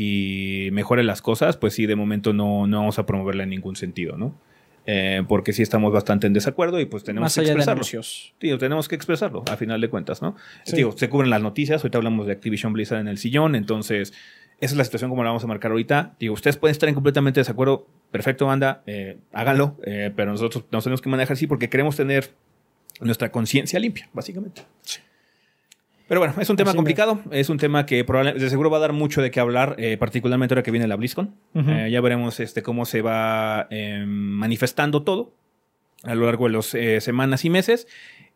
y mejore las cosas, pues sí, de momento no vamos a promoverla en ningún sentido, ¿no? Porque sí estamos bastante en desacuerdo y pues tenemos que expresarlo. Tío, tenemos que expresarlo, a final de cuentas, ¿no? Sí. Digo, se cubren las noticias, ahorita hablamos de Activision Blizzard en el sillón, entonces esa es la situación como la vamos a marcar ahorita. Digo, ustedes pueden estar en completamente desacuerdo, perfecto, banda, háganlo, pero nosotros nos tenemos que manejar así porque queremos tener nuestra conciencia limpia, básicamente. Sí. Pero bueno, es un tema complicado, es un tema que probablemente, de seguro va a dar mucho de qué hablar, particularmente ahora que viene la BlizzCon. Ya veremos cómo se va manifestando todo a lo largo de las semanas y meses.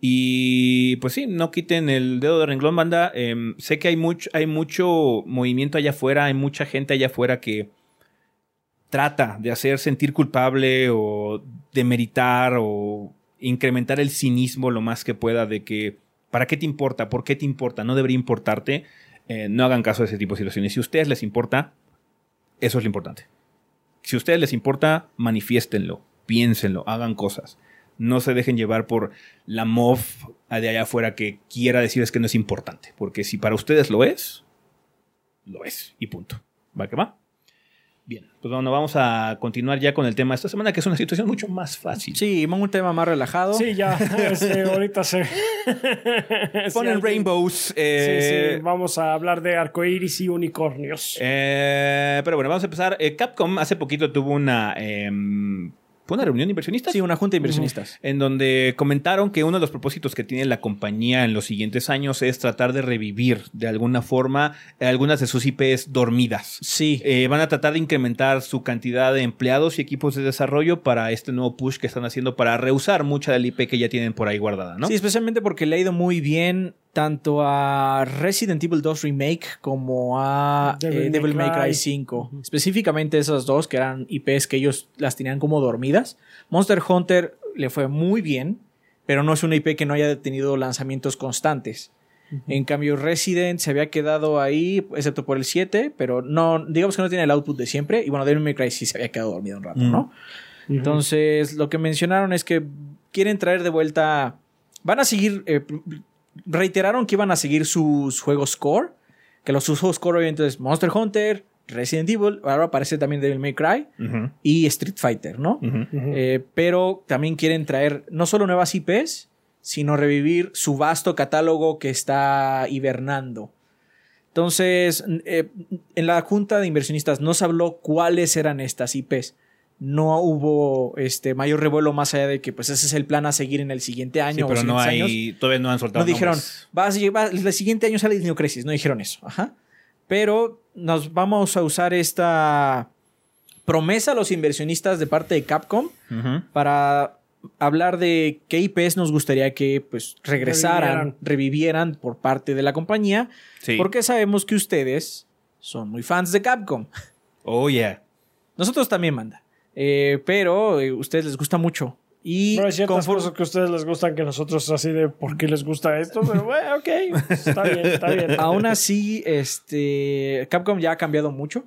Y pues sí, no quiten el dedo de renglón, banda. Sé que hay mucho movimiento allá afuera, hay mucha gente allá afuera que trata de hacer sentir culpable o demeritar o incrementar el cinismo lo más que pueda de que ¿para qué te importa? ¿Por qué te importa? No debería importarte. No hagan caso de ese tipo de situaciones. Si a ustedes les importa, eso es lo importante. Si a ustedes les importa, manifiéstenlo, piénsenlo, hagan cosas. No se dejen llevar por la mob de allá afuera que quiera decirles que no es importante. Porque si para ustedes lo es y punto. ¿Va que va? Bien, pues bueno, vamos a continuar ya con el tema de esta semana, que es una situación mucho más fácil. Sí, un tema más relajado. Sí, ya, ahorita se... Ponen rainbows. Sí, vamos a hablar de arcoíris y unicornios. Pero bueno, vamos a empezar. Capcom hace poquito tuvo una ¿Fue una reunión de inversionistas? Sí, una junta de inversionistas. En donde comentaron que uno de los propósitos que tiene la compañía en los siguientes años es tratar de revivir de alguna forma algunas de sus IPs dormidas. Sí. Van a tratar de incrementar su cantidad de empleados y equipos de desarrollo para este nuevo push que están haciendo para reusar mucha del IP que ya tienen por ahí guardada, ¿no? Sí, especialmente porque le ha ido muy bien tanto a Resident Evil 2 Remake como a Devil May Cry 5. Específicamente esas dos que eran IPs que ellos las tenían como dormidas. Monster Hunter le fue muy bien, pero no es una IP que no haya tenido lanzamientos constantes. En cambio, Resident se había quedado ahí, excepto por el 7, pero no, digamos que no tiene el output de siempre. Y bueno, Devil May Cry sí se había quedado dormido un rato, ¿no? Entonces, lo que mencionaron es que quieren traer de vuelta... Van a seguir... reiteraron que iban a seguir sus juegos core, que los juegos core obviamente es Monster Hunter, Resident Evil, ahora aparece también Devil May Cry y Street Fighter, ¿no? Pero también quieren traer no solo nuevas IPs, sino revivir su vasto catálogo que está hibernando. Entonces, en la junta de inversionistas no se habló cuáles eran estas IPs. No hubo mayor revuelo más allá de que pues ese es el plan a seguir en el siguiente año. Sí, pero no hay, años. Todavía no han soltado. No dijeron, el siguiente año sale Dino Crisis. No dijeron eso. Ajá. Pero nos vamos a usar esta promesa a los inversionistas de parte de Capcom para hablar de qué IPs nos gustaría que pues regresaran, revivieran por parte de la compañía. Sí. Porque sabemos que ustedes son muy fans de Capcom. Oh, yeah. Nosotros también, manda. Pero a ustedes les gusta mucho. Y hay ciertas cosas que a ustedes les gustan que nosotros así de ¿por qué les gusta esto? Pero bueno, ok, está bien. Aún así, Capcom ya ha cambiado mucho.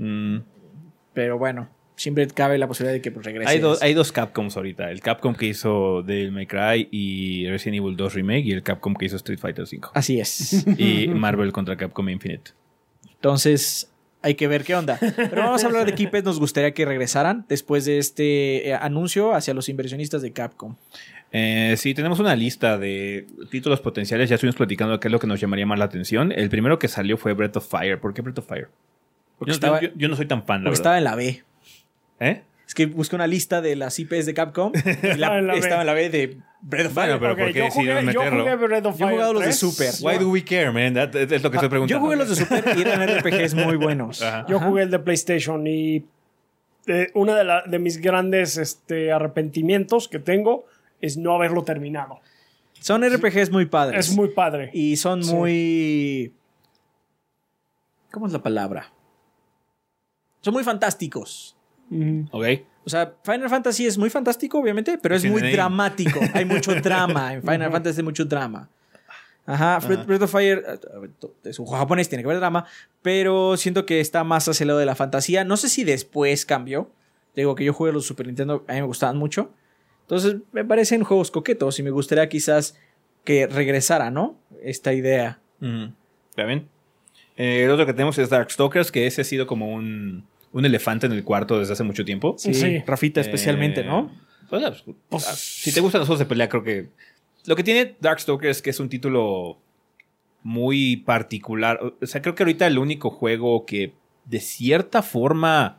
Pero bueno, siempre cabe la posibilidad de que pues, regrese. Hay dos Capcoms ahorita. El Capcom que hizo Devil May Cry y Resident Evil 2 Remake y el Capcom que hizo Street Fighter 5. Así es. Y Marvel contra Capcom Infinite. Entonces... hay que ver qué onda. Pero vamos a hablar de qué IPs nos gustaría que regresaran después de este anuncio hacia los inversionistas de Capcom. Sí, tenemos una lista de títulos potenciales. Ya estuvimos platicando de qué es lo que nos llamaría más la atención. El primero que salió fue Breath of Fire. ¿Por qué Breath of Fire? Yo no soy tan fan, la verdad. Estaba en la B. ¿Eh? Es que busqué una lista de las IPs de Capcom y estaba en la B de Breath of Fire. Bueno, pero ¿por qué decidieron meterlo? Yo he jugado los de Super. Why do we care, man? Es lo que estoy preguntando. Yo jugué los de Super y eran RPGs muy buenos. Yo jugué el de PlayStation y uno de mis grandes arrepentimientos que tengo es no haberlo terminado. Son RPGs muy padres. Es muy padre. Y son muy... ¿cómo es la palabra? Son muy fantásticos. Ok. O sea, Final Fantasy es muy fantástico, obviamente, pero es muy dramático. Hay mucho drama. En Final Fantasy hay mucho drama. Ajá. Breath of Fire es un juego japonés, tiene que haber drama, pero siento que está más hacia el lado de la fantasía. No sé si después cambió. Digo que yo jugué los Super Nintendo, a mí me gustaban mucho. Entonces, me parecen juegos coquetos y me gustaría quizás que regresara, ¿no? Esta idea. ¿Está bien? El otro que tenemos es Darkstalkers, que ese ha sido como un elefante en el cuarto desde hace mucho tiempo. Sí. Rafita especialmente, ¿no? Pues, si te gustan los juegos de pelea, creo que... Lo que tiene Darkstalkers es que es un título muy particular. O sea, creo que ahorita el único juego que de cierta forma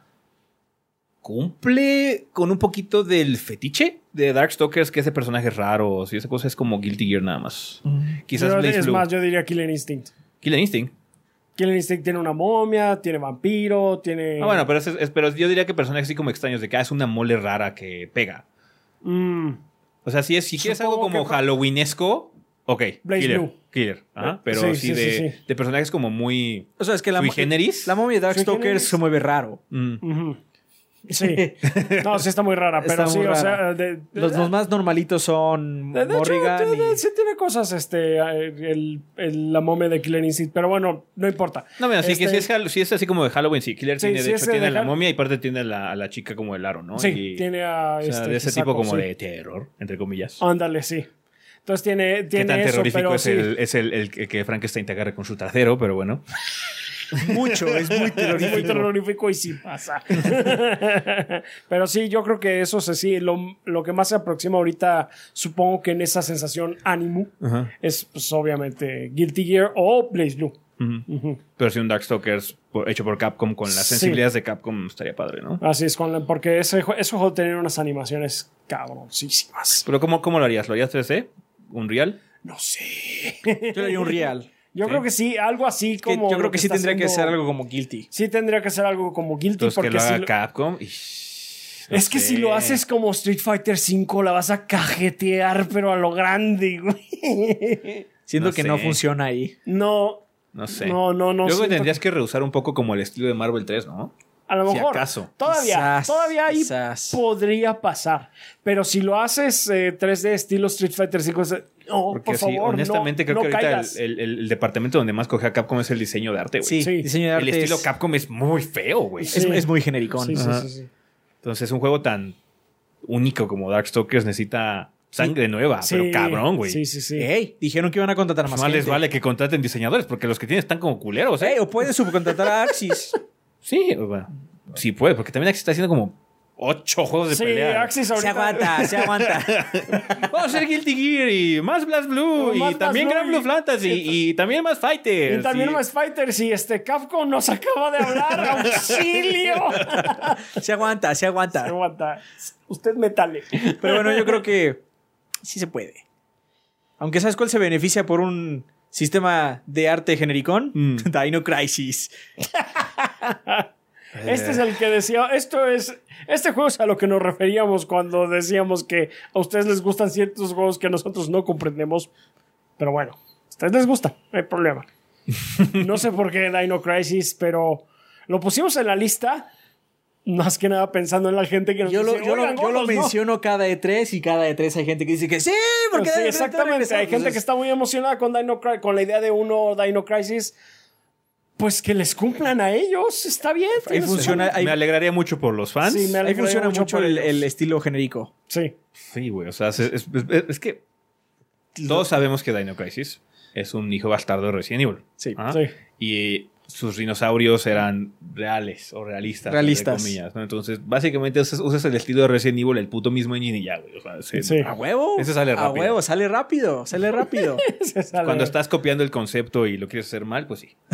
cumple con un poquito del fetiche de Darkstalkers, que ese personaje raro, si esa cosa es como Guilty Gear nada más. Quizás Blaze Blue. Más, yo diría Killer Instinct. Killer Instinct. Killer Instinct tiene una momia, tiene vampiro, tiene... bueno, pero yo diría que personajes así como extraños de que es una mole rara que pega. O sea, si quieres algo como Halloweenesco, ok. Blaze Blue. Killer. Ajá. Pero sí, de personajes como muy... O sea, es que la momia de Darkstalkers se mueve raro. Sí. No, sí está muy rara, pero sí, o sea... los más normalitos son Morrigan y... Sí tiene cosas la momia de Killer Instinct, pero bueno, no importa. No, mira, si es así como de Halloween, sí. Killer tiene, de hecho, tiene la momia y aparte tiene a la chica como el aro, ¿no? Sí, tiene a... O sea, de ese tipo como de terror, entre comillas. Ándale, sí. Entonces tiene ¿Qué tan eso, terrorífico pero es el que Frankenstein te agarre con su trasero? Pero bueno... Mucho, es muy terrorífico. Es muy terrorífico y sí pasa. Pero sí, yo creo que eso sí, lo que más se aproxima ahorita, supongo que en esa sensación ánimo, es pues obviamente Guilty Gear o Blaze Blue. Pero si un Darkstalkers hecho por Capcom con las sensibilidades de Capcom estaría padre, ¿no? Así es, porque ese juego tenía unas animaciones cabroncísimas. Pero ¿cómo lo harías? ¿Lo harías 3D? ¿Unreal? No sé. Yo le haría un Real. Yo creo que sí, algo así como... Yo creo que sí tendría que ser algo como Guilty. Sí tendría que ser algo como Guilty. Entonces porque que lo haga si Capcom... es que si lo haces como Street Fighter V, la vas a cajetear, pero a lo grande, güey. Siento que no funciona ahí. No sé. No. Luego tendrías que rehusar un poco como el estilo de Marvel 3, ¿no? A lo mejor. Si acaso. Todavía ahí podría pasar. Pero si lo haces 3D estilo Street Fighter 5, porque por favor, honestamente creo que ahorita el departamento donde más coge a Capcom es el diseño de arte, güey. Sí, diseño de arte. El estilo Capcom es muy feo, güey. Es muy genericón. Sí. Entonces un juego tan único como Darkstalkers necesita sangre nueva, pero cabrón, güey. Sí. Ey, dijeron que iban a contratar más gente. gente. Les vale que contraten diseñadores, porque los que tienen están como culeros, ¿eh? O pueden subcontratar a Axis. Sí, bueno, sí puede, porque también Axis está haciendo como 8 juegos de pelea. Axis ahorita... Se aguanta. Vamos a hacer Guilty Gear y más Blast Blue y también Grand Blue Fantasy y también más Fighters. Y también más Fighters y Capcom nos acaba de hablar. ¡Auxilio! Se aguanta. Usted métale. Pero bueno, yo creo que sí se puede. Aunque ¿sabes cuál se beneficia por un sistema de arte genericón? Dino Crisis. Este es el que decía, este juego es a lo que nos referíamos cuando decíamos que a ustedes les gustan ciertos juegos que nosotros no comprendemos. Pero bueno, a ustedes les gusta, no hay problema. No sé por qué Dino Crisis, pero lo pusimos en la lista más que nada pensando en la gente que nos dice, yo lo menciono cada E3 y cada E3 hay gente que dice que sí, porque sí, exactamente, hay gente que está muy emocionada con la idea de Dino Crisis. Pues que les cumplan a ellos, está bien. Ahí funciona. Me alegraría mucho por los fans. Sí, ahí funciona mucho el estilo genérico. Sí. Sí, güey. O sea, es que todos sabemos que Dino Crisis es un hijo bastardo de Resident Evil. Sí. Sí. Y sus dinosaurios eran reales o realistas. Entre comillas, ¿no? Entonces, básicamente usas el estilo de Resident Evil, el puto mismo engine y ya, güey. O sea, sí. ¿A huevo? Ese sale rápido. A huevo, sale rápido. Cuando estás copiando el concepto y lo quieres hacer mal, pues sí.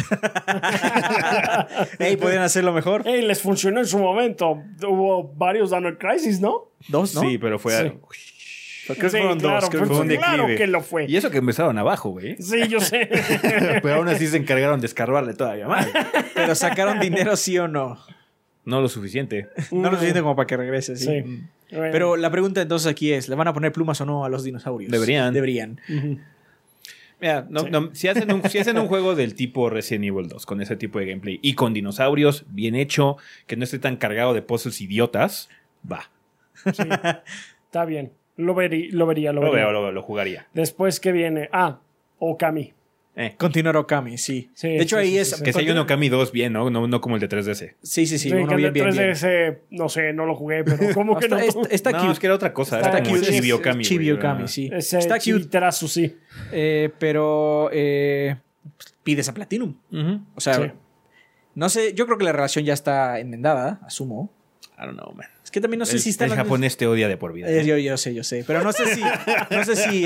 Ey, ¿pueden hacerlo mejor? Ey, les funcionó en su momento. Hubo varios Dino Crisis, ¿no? 2, ¿no? Sí, pero fue... Sí. Creo que fueron claro, 2. Creo que fue un declive. Claro que lo fue. Y eso que empezaron abajo, güey. Sí, yo sé. Pero aún así se encargaron de escarbarle todavía más. Pero sacaron dinero, ¿sí o no? No lo suficiente. No lo suficiente como para que regrese, sí. Bueno. Pero la pregunta entonces aquí es, ¿le van a poner plumas o no a los dinosaurios? Deberían. Mira, si hacen un juego del tipo Resident Evil 2, con ese tipo de gameplay, y con dinosaurios, bien hecho, que no esté tan cargado de puzzles idiotas, va. Sí, está bien. Lo jugaría. Después, ¿qué viene? Okami. Continuar Okami, sí. Sí, de hecho, ahí es... Que si hay un Okami 2 bien, ¿no? No como el de 3DS. Sí, uno bien. 3DS, no sé, no lo jugué, pero ¿cómo que no? Está cute. No, es que era otra cosa. Está Era como cute. Chibi Okami. Chibi Okami, sí. Está cute. Terasu, sí. Pero pides a Platinum. O sea, Sí. no sé, yo creo que la relación ya está enmendada, asumo. I don't know, man. Es que también no sé si está... El japonés te odia de por vida. Yo sé. Pero no sé si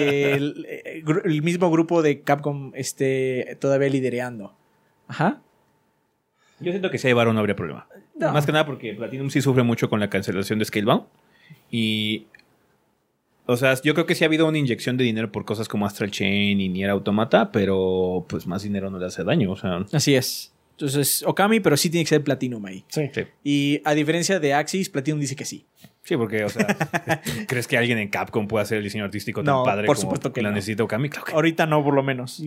el mismo grupo de Capcom esté todavía lidereando. Ajá. Yo siento que si Ibarra no habría problema. No. Más que nada porque Platinum sí sufre mucho con la cancelación de Scalebound. Y... O sea, yo creo que sí ha habido una inyección de dinero por cosas como Astral Chain y Nier Automata, pero pues más dinero no le hace daño, o sea... Así es. Entonces, Okami, pero sí tiene que ser Platinum ahí. Sí. Y a diferencia de Axis, Platinum dice que sí. Sí, porque, o sea, ¿crees que alguien en Capcom pueda hacer el diseño artístico tan No, padre por como supuesto que la no. necesita Okami? Claro que Ahorita no, por lo menos.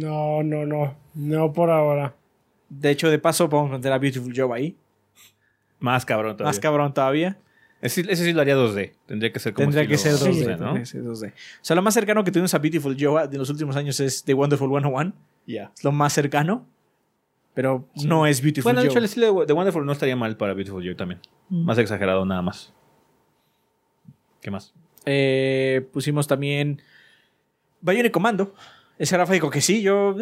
No por ahora. De hecho, de paso, podemos meter a Beautiful Joe ahí. más cabrón todavía. Más cabrón todavía. Ese sí lo haría 2D. Tendría que ser como Tendría que ser 2D, ¿no? tendría que ser 2D. O sea, lo más cercano que tuvimos a Beautiful Joe de los últimos años es The Wonderful 101. Ya. Es lo más cercano. Pero no es Beautiful Bueno, Joe. de hecho, el estilo de Wonderful no estaría mal para Beautiful Joe también. Más exagerado, nada más. ¿Qué más? Pusimos también Bionic Commando. Ese Rafa dijo que sí, yo...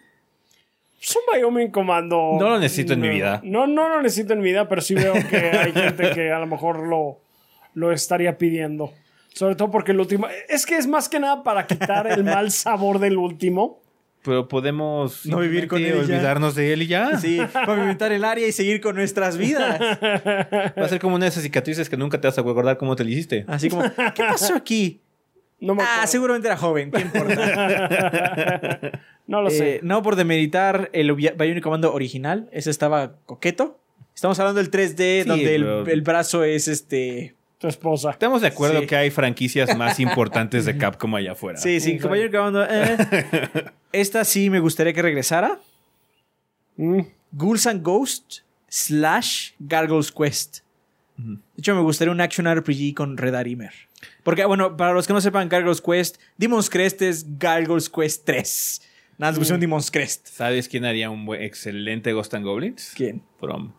Es un Bionic Commando. No lo necesito en mi vida. No lo necesito en mi vida, pero sí veo que hay gente que a lo mejor lo estaría pidiendo. Sobre todo porque el último... Es que es más que nada para quitar el mal sabor del último. Pero podemos no vivir con él, olvidarnos de él y ya. Sí, pavimentar el área y seguir con nuestras vidas. Va a ser como una de esas cicatrices que nunca te vas a acordar cómo te lo hiciste. Así como, ¿qué pasó aquí? No me acuerdo. Seguramente era joven, ¿qué importa? No lo sé. No por demeritar el Bionic Commando original, ese estaba coqueto. Estamos hablando del 3D, Sí, donde pero- el brazo es Tu esposa. Estamos de acuerdo Sí. que hay franquicias más importantes de Capcom allá afuera. Sí, Sí. Bionic Commando. Esta sí me gustaría que regresara. Ghouls and Ghosts / Gargoyle's Quest. De hecho, me gustaría un action RPG con Red Arimer. Porque, bueno, para los que no sepan, Gargoyle's Quest, Demon's Crest es Gargoyle's Quest 3. Nada, pusieron Demon's Crest. ¿Sabes quién haría un excelente Ghost and Goblins? ¿Quién? From.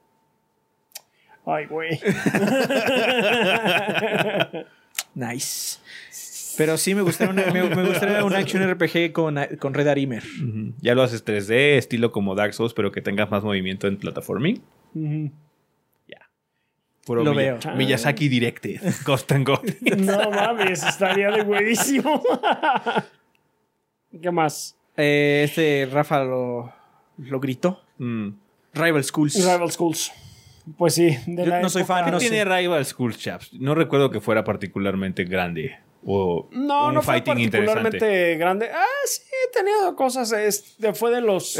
Ay, güey. Nice. Pero sí me gustaría un action RPG con Red Arimer. Ya lo haces 3D, estilo como Dark Souls, pero que tengas más movimiento en plataforming. Ya. Puro Lo veo. Miyazaki Directed. Ghost and Goblins. No mames, estaría de buenísimo. ¿Qué más? Rafa lo gritó. Mm. Rival Schools. Rival Schools. Pues sí. Yo no soy fan, ¿Qué no tiene sé. Rival Schools, chaps? No recuerdo que fuera particularmente grande. O No, un no fue fighting particularmente interesante. grande. Sí, he tenido cosas. Fue de los...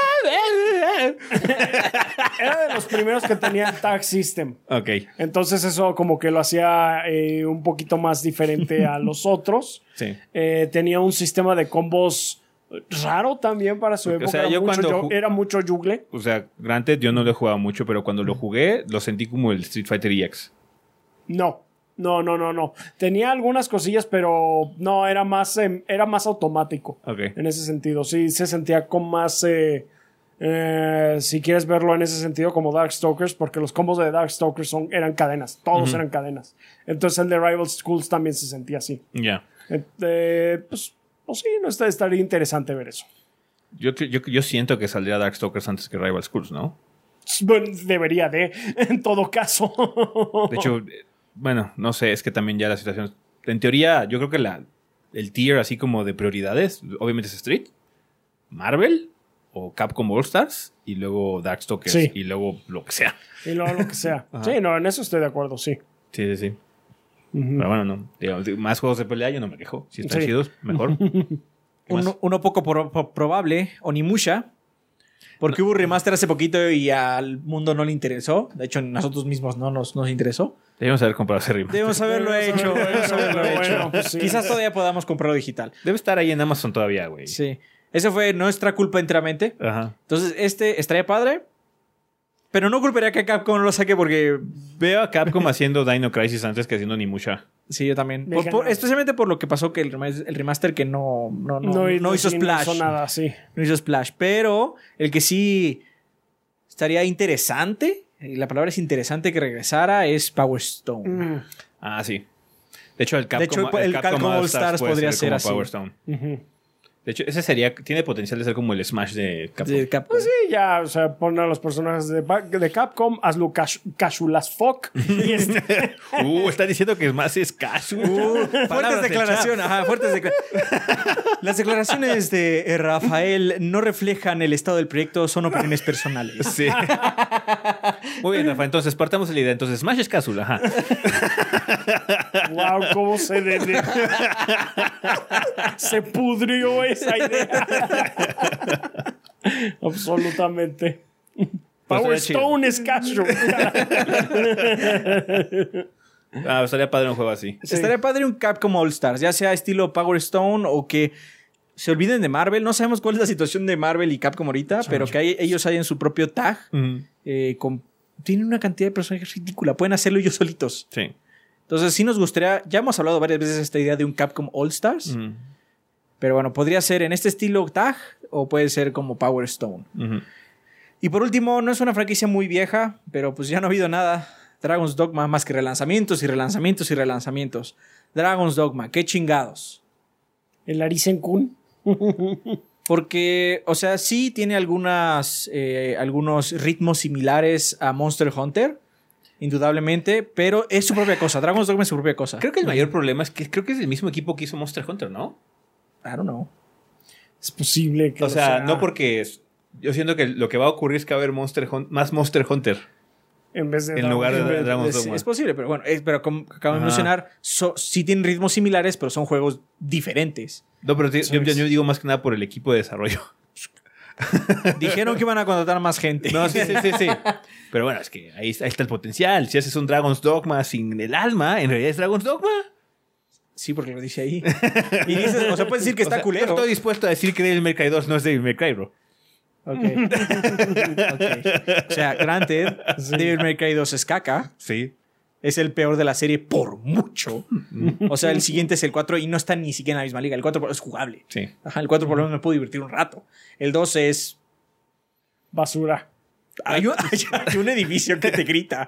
era de los primeros que tenía el Tag System. Ok. Entonces eso como que lo hacía un poquito más diferente a los otros. Sí. Tenía un sistema de combos raro también para su Porque, época. o sea, yo cuando era mucho jugle. O sea, granted, yo no lo he jugado mucho, pero cuando lo jugué, lo sentí como el Street Fighter EX. No. Tenía algunas cosillas, pero no, era más automático. Ok. En ese sentido. Sí, se sentía con más... si quieres verlo en ese sentido, como Darkstalkers, porque los combos de Darkstalkers eran cadenas. Todos eran cadenas. Entonces el de Rival Schools también se sentía así. Ya. Pues sí, no estaría interesante ver eso. Yo siento que saldría Darkstalkers antes que Rival Schools, ¿no? Bueno, debería en todo caso. De hecho, bueno, no sé, es que también ya la situación... En teoría, yo creo que el tier así como de prioridades, obviamente es Street, Marvel o Capcom All Stars y luego Darkstalkers Sí. y luego lo que sea. Y luego lo que sea. Sí, no, en eso estoy de acuerdo, sí. Sí. Pero bueno, no. Digamos, más juegos de pelea yo no me quejo. Si están Sí. chidos, mejor. ¿Qué más? Uno poco probable, Onimusha. Porque hubo remaster hace poquito y al mundo no le interesó. De hecho, nosotros mismos no nos interesó. Debemos haber comprado ese remaster. Debemos haberlo hecho. Bueno, pues sí. Quizás todavía podamos comprarlo digital. Debe estar ahí en Amazon todavía, güey. Sí. Eso fue nuestra culpa enteramente. Ajá. Entonces, estaría padre. Pero no culparía que Capcom lo saque porque... Veo a Capcom haciendo Dino Crisis antes que haciendo Onimusha. Sí, yo también. Déjenlo. Especialmente por lo que pasó que el remaster que no hizo Splash. No hizo nada, sí. No hizo Splash. Pero el que sí estaría interesante, y la palabra es interesante que regresara, es Power Stone. Ah, sí. De hecho, el Capcom, Capcom All Stars puede podría ser ser como así. Power Stone. Ujú. De hecho, ese tiene potencial de ser como el Smash de Capcom. De Capcom. Pues sí, ya, o sea, pon a los personajes de Capcom, hazlo casual as fuck. Y Está diciendo que Smash es casual. Fuertes Palabras de declaraciones. Ajá, fuertes Las declaraciones de Rafael no reflejan el estado del proyecto, son opiniones personales. Sí. Muy bien, Rafa. Entonces, partamos de la idea. Entonces, Smash es casual. Ajá. wow, cómo se pudrió esa idea. Absolutamente. Power estaría chido. Stone es casual. Estaría padre un juego así. Sí. Estaría padre un Capcom All Stars, ya sea estilo Power Stone o que se olviden de Marvel. No sabemos cuál es la situación de Marvel y Capcom ahorita, pero que ellos hayan su propio tag. Tienen una cantidad de personajes ridícula. Pueden hacerlo ellos solitos. Sí. Entonces, sí nos gustaría. Ya hemos hablado varias veces de esta idea de un Capcom All Stars. Pero bueno, podría ser en este estilo tag o puede ser como Power Stone. Y por último, no es una franquicia muy vieja, pero pues ya no ha habido nada. Dragon's Dogma, más que relanzamientos y relanzamientos y relanzamientos. Dragon's Dogma, qué chingados. El Arisen-kun. Porque, o sea, sí tiene algunos ritmos similares a Monster Hunter, indudablemente, pero es su propia cosa. Dragon's Dogma es su propia cosa. Creo que el mayor problema es que creo que es el mismo equipo que hizo Monster Hunter, ¿no? I don't know. es posible que O sea, no porque... Yo siento que lo que va a ocurrir es que va a haber más Monster Hunter. En vez de en lugar de Dragon's Dogma. Es posible, pero bueno, pero como acabo de mencionar, sí tienen ritmos similares, pero son juegos diferentes. No, pero yo digo más que nada por el equipo de desarrollo. Dijeron que iban a contratar más gente. No, sí. Pero bueno, es que ahí está el potencial. Si haces un Dragon's Dogma sin el alma, ¿en realidad es Dragon's Dogma? Sí, porque lo dice ahí. Y dices, o sea, puedes decir que está culero. Yo estoy dispuesto a decir que Devil May Cry 2 no es Devil May Cry, bro. Ok. O sea, granted, Devil May Cry 2 es caca. Sí. Es el peor de la serie por mucho. O sea, el siguiente es el 4 y no está ni siquiera en la misma liga. El 4 es jugable. Sí. Ajá, el 4 por lo menos me puedo divertir un rato. El 2 es... basura. Hay un edificio que te grita.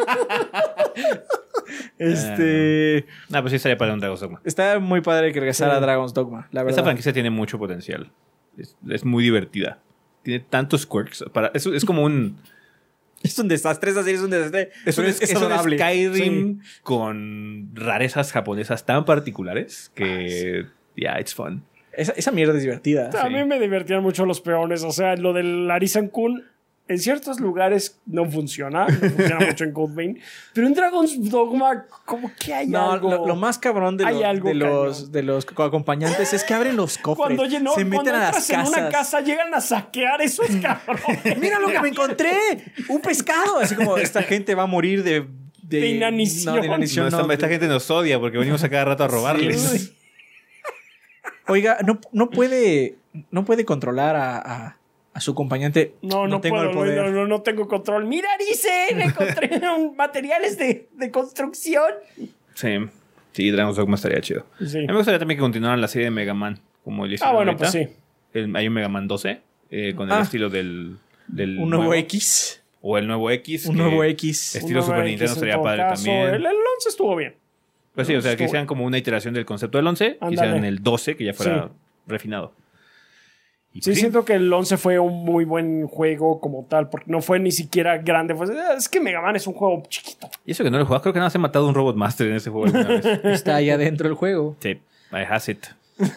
Pues sí estaría para un Dragon's Dogma. Está muy padre que regresara a Dragon's Dogma, la verdad. Esta franquicia tiene mucho potencial. Es muy divertida. Tiene tantos quirks. Es como un... Es un desastre, esa serie es un desastre. Es un adorable. Skyrim con rarezas japonesas tan particulares que... it's fun. Esa mierda es divertida. A mí me divertían mucho los peones. O sea, lo del Arisen-kun en ciertos lugares no funciona. No funciona mucho en Code Vein. Pero en Dragon's Dogma, como que hay algo. Lo más cabrón de los acompañantes es que abren los cofres. Se meten a las casas. En una casa llegan a saquear esos cabrones. ¡Mira lo que me encontré! ¡Un pescado! Así como esta gente va a morir de inanición. Esta gente nos odia porque venimos a cada rato a robarles. Sí. Oiga, no puede controlar a su acompañante. No tengo el poder. No tengo control. ¡Mira, Arisen! Encontré materiales de construcción. Sí, Dragon's Dogma estaría chido. Sí. A mí me gustaría también que continuaran la serie de Mega Man, como le hicieron ahorita. Pues sí. Hay un Mega Man 12 con el estilo del un nuevo X. O el nuevo X. Un nuevo X. Estilo Super Nintendo estaría padre también. El 11 estuvo bien. Pues sí, o sea, que hicieran como una iteración del concepto del 11, que hicieran el 12, que ya fuera refinado. Y sí, siento que el 11 fue un muy buen juego como tal, porque no fue ni siquiera grande. Es que Mega Man es un juego chiquito. Y eso que no lo he jugado, creo que nada se ha matado un Robot Master en ese juego alguna vez. Está ahí adentro del juego. Sí, I has it.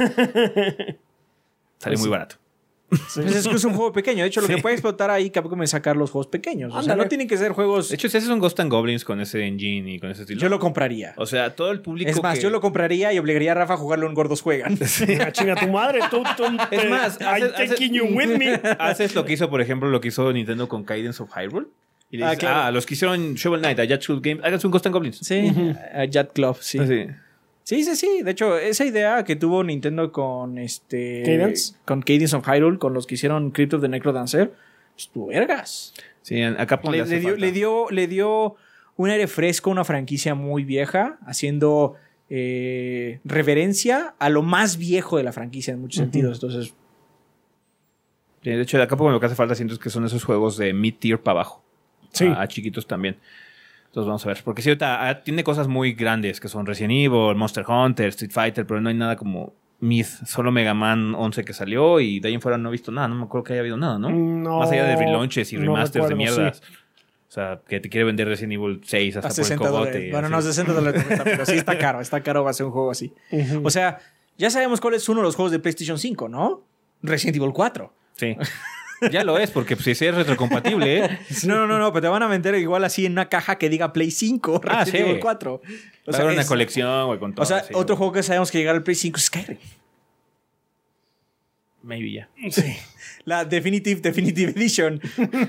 Sale muy barato. Sí. Pues es que es un juego pequeño. De hecho, lo que puede explotar ahí, Capcom es sacar los juegos pequeños. O sea, no tienen que ser juegos... De hecho, si haces un Ghost and Goblins con ese engine y con ese estilo... Yo lo compraría. O sea, todo el público es más, yo lo compraría y obligaría a Rafa a jugarlo en Gordos Juegan. Chinga tu madre. Es más, taking you with me. Haces lo que hizo, por ejemplo, lo que hizo Nintendo con Cadence of Hyrule. Y le dices, claro. Los que hicieron Shovel Knight, a Yacht Club Games, háganse un Ghost and Goblins. Sí, a Yacht Club, sí. Sí. De hecho, esa idea que tuvo Nintendo con Cadence. Con Cadence of Hyrule, con los que hicieron Crypt of the Necrodancer, estuvo vergas. Sí, acá le dio un aire fresco a una franquicia muy vieja, haciendo reverencia a lo más viejo de la franquicia en muchos sentidos. Entonces, sí, de hecho, acá lo que hace falta siento es que son esos juegos de mid-tier para abajo. Sí. A chiquitos también. Entonces vamos a ver. Porque sí, ahorita tiene cosas muy grandes que son Resident Evil, Monster Hunter, Street Fighter, pero no hay nada como mid. Solo Mega Man 11 que salió y de ahí en fuera no he visto nada. No me acuerdo que haya habido nada, ¿no? Más allá de relaunches y remasters de mierdas. Sí. O sea, que te quiere vender Resident Evil 6 hasta por el cogote. Bueno, no, $60, pero sí está caro. Está caro va a ser un juego así. O sea, ya sabemos cuál es uno de los juegos de PlayStation 5, ¿no? Resident Evil 4. Sí. Ya lo es, porque si es retrocompatible, ¿eh? No, pero te van a vender igual así en una caja que diga Play 5, Resident Evil 4. O sea, una colección, güey, con todo. O sea, otro juego que sabemos que llegará al Play 5 es Skyrim. Maybe ya. Sí. La Definitive Edition.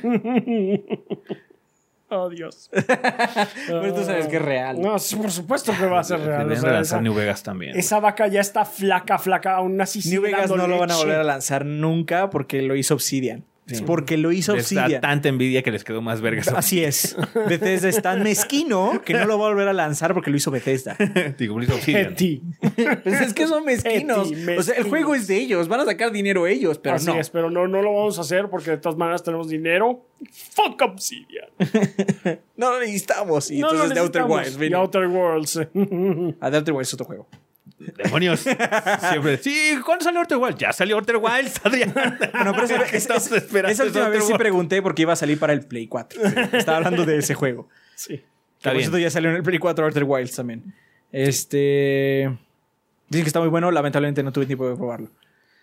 Oh, Dios. Pero tú sabes que es real. No, por supuesto que va a ser real. Deberían lanzar New Vegas también. Esa vaca ya está flaca. Aún así New Vegas no lo van a volver a lanzar nunca porque lo hizo Obsidian. Sí. Es porque lo hizo Obsidian. Les da tanta envidia que les quedó más vergas. Así es. Bethesda es tan mezquino que no lo va a volver a lanzar porque lo hizo Bethesda. Digo, lo hizo Obsidian. Pues es que son mezquinos. O sea, el juego es de ellos. Van a sacar dinero ellos, pero así es, pero no lo vamos a hacer porque de todas maneras tenemos dinero. Fuck Obsidian. No lo necesitamos. Y entonces The Outer Wilds. The Outer Worlds. The Outer Wilds es otro juego. Demonios. Siempre. Sí, ¿cuándo salió Outer Wilds? Ya salió Outer Wilds, Adrián. Bueno, pero esa última vez sí pregunté porque iba a salir para el Play 4. Sí. Estaba hablando de ese juego. Sí. Por eso ya salió en el Play 4 Outer Wilds también. Dicen que está muy bueno. Lamentablemente no tuve tiempo de probarlo.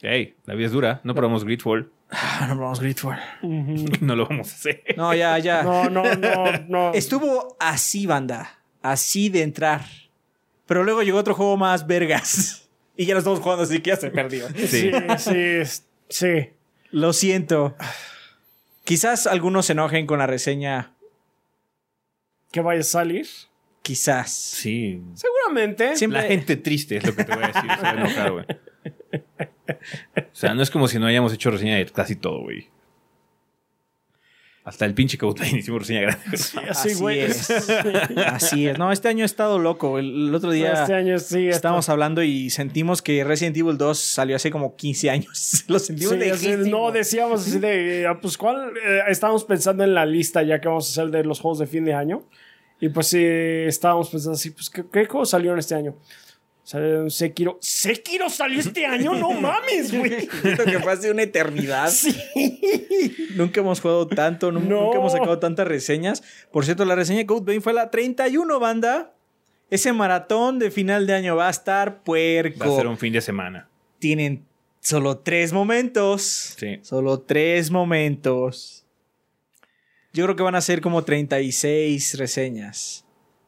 Hey, la vida es dura. No probamos Gridfall. No probamos Gridfall. No lo vamos a hacer. No, ya. No. Estuvo así, banda. Así de entrar. Pero luego llegó otro juego más vergas. Y ya lo estamos jugando, así que ya se perdió. Sí. Lo siento. Quizás algunos se enojen con la reseña. ¿Que vaya a salir? Quizás. Sí. Seguramente. Siempre- La gente triste es lo que te voy a decir. Se va a enojar, güey. O sea, no es como si no hayamos hecho reseña de casi todo, güey. Hasta el pinche Code hicimos reseña grande. Así, güey. es. Así es. No, este año he estado loco. El otro día Este año sí. estábamos hablando y sentimos que Resident Evil 2 salió hace como 15 años. Lo sentimos lejísimo. No, decíamos así de, pues, ¿cuál? Estábamos pensando en la lista ya que vamos a hacer de los juegos de fin de año. Y pues sí, estábamos pensando así, pues, ¿qué juegos salieron este año? Salió Sekiro. ¿Sekiro salió este año? No mames, güey. Siento que fue hace una eternidad. Sí. Nunca hemos jugado tanto, nunca hemos sacado tantas reseñas. Por cierto, la reseña de Code Vein fue la 31, banda. Ese maratón de final de año va a estar puerco. Va a ser un fin de semana. Tienen solo 3 momentos. Sí. Solo 3 momentos. Yo creo que van a ser como 36 reseñas.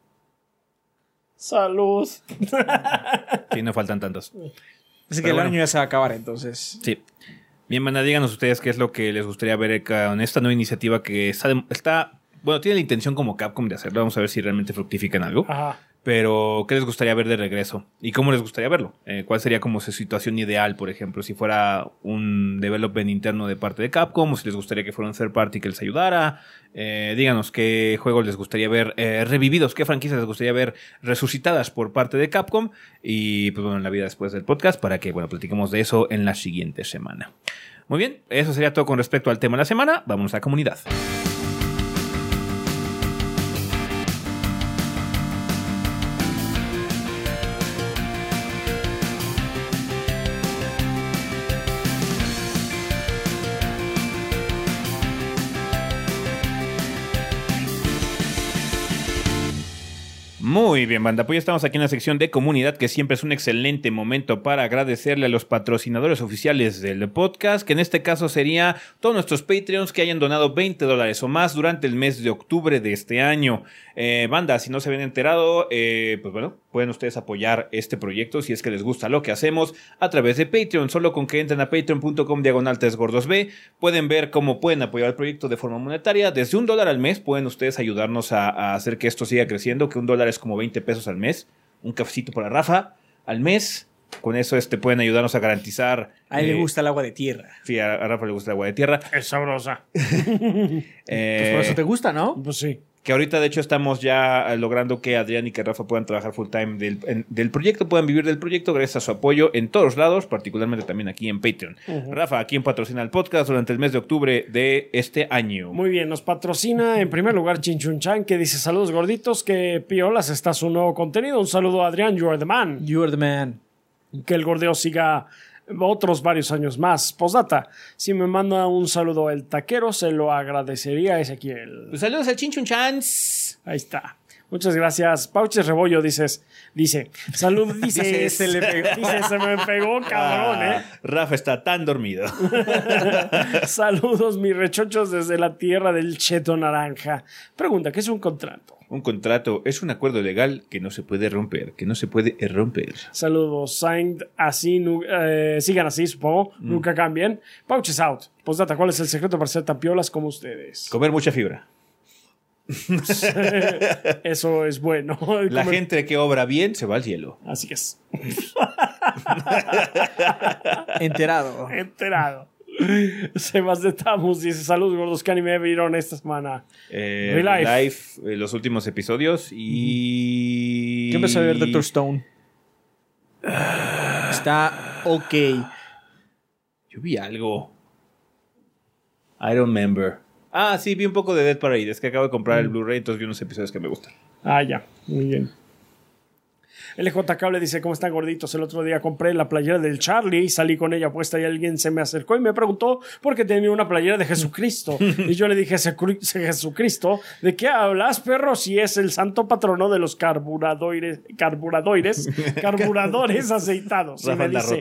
Salud. Sí, no faltan tantos. Así que Pero el bueno. año ya se va a acabar, entonces. Sí. Bien, banda, díganos ustedes qué es lo que les gustaría ver con esta nueva iniciativa que está bueno, tiene la intención como Capcom de hacerlo. Vamos a ver si realmente fructifica en algo. Ajá. Pero, ¿qué les gustaría ver de regreso? ¿Y cómo les gustaría verlo? ¿Cuál sería como su situación ideal, por ejemplo? Si fuera un development interno de parte de Capcom, o si les gustaría que fuera un third party que les ayudara. Díganos qué juegos les gustaría ver revividos, qué franquicias les gustaría ver resucitadas por parte de Capcom. Y, pues bueno, en la vida después del podcast, para que, bueno, platiquemos de eso en la siguiente semana. Muy bien, eso sería todo con respecto al tema de la semana. Vámonos a comunidad. Muy bien, banda. Pues ya estamos aquí en la sección de comunidad, que siempre es un excelente momento para agradecerle a los patrocinadores oficiales del podcast, que en este caso sería todos nuestros Patreons que hayan donado $20 o más durante el mes de octubre de este año. Banda, si no se habían enterado, pues bueno, pueden ustedes apoyar este proyecto si es que les gusta lo que hacemos a través de Patreon. Solo con que entren a patreon.com/3gordosb pueden ver cómo pueden apoyar el proyecto de forma monetaria. Desde $1 al mes pueden ustedes ayudarnos a hacer que esto siga creciendo, que $1 es como 20 pesos al mes. Un cafecito para Rafa al mes. Con eso pueden ayudarnos a garantizar. A él le gusta el agua de tierra. Sí, a Rafa le gusta el agua de tierra. Es sabrosa. Pues por eso te gusta, ¿no? Pues sí. Que ahorita de hecho estamos ya logrando que Adrián y que Rafa puedan trabajar full time del proyecto, puedan vivir del proyecto gracias a su apoyo en todos lados, particularmente también aquí en Patreon. Rafa, ¿a quién patrocina el podcast durante el mes de octubre de este año? Muy bien, nos patrocina en primer lugar Chinchunchan, que dice: saludos gorditos, que piolas está su nuevo contenido. Un saludo a Adrián, you are the man. You are the man. Que el gordeo siga otros varios años más. Postdata, si me manda un saludo el taquero, se lo agradecería a Ezequiel. Pues saludos a Chinchunchans. Ahí está. Muchas gracias. Pauches Rebollo dice, salud, dice, se le pegó. dice, se me pegó, cabrón, Rafa está tan dormido. Saludos, mis rechochos desde la tierra del cheto naranja. Pregunta, ¿qué es un contrato? Un contrato es un acuerdo legal que no se puede romper, Saludos, signed así, sigan así, supongo, nunca cambien. Pouches out. Postdata, ¿cuál es el secreto para ser tan piolas como ustedes? Comer mucha fibra. Eso es bueno. La gente que obra bien se va al cielo. Así es. Enterado. Enterado. Sebas de Tamus dice: saludos gordos, ¿qué anime vieron esta semana? Real Life, los últimos episodios y... ¿Qué empezó a ver Dr. Stone? Está ok. Yo vi algo. I don't remember. Ah, sí, vi un poco de Dead Parade. Es que acabo de comprar el Blu-ray, entonces vi unos episodios que me gustan. Ah, ya. Muy bien. LJ Cable dice, ¿cómo están gorditos? El otro día compré la playera del Charlie y salí con ella puesta y alguien se me acercó y me preguntó por qué tenía una playera de Jesucristo. Y yo le dije, Jesucristo, ¿de qué hablas, perro? Si es el santo patrono de los carburadores aceitados. Y me dice,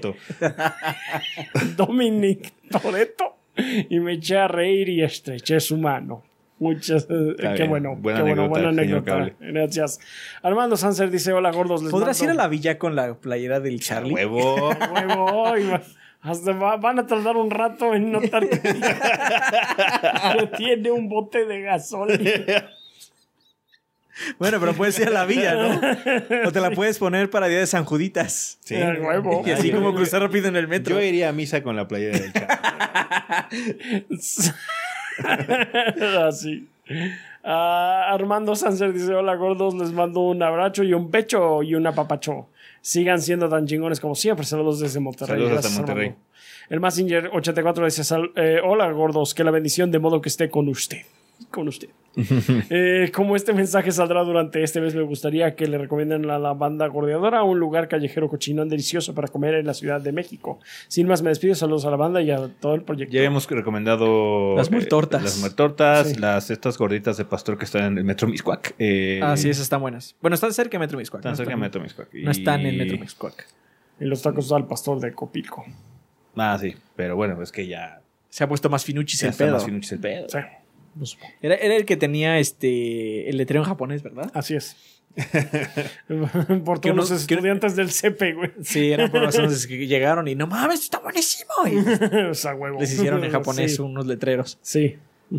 Dominic Toretto. Y me eché a reír y estreché su mano. Muchas, qué bueno, buena anécdota. Gracias. Armando Sanser dice, hola gordos. ¿Podrás ir a la villa con la playera del Charlie? ¡Huevo! Hasta van a tardar un rato en notar que tiene un bote de gasolina. Bueno, pero puedes ir a la villa, ¿no? O te la puedes poner para Día de San Juditas. Sí. Huevo. Y así como cruzar rápido en el metro. Yo iría a misa con la playera del Charlie. Así. Armando Sanser dice, hola gordos, les mando un abrazo y un pecho y un apapacho. Sigan siendo tan chingones como siempre. Saludos desde Monterrey. Saludos desde Monterrey. Armando. El Massinger 84 dice, hola gordos, que la bendición de modo que esté con usted. Como este mensaje saldrá durante este mes, me gustaría que le recomienden a la banda gordeadora un lugar callejero cochinón delicioso para comer en la Ciudad de México. Sin más, me despido. Saludos a la banda y a todo el proyecto. Ya habíamos recomendado las muertortas. Las muertortas, Sí. estas gorditas de pastor que están en el Metro Miscuac. Sí, esas están buenas. Bueno, están cerca de Metro Miscuac. Están cerca de Metro Miscuac. No están en Metro Miscuac. Y los tacos al pastor de Copilco. Sí, pero bueno, es que ya Se ha puesto más finuchis ya el está pedo. más finuchis el pedo. Sí. Era el que tenía el letrero en japonés, ¿verdad? Así es. Por todos los estudiantes del CP, güey. Sí, eran por razones que llegaron y no mames, está buenísimo. Y O sea, huevo. les hicieron en japonés Sí. unos letreros. Sí.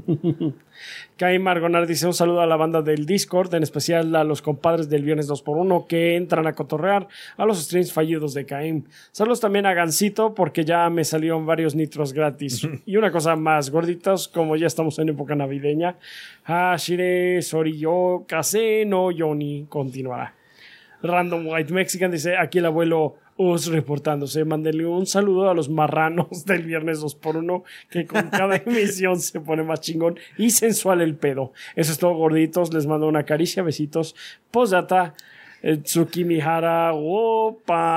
Kai Margonar dice un saludo a la banda del Discord, en especial a los compadres del Viernes 2x1 que entran a cotorrear a los streams fallidos de Caim. Saludos también a Gansito porque ya me salieron varios nitros gratis. Y una cosa más, gorditos, como ya estamos en época navideña, Hashire Soriyo Kase no Yoni continuará. Random White Mexican dice, aquí el abuelo Us reportándose. Mándenle un saludo a los marranos del Viernes 2x1 que con cada emisión se pone más chingón y sensual el pedo. Eso es todo, gorditos. Les mando una caricia, besitos. Postdata, Tsukimihara o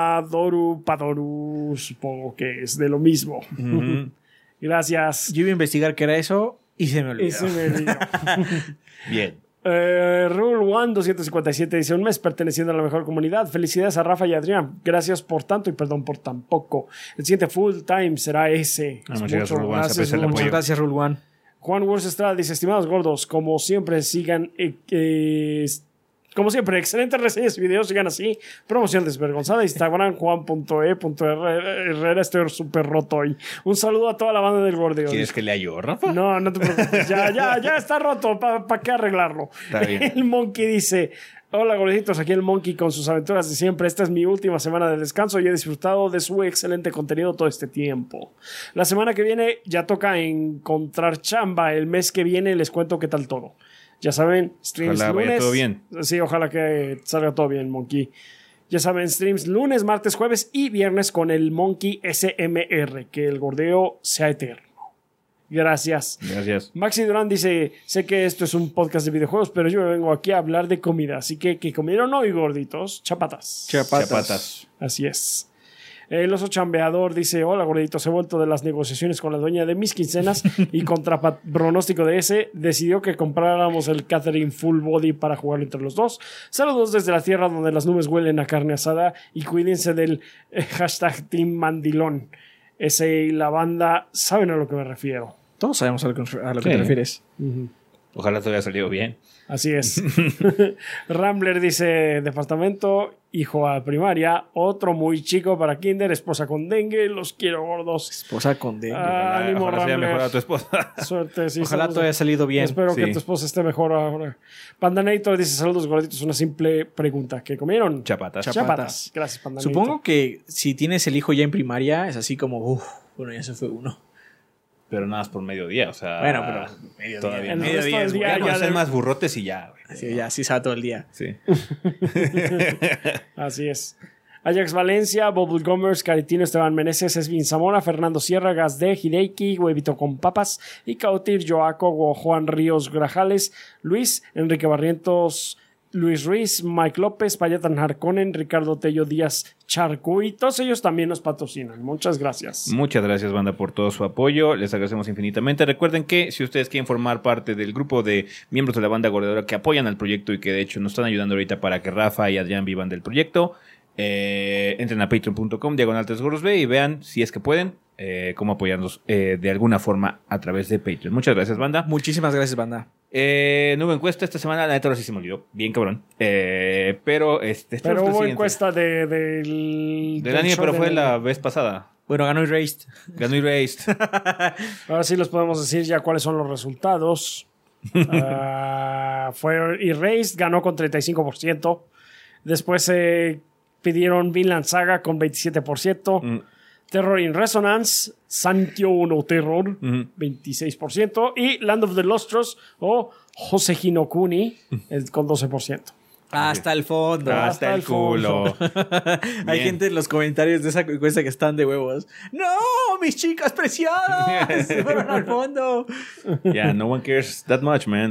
Padoru. Supongo que es de lo mismo. Gracias. Yo iba a investigar qué era eso y se me olvidó. Y se me olvidó. Bien. Rule One 257 dice: un mes perteneciendo a la mejor comunidad. Felicidades a Rafa y Adrián. Gracias por tanto y perdón por tan poco. El siguiente full time será ese. Muchas gracias, Rule One. Se aprecia el Muchas apoyo. gracias, Rule One. Juan Wurs Estrada dice: estimados gordos, como siempre, sigan. Como siempre, excelentes reseñas y videos, sigan así. Promoción desvergonzada. Instagram juan.e.herrera. Estoy súper roto hoy. Un saludo a toda la banda del Gordeo. ¿Quieres que lea yo, Rafa? No, no te preocupes. Ya está roto. ¿Para qué arreglarlo? Está bien. El Monkey dice: hola gorditos, aquí el Monkey con sus aventuras de siempre. Esta es mi última semana de descanso y he disfrutado de su excelente contenido todo este tiempo. La semana que viene ya toca encontrar chamba. El mes que viene les cuento qué tal todo. Ya saben, streams Ojalá lunes. vaya todo bien. Sí, ojalá que salga todo bien, Monkey. Ya saben, streams lunes, martes, jueves y viernes con el Monkey SMR. Que el gordeo sea eterno. Gracias. Gracias. Maxi Durán dice: sé que esto es un podcast de videojuegos, pero yo vengo aquí a hablar de comida. Así que comieron hoy, gorditos. Chapatas. Chapatas. Así es. El oso chambeador dice: hola gorditos, he vuelto de las negociaciones con la dueña de mis quincenas y contra pronóstico de ese decidió que compráramos el Catherine Full Body para jugarlo entre los dos. Saludos desde la tierra donde las nubes huelen a carne asada y cuídense del hashtag Team Mandilón. Ese y la banda saben a lo que me refiero. Todos sabemos a lo que te refieres. Ojalá todo haya salido bien. Así es. Rambler dice: departamento, hijo a primaria, otro muy chico para kinder, esposa con dengue, los quiero gordos. Esposa con dengue. Ánimo, Ojalá sea Rambler. mejor a tu esposa. Suerte, sí. Ojalá saludos. todo haya salido bien. Espero Sí. que tu esposa esté mejor ahora. Pandanator dice: saludos gorditos, una simple pregunta. ¿Qué comieron? Chapatas. Chapatas. Gracias, Pandanator. Supongo que si tienes el hijo ya en primaria, es así como, bueno, ya se fue uno. Pero nada más por mediodía, o sea. Bueno, pero mediodía. Todavía El no. resto del día Bueno, ya hacer de- más burrotes y ya, güey. Así, ya, sí sabe todo el día. Sí. Así es. Ajax Valencia, Bubble Gomers, Caritino, Esteban Meneses, Esvin Zamora, Fernando Sierra, Gazde, Hideiki, Huevito con Papas, y Cautir, Joaco, Juan Ríos Grajales, Luis, Enrique Barrientos, Luis Ruiz, Mike López, Payatan Harkonnen, Ricardo Tello Díaz Charcuy. Todos ellos también nos patrocinan. Muchas gracias. Muchas gracias, banda, por todo su apoyo. Les agradecemos infinitamente. Recuerden que si ustedes quieren formar parte del grupo de miembros de la banda Gordeadora que apoyan al proyecto y que de hecho nos están ayudando ahorita para que Rafa y Adrián vivan del proyecto, entren a patreon.com/3gordos.b y vean, si es que pueden, cómo apoyarnos de alguna forma a través de Patreon. Muchas gracias, banda. Muchísimas gracias, banda. No hubo encuesta esta semana, la neta sí se me olvidó, bien cabrón. Pero hubo encuesta del anime, pero fue la vez pasada. Bueno, ganó Erased. Ahora sí les podemos decir ya cuáles son los resultados. Fue Erased, ganó con 35%. Después pidieron Vinland Saga con 27%. Terror in Resonance, Santyo no Terror, 26%. Y Land of the Lostros o Hoseki no Kuni con 12%. Hasta el fondo. Hasta el culo. Hay gente en los comentarios de esa encuesta que están de huevos. ¡No! ¡Mis chicas preciadas! Se fueron al fondo. Yeah, no one cares that much, man.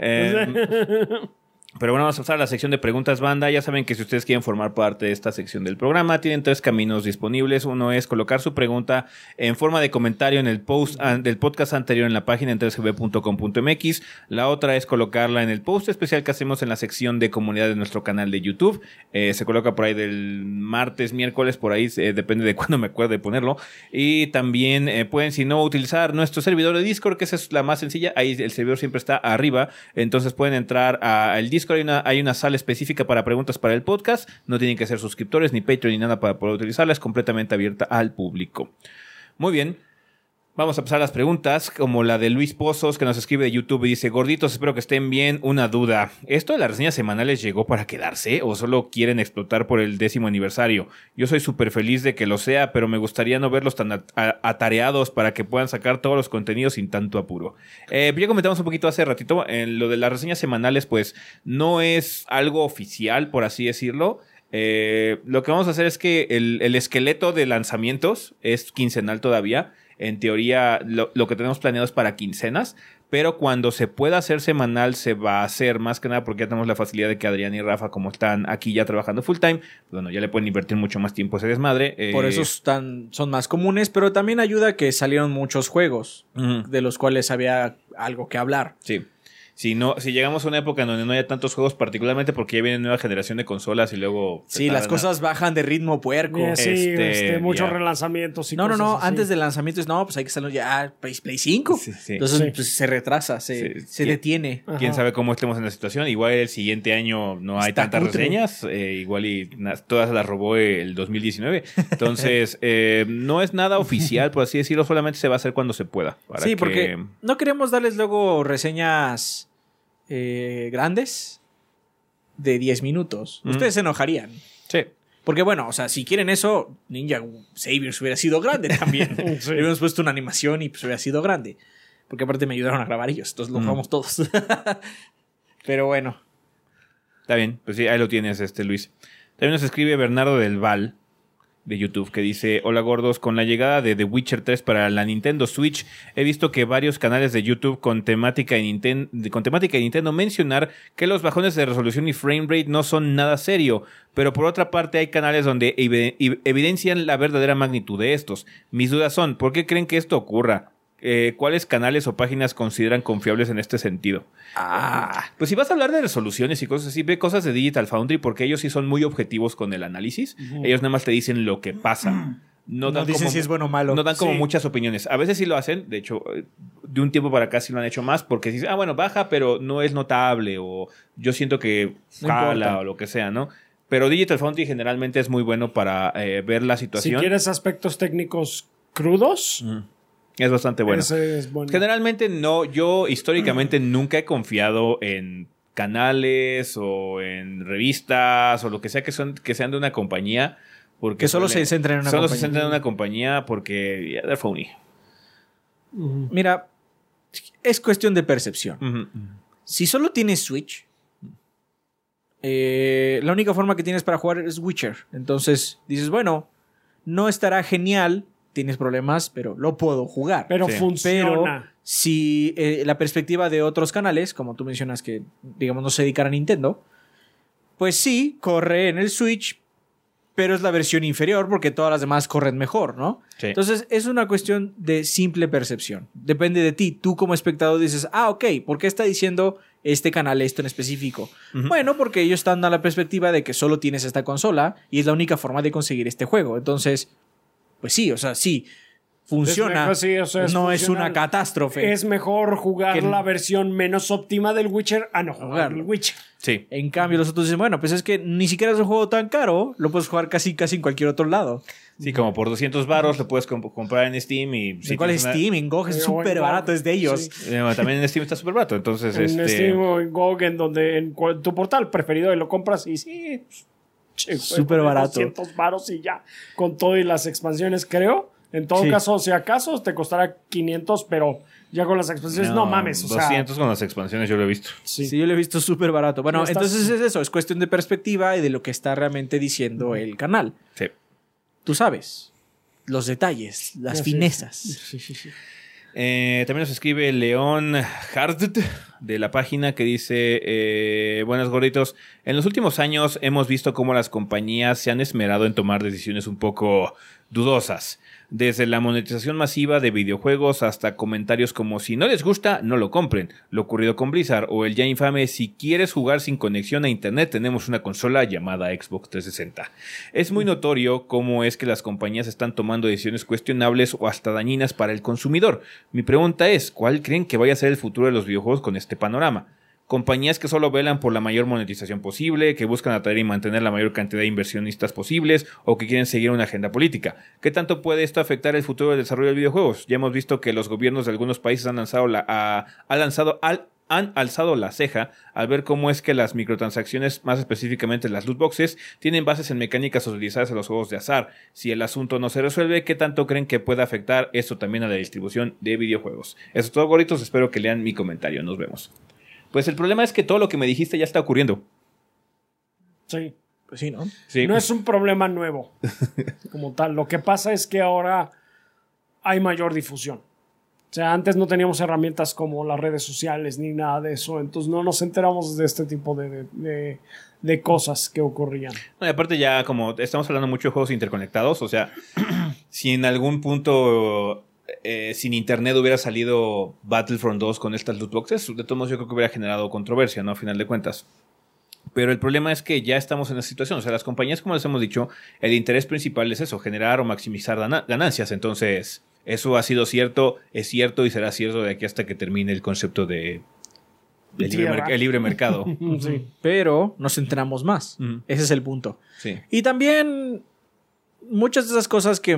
Pero bueno, vamos a pasar a la sección de preguntas, banda. Ya saben que si ustedes quieren formar parte de esta sección del programa, tienen 3 caminos disponibles. Uno es colocar su pregunta en forma de comentario en el post del podcast anterior en la página en 3gb.com.mx. La otra es colocarla en el post especial que hacemos en la sección de comunidad de nuestro canal de YouTube. Se coloca por ahí del martes, miércoles, por ahí, depende de cuándo me acuerde de ponerlo. Y también pueden, si no, utilizar nuestro servidor de Discord, que esa es la más sencilla. Ahí el servidor siempre está arriba. Entonces pueden entrar al Discord. Hay una sala específica para preguntas para el podcast. No tienen que ser suscriptores ni Patreon ni nada para poder utilizarla. Es completamente abierta al público. Muy bien. Vamos a pasar a las preguntas, como la de Luis Pozos, que nos escribe de YouTube y dice: gorditos, espero que estén bien. Una duda. ¿Esto de las reseñas semanales llegó para quedarse o solo quieren explotar por el 10º aniversario? Yo soy súper feliz de que lo sea, pero me gustaría no verlos tan atareados para que puedan sacar todos los contenidos sin tanto apuro. Ya comentamos un poquito hace ratito, en lo de las reseñas semanales, pues no es algo oficial, por así decirlo. Lo que vamos a hacer es que el esqueleto de lanzamientos es quincenal todavía. En teoría, lo que tenemos planeado es para quincenas, pero cuando se pueda hacer semanal se va a hacer, más que nada porque ya tenemos la facilidad de que Adrián y Rafa, como están aquí ya trabajando full time, bueno, ya le pueden invertir mucho más tiempo a ese desmadre. Por eso son más comunes, pero también ayuda que salieron muchos juegos de los cuales había algo que hablar. Sí. Si llegamos a una época en donde no haya tantos juegos, particularmente porque ya viene nueva generación de consolas y luego... Sí, las cosas bajan de ritmo puerco. Sí, muchos relanzamientos y cosas así. Antes del lanzamiento pues hay que estarlo ya Play 5. Sí. Entonces pues, se retrasa, se detiene. Ajá. Quién sabe cómo estemos en la situación. Igual el siguiente año no hay tantas reseñas. Igual y todas las robó el 2019. Entonces, no es nada oficial, por así decirlo. Solamente se va a hacer cuando se pueda. Porque no queremos darles luego reseñas grandes de 10 minutos. Ustedes se enojarían. Sí. Porque bueno, o sea, si quieren eso, Ninja Saviors hubiera sido grande también. Le hubiéramos puesto una animación y pues hubiera sido grande. Porque aparte me ayudaron a grabar ellos. Entonces lo jugamos todos. Pero bueno. Está bien. Pues sí, ahí lo tienes, Luis. También nos escribe Bernardo del Val de YouTube, que dice: hola gordos, con la llegada de The Witcher 3 para la Nintendo Switch, he visto que varios canales de YouTube con temática de Nintendo mencionar que los bajones de resolución y frame rate no son nada serio, pero por otra parte hay canales donde evidencian la verdadera magnitud de estos. Mis dudas son: ¿por qué creen que esto ocurra? ¿Cuáles canales o páginas consideran confiables en este sentido? Pues si vas a hablar de resoluciones y cosas así, ve cosas de Digital Foundry, porque ellos sí son muy objetivos con el análisis. Ellos nada más te dicen lo que pasa. No dicen si es bueno o malo. No dan como muchas opiniones. A veces sí lo hacen. De hecho, de un tiempo para acá sí lo han hecho más, porque si dicen, bueno, baja, pero no es notable, o yo siento que jala, o lo que sea, ¿no? Pero Digital Foundry generalmente es muy bueno para ver la situación. Si quieres aspectos técnicos crudos... Es bastante bueno. Ese es bueno. Generalmente no, yo históricamente nunca he confiado en canales o en revistas o lo que sea que sean de una compañía. Porque que solo se centren en una compañía. Solo se centren en una compañía porque they're phony. Mira, es cuestión de percepción. Si solo tienes Switch, la única forma que tienes para jugar es Witcher. Entonces dices, bueno, no estará genial, tienes problemas, pero lo puedo jugar. Pero funciona. Pero si la perspectiva de otros canales, como tú mencionas que, digamos, no se dedican a Nintendo, pues sí, corre en el Switch, pero es la versión inferior porque todas las demás corren mejor, ¿no? Sí. Entonces es una cuestión de simple percepción. Depende de ti. Tú como espectador dices, ok, ¿por qué está diciendo este canal esto en específico? Bueno, porque ellos están dando la perspectiva de que solo tienes esta consola y es la única forma de conseguir este juego. Entonces, pues sí, o sea, sí. Funciona, sí, o sea, no es funcional. una catástrofe. Es mejor jugar Que- la versión menos óptima del Witcher a no jugar el Witcher. Sí. En cambio, los otros dicen, bueno, pues es que ni siquiera es un juego tan caro, lo puedes jugar casi en cualquier otro lado. Sí, como por 200 varos lo puedes comprar en Steam y... ¿En cuál es Steam? En GOG es o en súper GOG, barato, es de ellos. sí. También en Steam está súper barato, entonces... En Steam o en GOG, en donde en tu portal preferido y lo compras y sí... Súper barato. 200 varos y ya. Con todo y las expansiones, creo. En todo Sí. caso, si acaso, te costará 500, pero ya con las expansiones, no mames. O 200 con las expansiones yo lo he visto. sea, Sí, yo lo he visto súper barato. Bueno, No estás- entonces es eso, es cuestión de perspectiva y de lo que está realmente diciendo el canal. Sí. Tú sabes, los detalles, las Así es. finezas. Sí. También nos escribe León Hart de la página que dice: buenas gorditos, en los últimos años hemos visto cómo las compañías se han esmerado en tomar decisiones un poco dudosas. Desde la monetización masiva de videojuegos hasta comentarios como si no les gusta, no lo compren. Lo ocurrido con Blizzard o el ya infame si quieres jugar sin conexión a internet tenemos una consola llamada Xbox 360. Es muy notorio cómo es que las compañías están tomando decisiones cuestionables o hasta dañinas para el consumidor. Mi pregunta es, ¿cuál creen que vaya a ser el futuro de los videojuegos con este panorama? Compañías que solo velan por la mayor monetización posible, que buscan atraer y mantener la mayor cantidad de inversionistas posibles o que quieren seguir una agenda política. ¿Qué tanto puede esto afectar el futuro del desarrollo de videojuegos? Ya hemos visto que los gobiernos de algunos países han alzado la ceja al ver cómo es que las microtransacciones, más específicamente las loot boxes, tienen bases en mecánicas utilizadas en los juegos de azar. Si el asunto no se resuelve, ¿qué tanto creen que puede afectar esto también a la distribución de videojuegos? Eso es todo, gorditos. Espero que lean mi comentario. Nos vemos. Pues el problema es que todo lo que me dijiste ya está ocurriendo. Sí. Pues sí, ¿no? Sí. No es un problema nuevo como tal. Lo que pasa es que ahora hay mayor difusión. O sea, antes no teníamos herramientas como las redes sociales ni nada de eso. Entonces no nos enteramos de este tipo de cosas que ocurrían. No, y aparte ya como estamos hablando mucho de juegos interconectados, o sea, si en algún punto sin internet hubiera salido Battlefront 2 con estas loot boxes, de todos modos yo creo que hubiera generado controversia, ¿no? A final de cuentas. Pero el problema es que ya estamos en esa situación. O sea, las compañías, como les hemos dicho, el interés principal es eso, generar o maximizar ganancias. Entonces, eso ha sido cierto, es cierto y será cierto de aquí hasta que termine el concepto de el libre mercado. Sí. Pero nos enteramos más. Ujú. Ese es el punto. Sí. Y también muchas de esas cosas que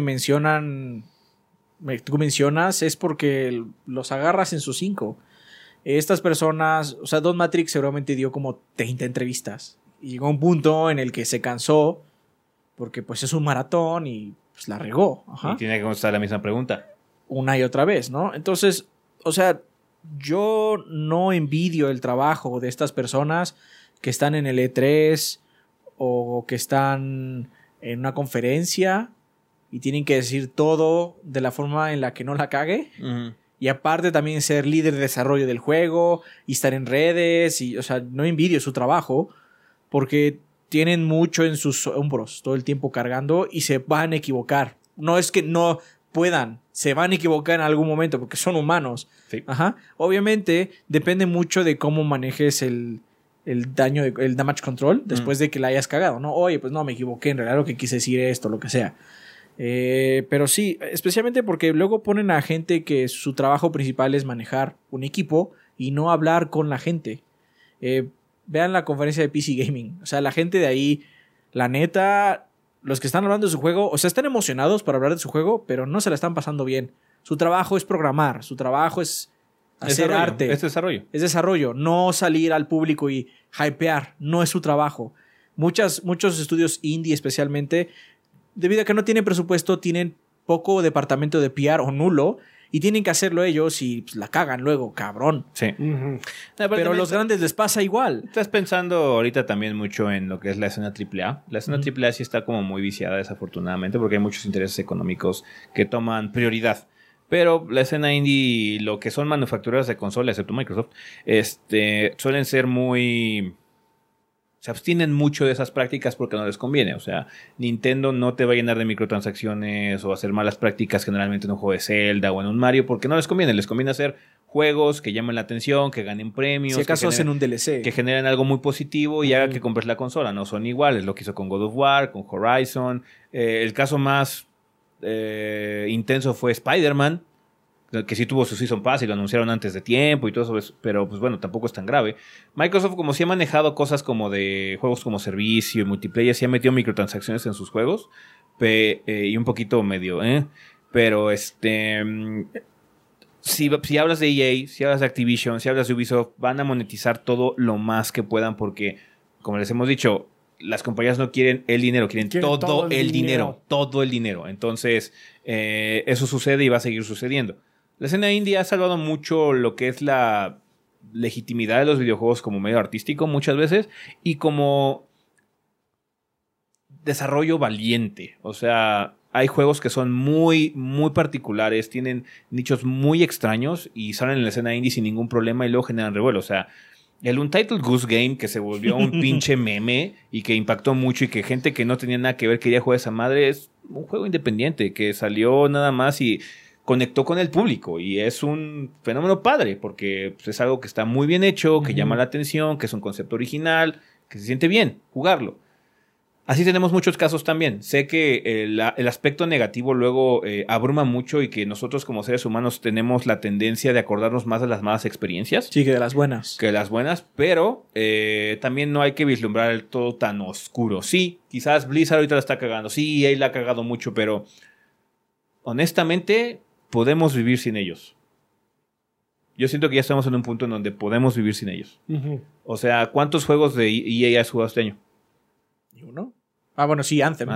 tú mencionas es porque los agarras en sus 5. Estas personas, o sea, Don Matrix seguramente dio como 30 entrevistas y llegó a un punto en el que se cansó porque pues es un maratón y pues la regó. Ajá. Y tiene que contestar la misma pregunta. Una y otra vez, ¿no? Entonces, o sea, yo no envidio el trabajo de estas personas que están en el E3 o que están en una conferencia y tienen que decir todo de la forma en la que no la cague. Uh-huh. Y aparte también ser líder de desarrollo del juego y estar en redes. Y, o sea, no envidio su trabajo porque tienen mucho en sus hombros todo el tiempo cargando y se van a equivocar. No es que no puedan, se van a equivocar en algún momento porque son humanos. Sí. Ajá. Obviamente depende mucho de cómo manejes el damage control después de que la hayas cagado, ¿no? Oye, pues no, me equivoqué, en realidad lo que quise decir es esto, lo que sea. Pero sí, especialmente porque luego ponen a gente que su trabajo principal es manejar un equipo y no hablar con la gente. Vean la conferencia de PC Gaming. O sea, la gente de ahí, la neta, los que están hablando de su juego, o sea, están emocionados para hablar de su juego, pero no se la están pasando bien. Su trabajo es programar, su trabajo es hacer arte. Es desarrollo. Es desarrollo, no salir al público y hypear, no es su trabajo. Muchos estudios indie especialmente, debido a que no tienen presupuesto, tienen poco departamento de PR o nulo y tienen que hacerlo ellos y pues, la cagan luego, cabrón. Sí. Uh-huh. Pero a los grandes les pasa igual. Estás pensando ahorita también mucho en lo que es la escena AAA. La escena AAA sí está como muy viciada desafortunadamente porque hay muchos intereses económicos que toman prioridad. Pero la escena indie, lo que son manufactureras de consolas, excepto Microsoft, suelen ser muy se abstienen mucho de esas prácticas porque no les conviene. O sea, Nintendo no te va a llenar de microtransacciones o hacer malas prácticas generalmente en un juego de Zelda o en un Mario porque no les conviene. Les conviene hacer juegos que llamen la atención, que ganen premios. Si acaso hacen un DLC. Que generen algo muy positivo y haga que compres la consola. No son iguales. Lo que hizo con God of War, con Horizon. El caso más intenso fue Spider-Man, que sí tuvo su Season Pass y lo anunciaron antes de tiempo y todo eso, pero pues bueno, tampoco es tan grave. Microsoft, como sí ha manejado cosas como de juegos como servicio y multiplayer, sí ha metido microtransacciones en sus juegos, y un poquito medio, pero si hablas de EA, si hablas de Activision, si hablas de Ubisoft, van a monetizar todo lo más que puedan porque, como les hemos dicho, las compañías no quieren el dinero, quieren todo el dinero. Todo el dinero. Entonces, eso sucede y va a seguir sucediendo. La escena indie ha salvado mucho lo que es la legitimidad de los videojuegos como medio artístico muchas veces y como desarrollo valiente. O sea, hay juegos que son muy, muy particulares, tienen nichos muy extraños y salen en la escena indie sin ningún problema y luego generan revuelo. O sea, el Untitled Goose Game que se volvió un pinche meme y que impactó mucho y que gente que no tenía nada que ver quería jugar esa madre, es un juego independiente que salió nada más y conectó con el público y es un fenómeno padre porque pues, es algo que está muy bien hecho, que llama la atención, que es un concepto original, que se siente bien jugarlo. Así tenemos muchos casos también. Sé que el aspecto negativo luego abruma mucho y que nosotros como seres humanos tenemos la tendencia de acordarnos más de las malas experiencias. Sí, que de las buenas. Que de las buenas, pero también no hay que vislumbrar el todo tan oscuro. Sí, quizás Blizzard ahorita la está cagando. Sí, EA la ha cagado mucho, pero honestamente podemos vivir sin ellos. Yo siento que ya estamos en un punto en donde podemos vivir sin ellos. Uh-huh. O sea, ¿cuántos juegos de EA has jugado este año? ¿Y uno? Ah, bueno, sí, Anthem.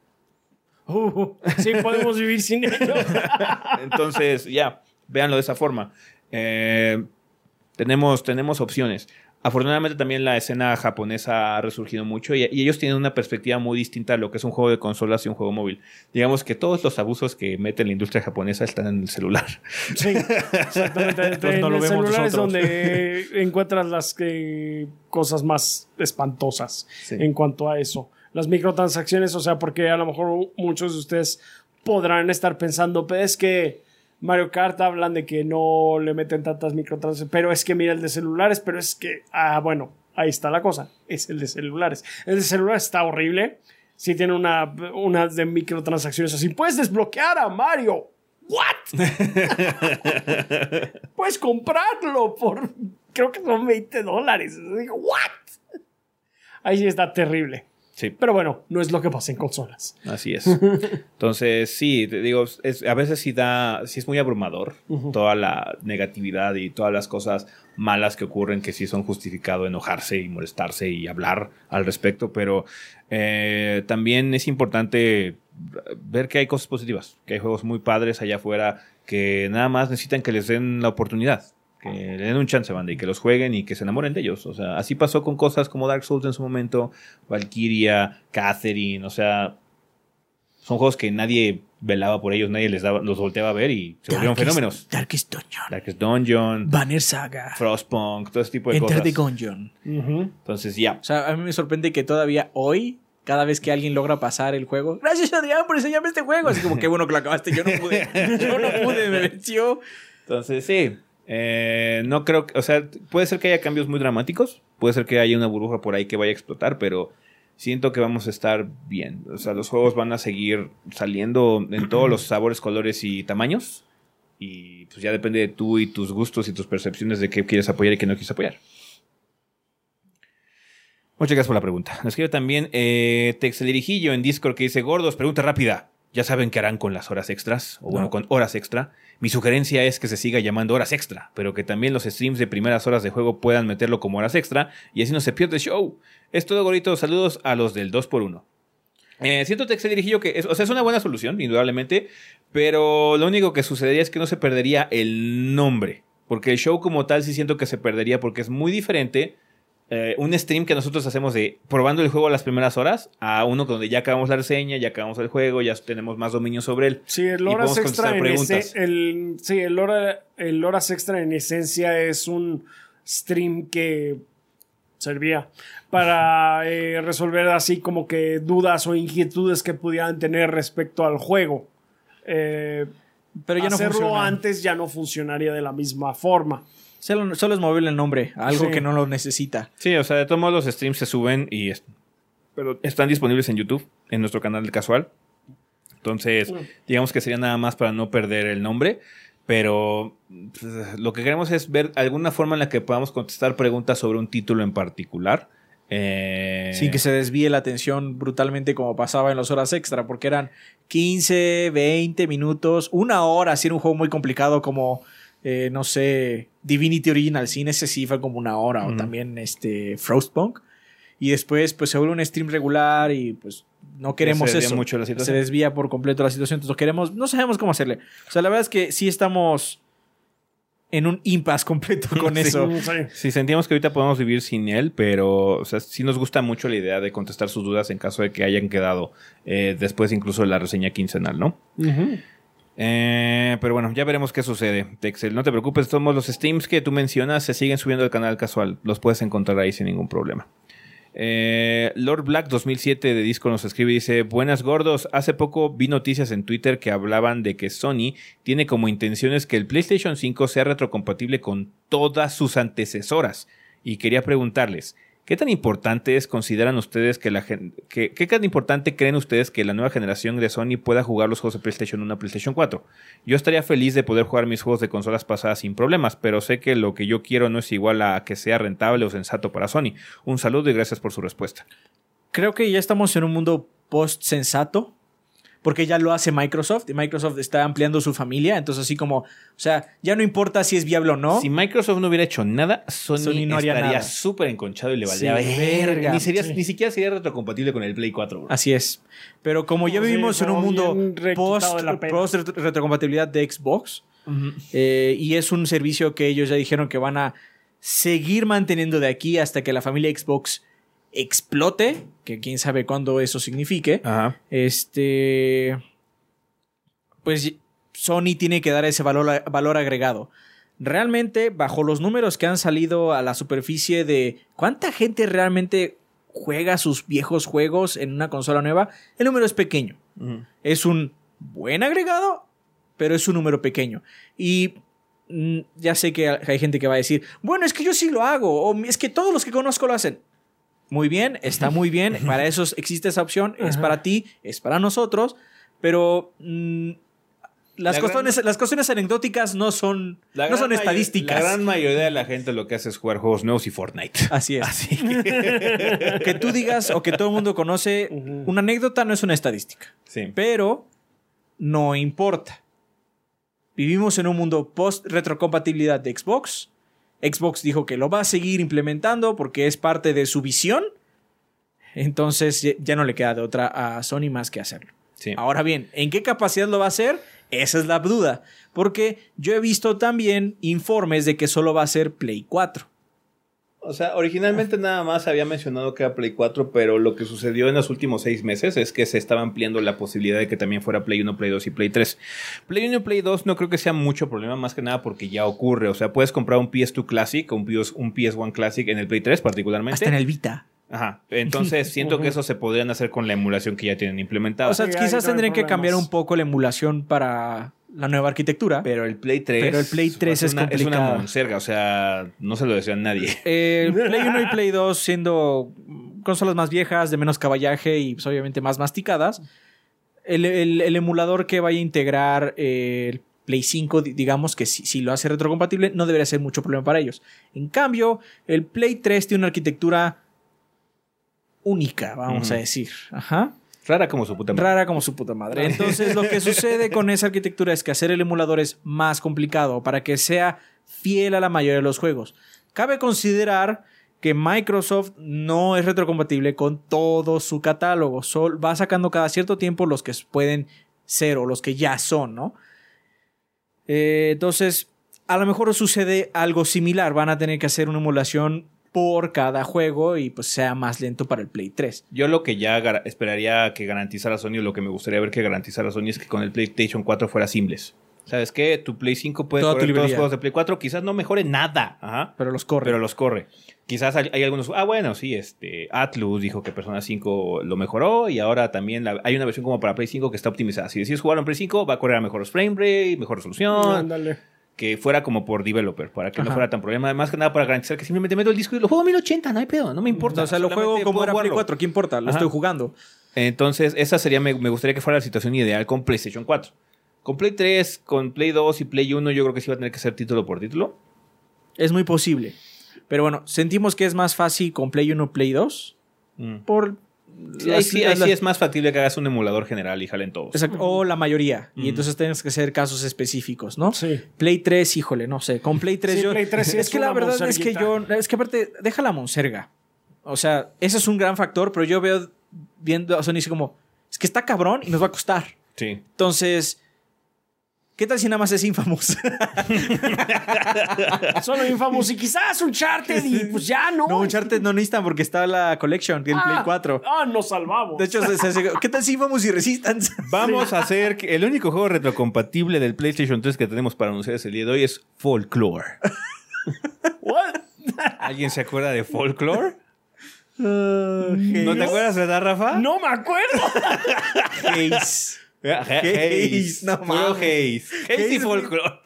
Sí, podemos vivir sin ellos. Entonces, ya, véanlo de esa forma. Tenemos opciones. Afortunadamente también la escena japonesa ha resurgido mucho y ellos tienen una perspectiva muy distinta a lo que es un juego de consolas y un juego móvil. Digamos que todos los abusos que mete la industria japonesa están en el celular. Sí, exactamente. Pues no en el celular es donde encuentras las cosas más espantosas en cuanto a eso. Las microtransacciones, o sea, porque a lo mejor muchos de ustedes podrán estar pensando, pero es que Mario Kart hablan de que no le meten tantas microtransacciones, pero es que mira el de celulares, pero es que, bueno, ahí está la cosa, es el de celulares. El de celulares está horrible, sí tiene una de microtransacciones así, puedes desbloquear a Mario, ¿what? Puedes comprarlo por, creo que son $20, digo, ¿what? Ahí sí está terrible. Sí. Pero bueno, no es lo que pasa en consolas. Así es. Entonces, sí, te digo, a veces sí es muy abrumador toda la negatividad y todas las cosas malas que ocurren que sí son justificado enojarse y molestarse y hablar al respecto, pero también es importante ver que hay cosas positivas, que hay juegos muy padres allá afuera que nada más necesitan que les den la oportunidad. Que le den un chance, banda, y que los jueguen y que se enamoren de ellos. O sea, así pasó con cosas como Dark Souls en su momento, Valkyria, Catherine, o sea, son juegos que nadie velaba por ellos, nadie los volteaba a ver y se volvieron fenómenos. Darkest Dungeon, Banner Saga, Frostpunk, todo ese tipo de Enter cosas. the Gungeon. Entonces, ya. O sea, a mí me sorprende que todavía hoy, cada vez que alguien logra pasar el juego, gracias Adrián por enseñarme este juego, así como que bueno que lo acabaste, yo no pude, me venció. Entonces, sí. No creo que, o sea, puede ser que haya cambios muy dramáticos, puede ser que haya una burbuja por ahí que vaya a explotar, pero siento que vamos a estar bien. O sea, los juegos van a seguir saliendo en todos los sabores, colores y tamaños, y pues ya depende de tú y tus gustos y tus percepciones de qué quieres apoyar y qué no quieres apoyar. Muchas gracias por la pregunta. Nos escribe también Texelirijillo en Discord que dice: Gordos, pregunta rápida. ¿Ya saben qué harán con las horas extras? O bueno, con horas extra. Mi sugerencia es que se siga llamando horas extra, pero que también los streams de primeras horas de juego puedan meterlo como horas extra y así no se pierde el show. Es todo, goritos. Saludos a los del 2x1. Siento Texelirijillo que es una buena solución, indudablemente, pero lo único que sucedería es que no se perdería el nombre, porque el show como tal sí siento que se perdería porque es muy diferente. Un stream que nosotros hacemos de probando el juego a las primeras horas a uno donde ya acabamos la reseña, ya acabamos el juego, ya tenemos más dominio sobre él. Sí, el horas extra el horas extra en esencia es un stream que servía para resolver así como que dudas o inquietudes que pudieran tener respecto al juego. Pero ya no hacerlo funciona. antes ya no funcionaría de la misma forma. Solo es moverle el nombre a algo Sí. que no lo necesita. Sí, o sea, de todos modos los streams se suben pero están disponibles en YouTube, en nuestro canal de Casual. Entonces, digamos que sería nada más para no perder el nombre. Pero pues, lo que queremos es ver alguna forma en la que podamos contestar preguntas sobre un título en particular. Sin que se desvíe la atención brutalmente como pasaba en las horas extra, porque eran 15, 20 minutos, una hora, si era un juego muy complicado como, no sé, Divinity Original Sin, ese sí fue como una hora, o también Frostpunk. Y después pues se vuelve un stream regular y pues no queremos se desvía eso. mucho la situación. Se desvía por completo la situación, entonces no sabemos cómo hacerle. O sea, la verdad es que sí estamos en un impasse completo con Sí. eso. Sí. Sí, sentimos que ahorita podemos vivir sin él, pero o sea, sí nos gusta mucho la idea de contestar sus dudas en caso de que hayan quedado después incluso de la reseña quincenal, ¿no? Uh-huh. Pero bueno, ya veremos qué sucede, Texel. No te preocupes, todos los streams que tú mencionas se siguen subiendo al canal Casual. Los puedes encontrar ahí sin ningún problema. Lord Black 2007 de Disco nos escribe y dice: buenas gordos, hace poco vi noticias en Twitter que hablaban de que Sony tiene como intenciones que el PlayStation 5 sea retrocompatible con todas sus antecesoras, y quería preguntarles, ¿qué tan importante consideran ustedes qué tan importante creen ustedes que la nueva generación de Sony pueda jugar los juegos de PlayStation 1 a PlayStation 4? Yo estaría feliz de poder jugar mis juegos de consolas pasadas sin problemas, pero sé que lo que yo quiero no es igual a que sea rentable o sensato para Sony. Un saludo y gracias por su respuesta. Creo que ya estamos en un mundo post-sensato, porque ya lo hace Microsoft, y Microsoft está ampliando su familia, entonces así como, o sea, ya no importa si es viable o no. Si Microsoft no hubiera hecho nada, Sony no haría estaría nada. súper enconchado y le valdría Sí, verga. Ni Sí. siquiera sería retrocompatible con el Play 4, bro. Así es. Pero como ya Sí, vivimos en un como mundo bien requitado de la pena. post-retrocompatibilidad de Xbox, y es un servicio que ellos ya dijeron que van a seguir manteniendo de aquí hasta que la familia Xbox explote, que quién sabe cuándo eso signifique, Ajá. pues Sony tiene que dar ese valor agregado. Realmente, bajo los números que han salido a la superficie de cuánta gente realmente juega sus viejos juegos en una consola nueva, el número es pequeño. Es un buen agregado, pero es un número pequeño. Y ya sé que hay gente que va a decir, bueno, es que yo sí lo hago, o es que todos los que conozco lo hacen. Muy bien, está muy bien, para eso existe esa opción, es para ti, es para nosotros, pero las cuestiones anecdóticas no son estadísticas. La gran mayoría de la gente lo que hace es jugar juegos nuevos y Fortnite. Así es. Así que... Que tú digas o que todo el mundo conoce, una anécdota no es una estadística. Sí. Pero no importa. Vivimos en un mundo post-retrocompatibilidad de Xbox. Xbox dijo que lo va a seguir implementando porque es parte de su visión. Entonces ya no le queda de otra a Sony más que hacerlo. Sí. Ahora bien, ¿en qué capacidad lo va a hacer? Esa es la duda. Porque yo he visto también informes de que solo va a ser Play 4. O sea, originalmente nada más había mencionado que era Play 4, pero lo que sucedió en los últimos 6 meses es que se estaba ampliando la posibilidad de que también fuera Play 1, Play 2 y Play 3. Play 1 y Play 2 no creo que sea mucho problema, más que nada porque ya ocurre. O sea, puedes comprar un PS2 Classic o un PS1 Classic en el Play 3 particularmente. Hasta en el Vita. Ajá. Entonces siento que eso se podrían hacer con la emulación que ya tienen implementada. O sea, Sí, quizás ahí no hay tendrían que cambiar problemas. un poco la emulación para la nueva arquitectura. pero el Play 3... Pero el Play 3 es una complicado. monserga, o sea, no se lo desea a nadie. Play 1 y Play 2 siendo consolas más viejas, de menos caballaje y pues, obviamente más masticadas. El emulador que vaya a integrar el Play 5, digamos que si lo hace retrocompatible, no debería ser mucho problema para ellos. En cambio, el Play 3 tiene una arquitectura única, vamos a decir. Ajá. Rara como su puta madre. Rara como su puta madre. Entonces, lo que sucede con esa arquitectura es que hacer el emulador es más complicado para que sea fiel a la mayoría de los juegos. Cabe considerar que Microsoft no es retrocompatible con todo su catálogo. Va sacando cada cierto tiempo los que pueden ser o los que ya son, ¿no? Entonces, a lo mejor sucede algo similar. Van a tener que hacer una emulación por cada juego y pues sea más lento para el Play 3. Yo lo que ya esperaría que garantizara Sony, o lo que me gustaría ver que garantizara Sony, es que con el PlayStation 4 fuera seamless. ¿Sabes qué? Tu Play 5 puede Toda tu correr todos los librería. juegos de Play 4. Quizás no mejore nada. Ajá. Pero los corre. Pero los corre. Quizás hay algunos... bueno, sí, Atlus dijo que Persona 5 lo mejoró y ahora también hay una versión como para Play 5 que está optimizada. Si decides jugarlo en Play 5, va a correr a mejores frame rate, mejor resolución. Ándale. Que fuera como por developer, para que no fuera tan problema. Más que nada para garantizar que simplemente meto el disco y lo juego a 1080, no hay pedo, no me importa. O sea, lo juego como era Play 4, ¿qué importa? Lo estoy jugando. Entonces, esa sería, me gustaría que fuera la situación ideal con PlayStation 4. Con Play 3, con Play 2 y Play 1, yo creo que sí va a tener que ser título por título. Es muy posible. Pero bueno, sentimos que es más fácil con Play 1 Play 2. Por... Sí, ahí sí es más factible que hagas un emulador general y jalen todos. Exacto. O la mayoría. Y entonces tienes que ser casos específicos, ¿no? Sí. Play 3, híjole, no sé. Con Play 3 sí, Play 3 sí es que la verdad es que es que aparte, deja la monserga. O sea, ese es un gran factor, pero yo veo viendo a Sony como, es que está cabrón y nos va a costar. Sí. Entonces, ¿qué tal si nada más es Infamous? Solo Infamous y quizás Uncharted y pues ya no. No, Uncharted no necesitan porque está la Collection del Play 4. Nos salvamos. De hecho, ¿qué tal si Infamous y Resistance? Vamos a hacer que el único juego retrocompatible del PlayStation 3 que tenemos para anunciar el día de hoy es Folklore. ¿What? ¿Alguien se acuerda de Folklore? ¿No ¿No te acuerdas, verdad, Rafa? No me acuerdo. Haze. Haze. No Puro mames. Haze y Folklore.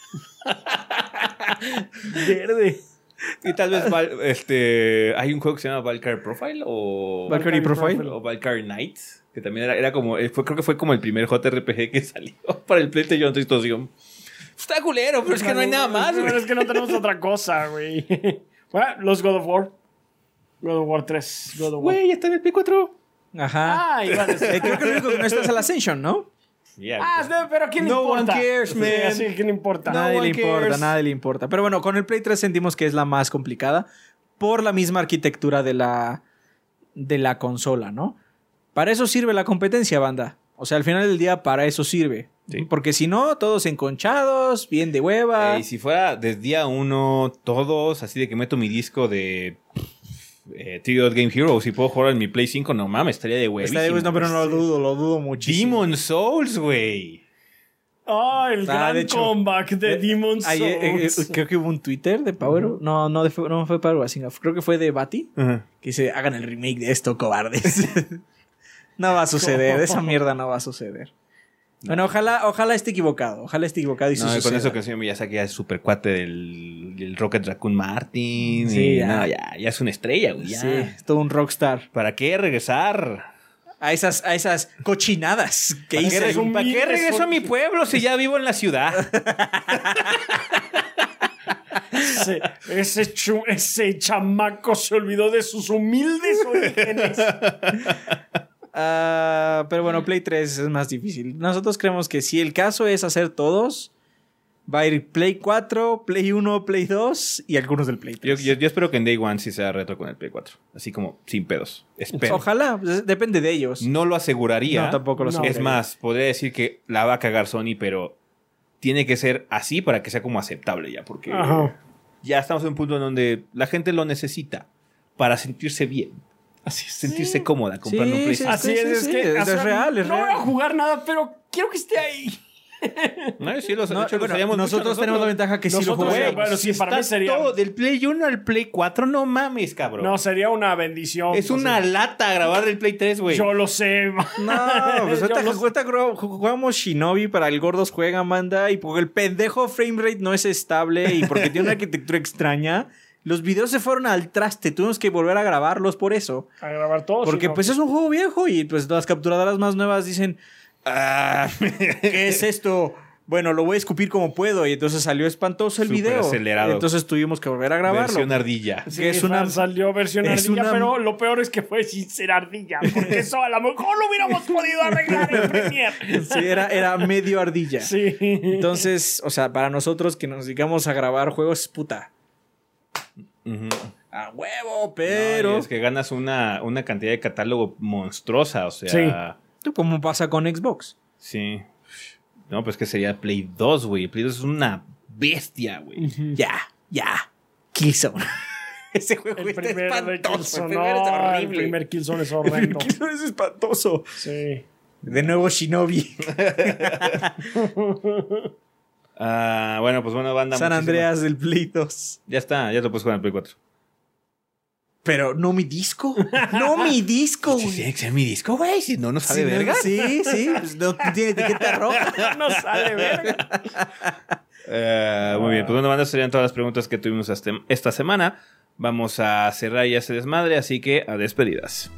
Verde. Y tal vez hay un juego que se llama Valkyrie Profile o Valkyrie Profile o Valkyrie Knights, que también era como creo que fue como el primer JRPG que salió para el PlayStation 3. Está culero, pero es que no hay nada más, Pero es que no tenemos otra cosa, güey. Bueno, los God of War. God of War 3. God of War. Güey, ya está en el Play 4. Ajá. Iba a decir. Creo que lo único que no está es el Ascension, ¿no? Yeah, pero ¿quién le No importa? one cares, man. Sí, así, ¿quién le importa? Nadie le importa. Pero bueno, con el Play 3 sentimos que es la más complicada por la misma arquitectura de la consola, ¿no? Para eso sirve la competencia, banda. O sea, al final del día, para eso sirve. Sí. Porque si no, todos enconchados, bien de hueva. Y si fuera desde día 1, todos, así de que meto mi disco de T.O. Game Hero, si puedo jugar en mi Play 5, no mames, estaría de huevísimo. No, pero no lo dudo muchísimo. Demon Souls, güey. El gran de hecho, comeback de Demon Souls. Creo que hubo un Twitter de Power. No fue Power Washing. Creo que fue de Bati. Que dice, hagan el remake de esto, cobardes. No va a suceder. Esa mierda no va a suceder. Bueno, ojalá esté equivocado. Ojalá esté equivocado y No, suceda. con eso que el señor Miyazaki ya es super cuate del Rocket Raccoon Martin. Sí, ya es una estrella, güey. Sí, es todo un rockstar. ¿Para qué regresar? A esas cochinadas que hice. ¿Para qué regreso a mi pueblo si ya vivo en la ciudad? Ese chamaco se olvidó de sus humildes orígenes. Pero bueno, Play 3 es más difícil. Nosotros creemos que si el caso es hacer todos, va a ir Play 4, Play 1, Play 2 y algunos del Play 3. Yo espero que en Day One sí sea retro con el Play 4. Así como sin pedos. Espero. Ojalá, pues, depende de ellos. No lo aseguraría. No, tampoco lo aseguraría. Es más, podría decir que la va a cagar Sony, pero tiene que ser así para que sea como aceptable ya. Porque ya estamos en un punto en donde la gente lo necesita para sentirse bien. Así es. Sentirse cómoda comprando un PlayStation. Así es que es real, es no real. voy a jugar nada, pero quiero que esté ahí. No, sí, de hecho, Bueno, lo sabíamos nosotros tenemos la ventaja que sí lo Nosotros, jugamos. bueno, sí, para mí sería... todo del Play 1 al Play 4, no mames, cabrón. No, sería una bendición. Es una lata grabar del Play 3, güey. Yo lo sé. No, pues ahorita jugamos Shinobi para el Gordos Juega, manda, y porque el pendejo framerate no es estable y porque tiene una arquitectura extraña, los videos se fueron al traste. Tuvimos que volver a grabarlos por eso. A grabar todos. Porque pues es un juego viejo y pues las capturadoras más nuevas dicen, ¿qué es esto? Bueno, lo voy a escupir como puedo. Y entonces salió espantoso el Súper video. acelerado. Entonces tuvimos que volver a grabarlo. Versión ardilla. Sí, que es una- salió versión es ardilla, una- pero lo peor es que fue sin ser ardilla. Porque eso a lo mejor lo hubiéramos podido arreglar en Premiere. Sí, era medio ardilla. Sí. Entonces, o sea, para nosotros que nos dedicamos a grabar juegos, puta. A huevo, pero... No, es que ganas una cantidad de catálogo monstruosa, o sea... Como pasa con Xbox. Sí. No, pues que sería Play 2, güey. Play 2 es una bestia, güey. Ya. Killzone. Ese juego El está primero de espantoso. Killzone. El primero es No, el horrible. primer Killzone es El horrendo. Killzone es espantoso. Sí. De nuevo Shinobi. Bueno, pues bueno, banda. San muchísimas- Andreas del Play 2. Ya está, ya lo puedes jugar en el Play 4. Pero no mi disco. No mi disco, güey. Sí, tiene que ser mi disco, güey. Si no, no sabe Sí, verga. Sí, pues no tiene etiqueta roja. No sale verga. Muy bien, pues bueno, banda, serían todas las preguntas que tuvimos esta semana. Vamos a cerrar ya ese desmadre, así que a despedidas.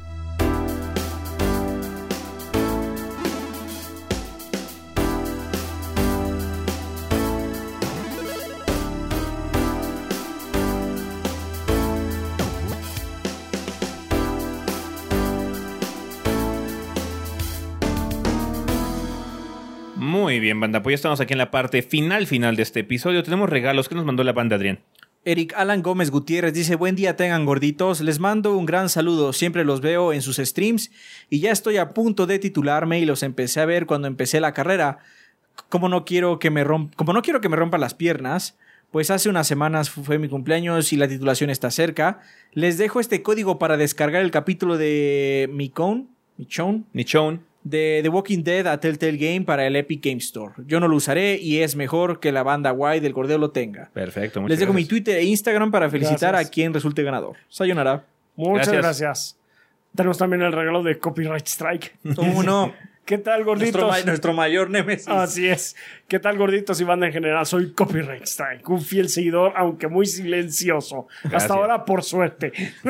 Muy bien, banda, pues ya estamos aquí en la parte final de este episodio. Tenemos regalos que nos mandó la banda, Adrián. Eric Alan Gómez Gutiérrez dice: buen día tengan gorditos, les mando un gran saludo, siempre los veo en sus streams y ya estoy a punto de titularme y los empecé a ver cuando empecé la carrera. Como no quiero que me rompan las piernas, pues hace unas semanas fue mi cumpleaños y la titulación está cerca. Les dejo este código para descargar el capítulo de Michonne de The Walking Dead a Telltale Game para el Epic Game Store. Yo no lo usaré y es mejor que la banda guay del Gordeo lo tenga. Perfecto, muchas Les dejo gracias. mi Twitter e Instagram para felicitar Gracias. a quien resulte ganador. Sayonara. Muchas gracias. Tenemos también el regalo de Copyright Strike. ¿Cómo no? ¿Qué tal, gorditos? Nuestro mayor némesis. Así es. ¿Qué tal, gorditos y banda en general? Soy Copyright Strike, un fiel seguidor, aunque muy silencioso. Gracias. Hasta ahora, por suerte.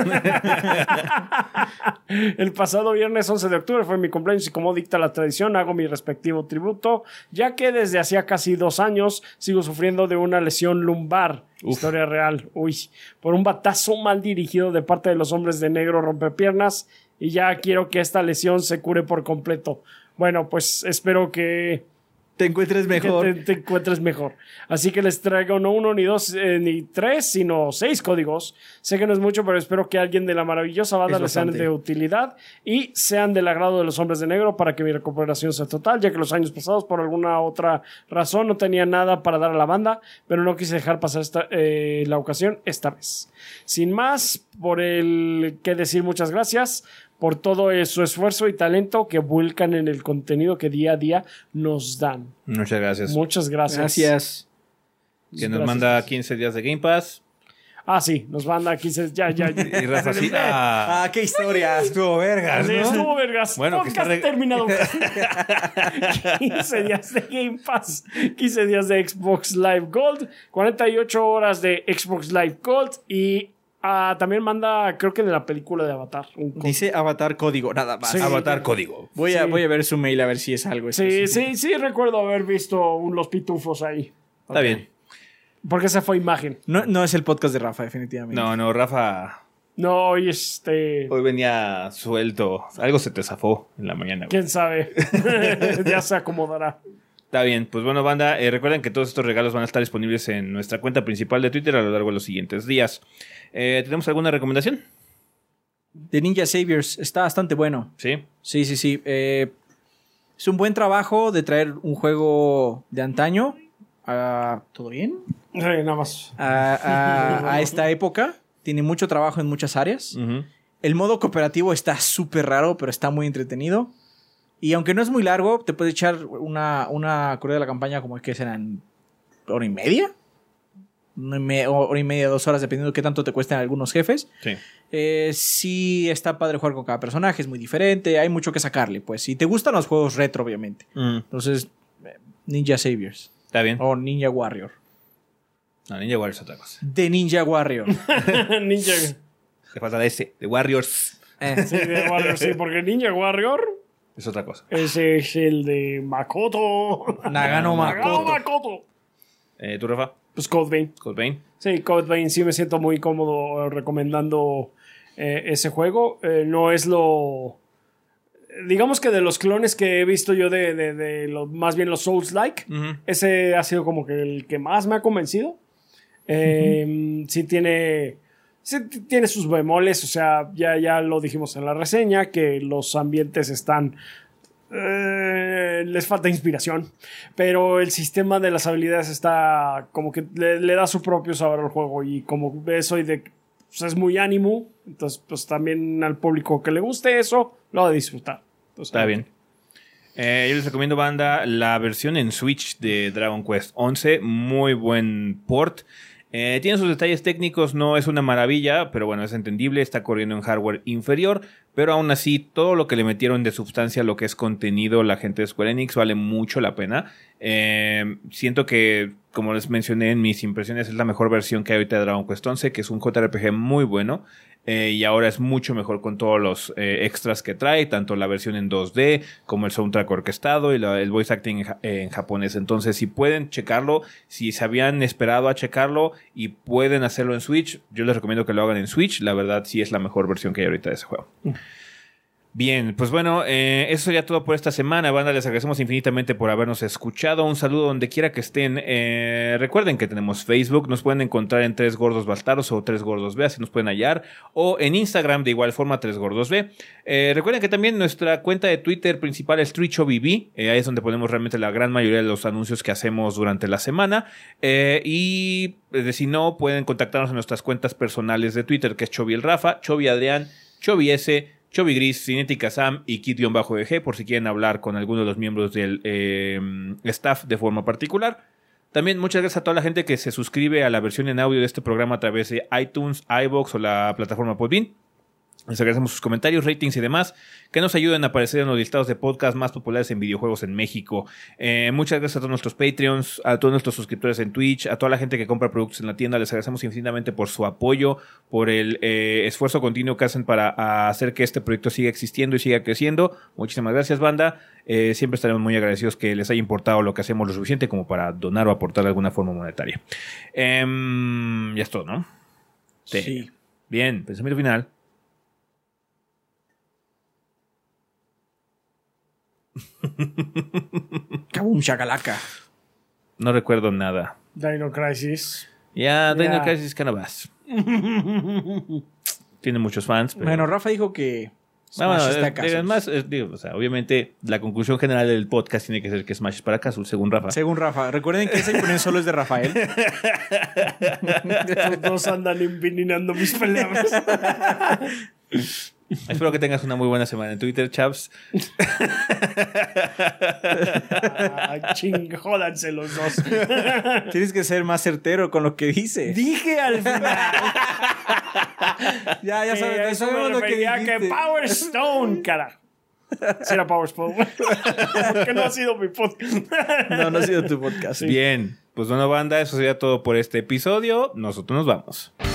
El pasado viernes 11 de octubre fue mi cumpleaños y como dicta la tradición, hago mi respectivo tributo, ya que desde hacía casi 2 años sigo sufriendo de una lesión lumbar. Historia real. Uy. Por un batazo mal dirigido de parte de los hombres de negro rompepiernas y ya quiero que esta lesión se cure por completo. Bueno, pues espero que Te encuentres mejor. te encuentres mejor. Así que les traigo no 1, ni 2, ni 3, sino 6 códigos. Sé que no es mucho, pero espero que alguien de la maravillosa banda les sean de utilidad y sean del agrado de los hombres de negro para que mi recuperación sea total, ya que los años pasados, por alguna otra razón, no tenía nada para dar a la banda, pero no quise dejar pasar la ocasión esta vez. Sin más, por el que decir muchas gracias por todo su esfuerzo y talento que vuelcan en el contenido que día a día nos dan. Muchas gracias. Muchas gracias. Gracias. Que nos manda 15 días de Game Pass. Ah, sí, nos manda 15. Ya. Y Rafa sí. Qué historia. Estuvo vergas, Así ¿no? estuvo, vergas. Bueno, que Podcast está terminado. 15 días de Game Pass, 15 días de Xbox Live Gold, 48 horas de Xbox Live Gold y también manda, creo que de la película de Avatar. Dice Avatar código, nada más. Sí. Avatar código. Voy a ver su mail a ver si es algo Sí, específico. sí, recuerdo haber visto los pitufos ahí. Está bien. Porque esa fue imagen. No es el podcast de Rafa, definitivamente. No, Rafa No, y hoy venía suelto. Algo se te zafó en la mañana, güey. quién sabe. Ya se acomodará. Está bien, pues bueno, banda, recuerden que todos estos regalos van a estar disponibles en nuestra cuenta principal de Twitter a lo largo de los siguientes días. ¿Tenemos alguna recomendación? The Ninja Saviors está bastante bueno. Sí. Sí. Es un buen trabajo de traer un juego de antaño. ¿Todo bien? Nada más. A esta época. Tiene mucho trabajo en muchas áreas. Uh-huh. El modo cooperativo está súper raro, pero está muy entretenido. Y aunque no es muy largo, te puedes echar una corrida de la campaña como que serán hora y media. Hora y media, 2 horas, dependiendo de qué tanto te cuesten algunos jefes. Sí. Sí está padre jugar con cada personaje, es muy diferente, hay mucho que sacarle, pues. Si te gustan los juegos retro, obviamente. Entonces, Ninja Saviors. Está bien. O Ninja Warrior. No, Ninja Warriors es otra cosa. De Ninja Warrior. Ninja. Se falta de ese, de Warriors. Sí, de Warrior, sí, porque Ninja Warrior Es otra cosa. ese es el de Makoto. Nagano Makoto. Makoto. ¿Tú, Rafa? Pues Code Vein. Code Vein. Sí, Code Vein sí me siento muy cómodo recomendando ese juego. No es lo... Digamos que de los clones que he visto yo más bien los Souls-like, ese ha sido como que el que más me ha convencido. Sí tiene sus bemoles, o sea, ya lo dijimos en la reseña, que los ambientes están... les falta inspiración, pero el sistema de las habilidades está como que le da su propio sabor al juego y como soy de... Pues es muy ánimo, entonces pues también al público que le guste eso, lo va a disfrutar. Entonces, Está bien. Yo les recomiendo, banda, la versión en Switch de Dragon Quest 11. Muy buen port. Tiene sus detalles técnicos, no es una maravilla, pero bueno, es entendible, está corriendo en hardware inferior, pero aún así todo lo que le metieron de sustancia a lo que es contenido la gente de Square Enix vale mucho la pena. Siento que, como les mencioné en mis impresiones, es la mejor versión que hay ahorita de Dragon Quest 11, que es un JRPG muy bueno. Y ahora es mucho mejor con todos los extras que trae, tanto la versión en 2D como el soundtrack orquestado y el voice acting en japonés. Entonces, si pueden checarlo, si se habían esperado a checarlo y pueden hacerlo en Switch, yo les recomiendo que lo hagan en Switch. La verdad, sí es la mejor versión que hay ahorita de ese juego. Bien, pues bueno, eso sería todo por esta semana, banda. Les agradecemos infinitamente por habernos escuchado. Un saludo donde quiera que estén. Recuerden que tenemos Facebook, nos pueden encontrar en 3 Gordos Bastardos o 3 Gordos B, así nos pueden hallar, o en Instagram de igual forma 3 Gordos B. Recuerden que también nuestra cuenta de Twitter principal es TwitchOBB, ahí es donde ponemos realmente la gran mayoría de los anuncios que hacemos durante la semana. Y si no, pueden contactarnos en nuestras cuentas personales de Twitter, que es Chovy el Rafa, Chovy Adrián, Chovy S, Chovy Gris, Cinética Sam y Kit-EG, por si quieren hablar con alguno de los miembros del staff de forma particular. También muchas gracias a toda la gente que se suscribe a la versión en audio de este programa a través de iTunes, iVoox o la plataforma Podbean. Les agradecemos sus comentarios, ratings y demás que nos ayuden a aparecer en los listados de podcast más populares en videojuegos en México. Muchas gracias a todos nuestros Patreons, a todos nuestros suscriptores en Twitch, a toda la gente que compra productos en la tienda. Les agradecemos infinitamente por su apoyo, por el esfuerzo continuo que hacen para hacer que este proyecto siga existiendo y siga creciendo. Muchísimas gracias, banda. Siempre estaremos muy agradecidos que les haya importado lo que hacemos lo suficiente como para donar o aportar de alguna forma monetaria. Ya es todo, ¿no? Sí. Bien, pensamiento final. Kabum shakalaka. No recuerdo nada. Dino Crisis. Dino Crisis Canavas. Tiene muchos fans. Pero... Bueno, Rafa dijo que Smash está además, obviamente, la conclusión general del podcast tiene que ser que Smash es para Casual, según Rafa. Según Rafa. Recuerden que esa impresión solo es de Rafael. Todos andan envenenando mis palabras. Espero que tengas una muy buena semana en Twitter, chaps. Jódanse los dos. Tienes que ser más certero con lo que dice. Dije al final. ya sabes, eso me lo que refería que Power Stone, carajo. Si era Power Stone. Porque no ha sido mi podcast. No ha sido tu podcast. Sí. Bien, pues bueno, banda, eso sería todo por este episodio. Nosotros nos vamos.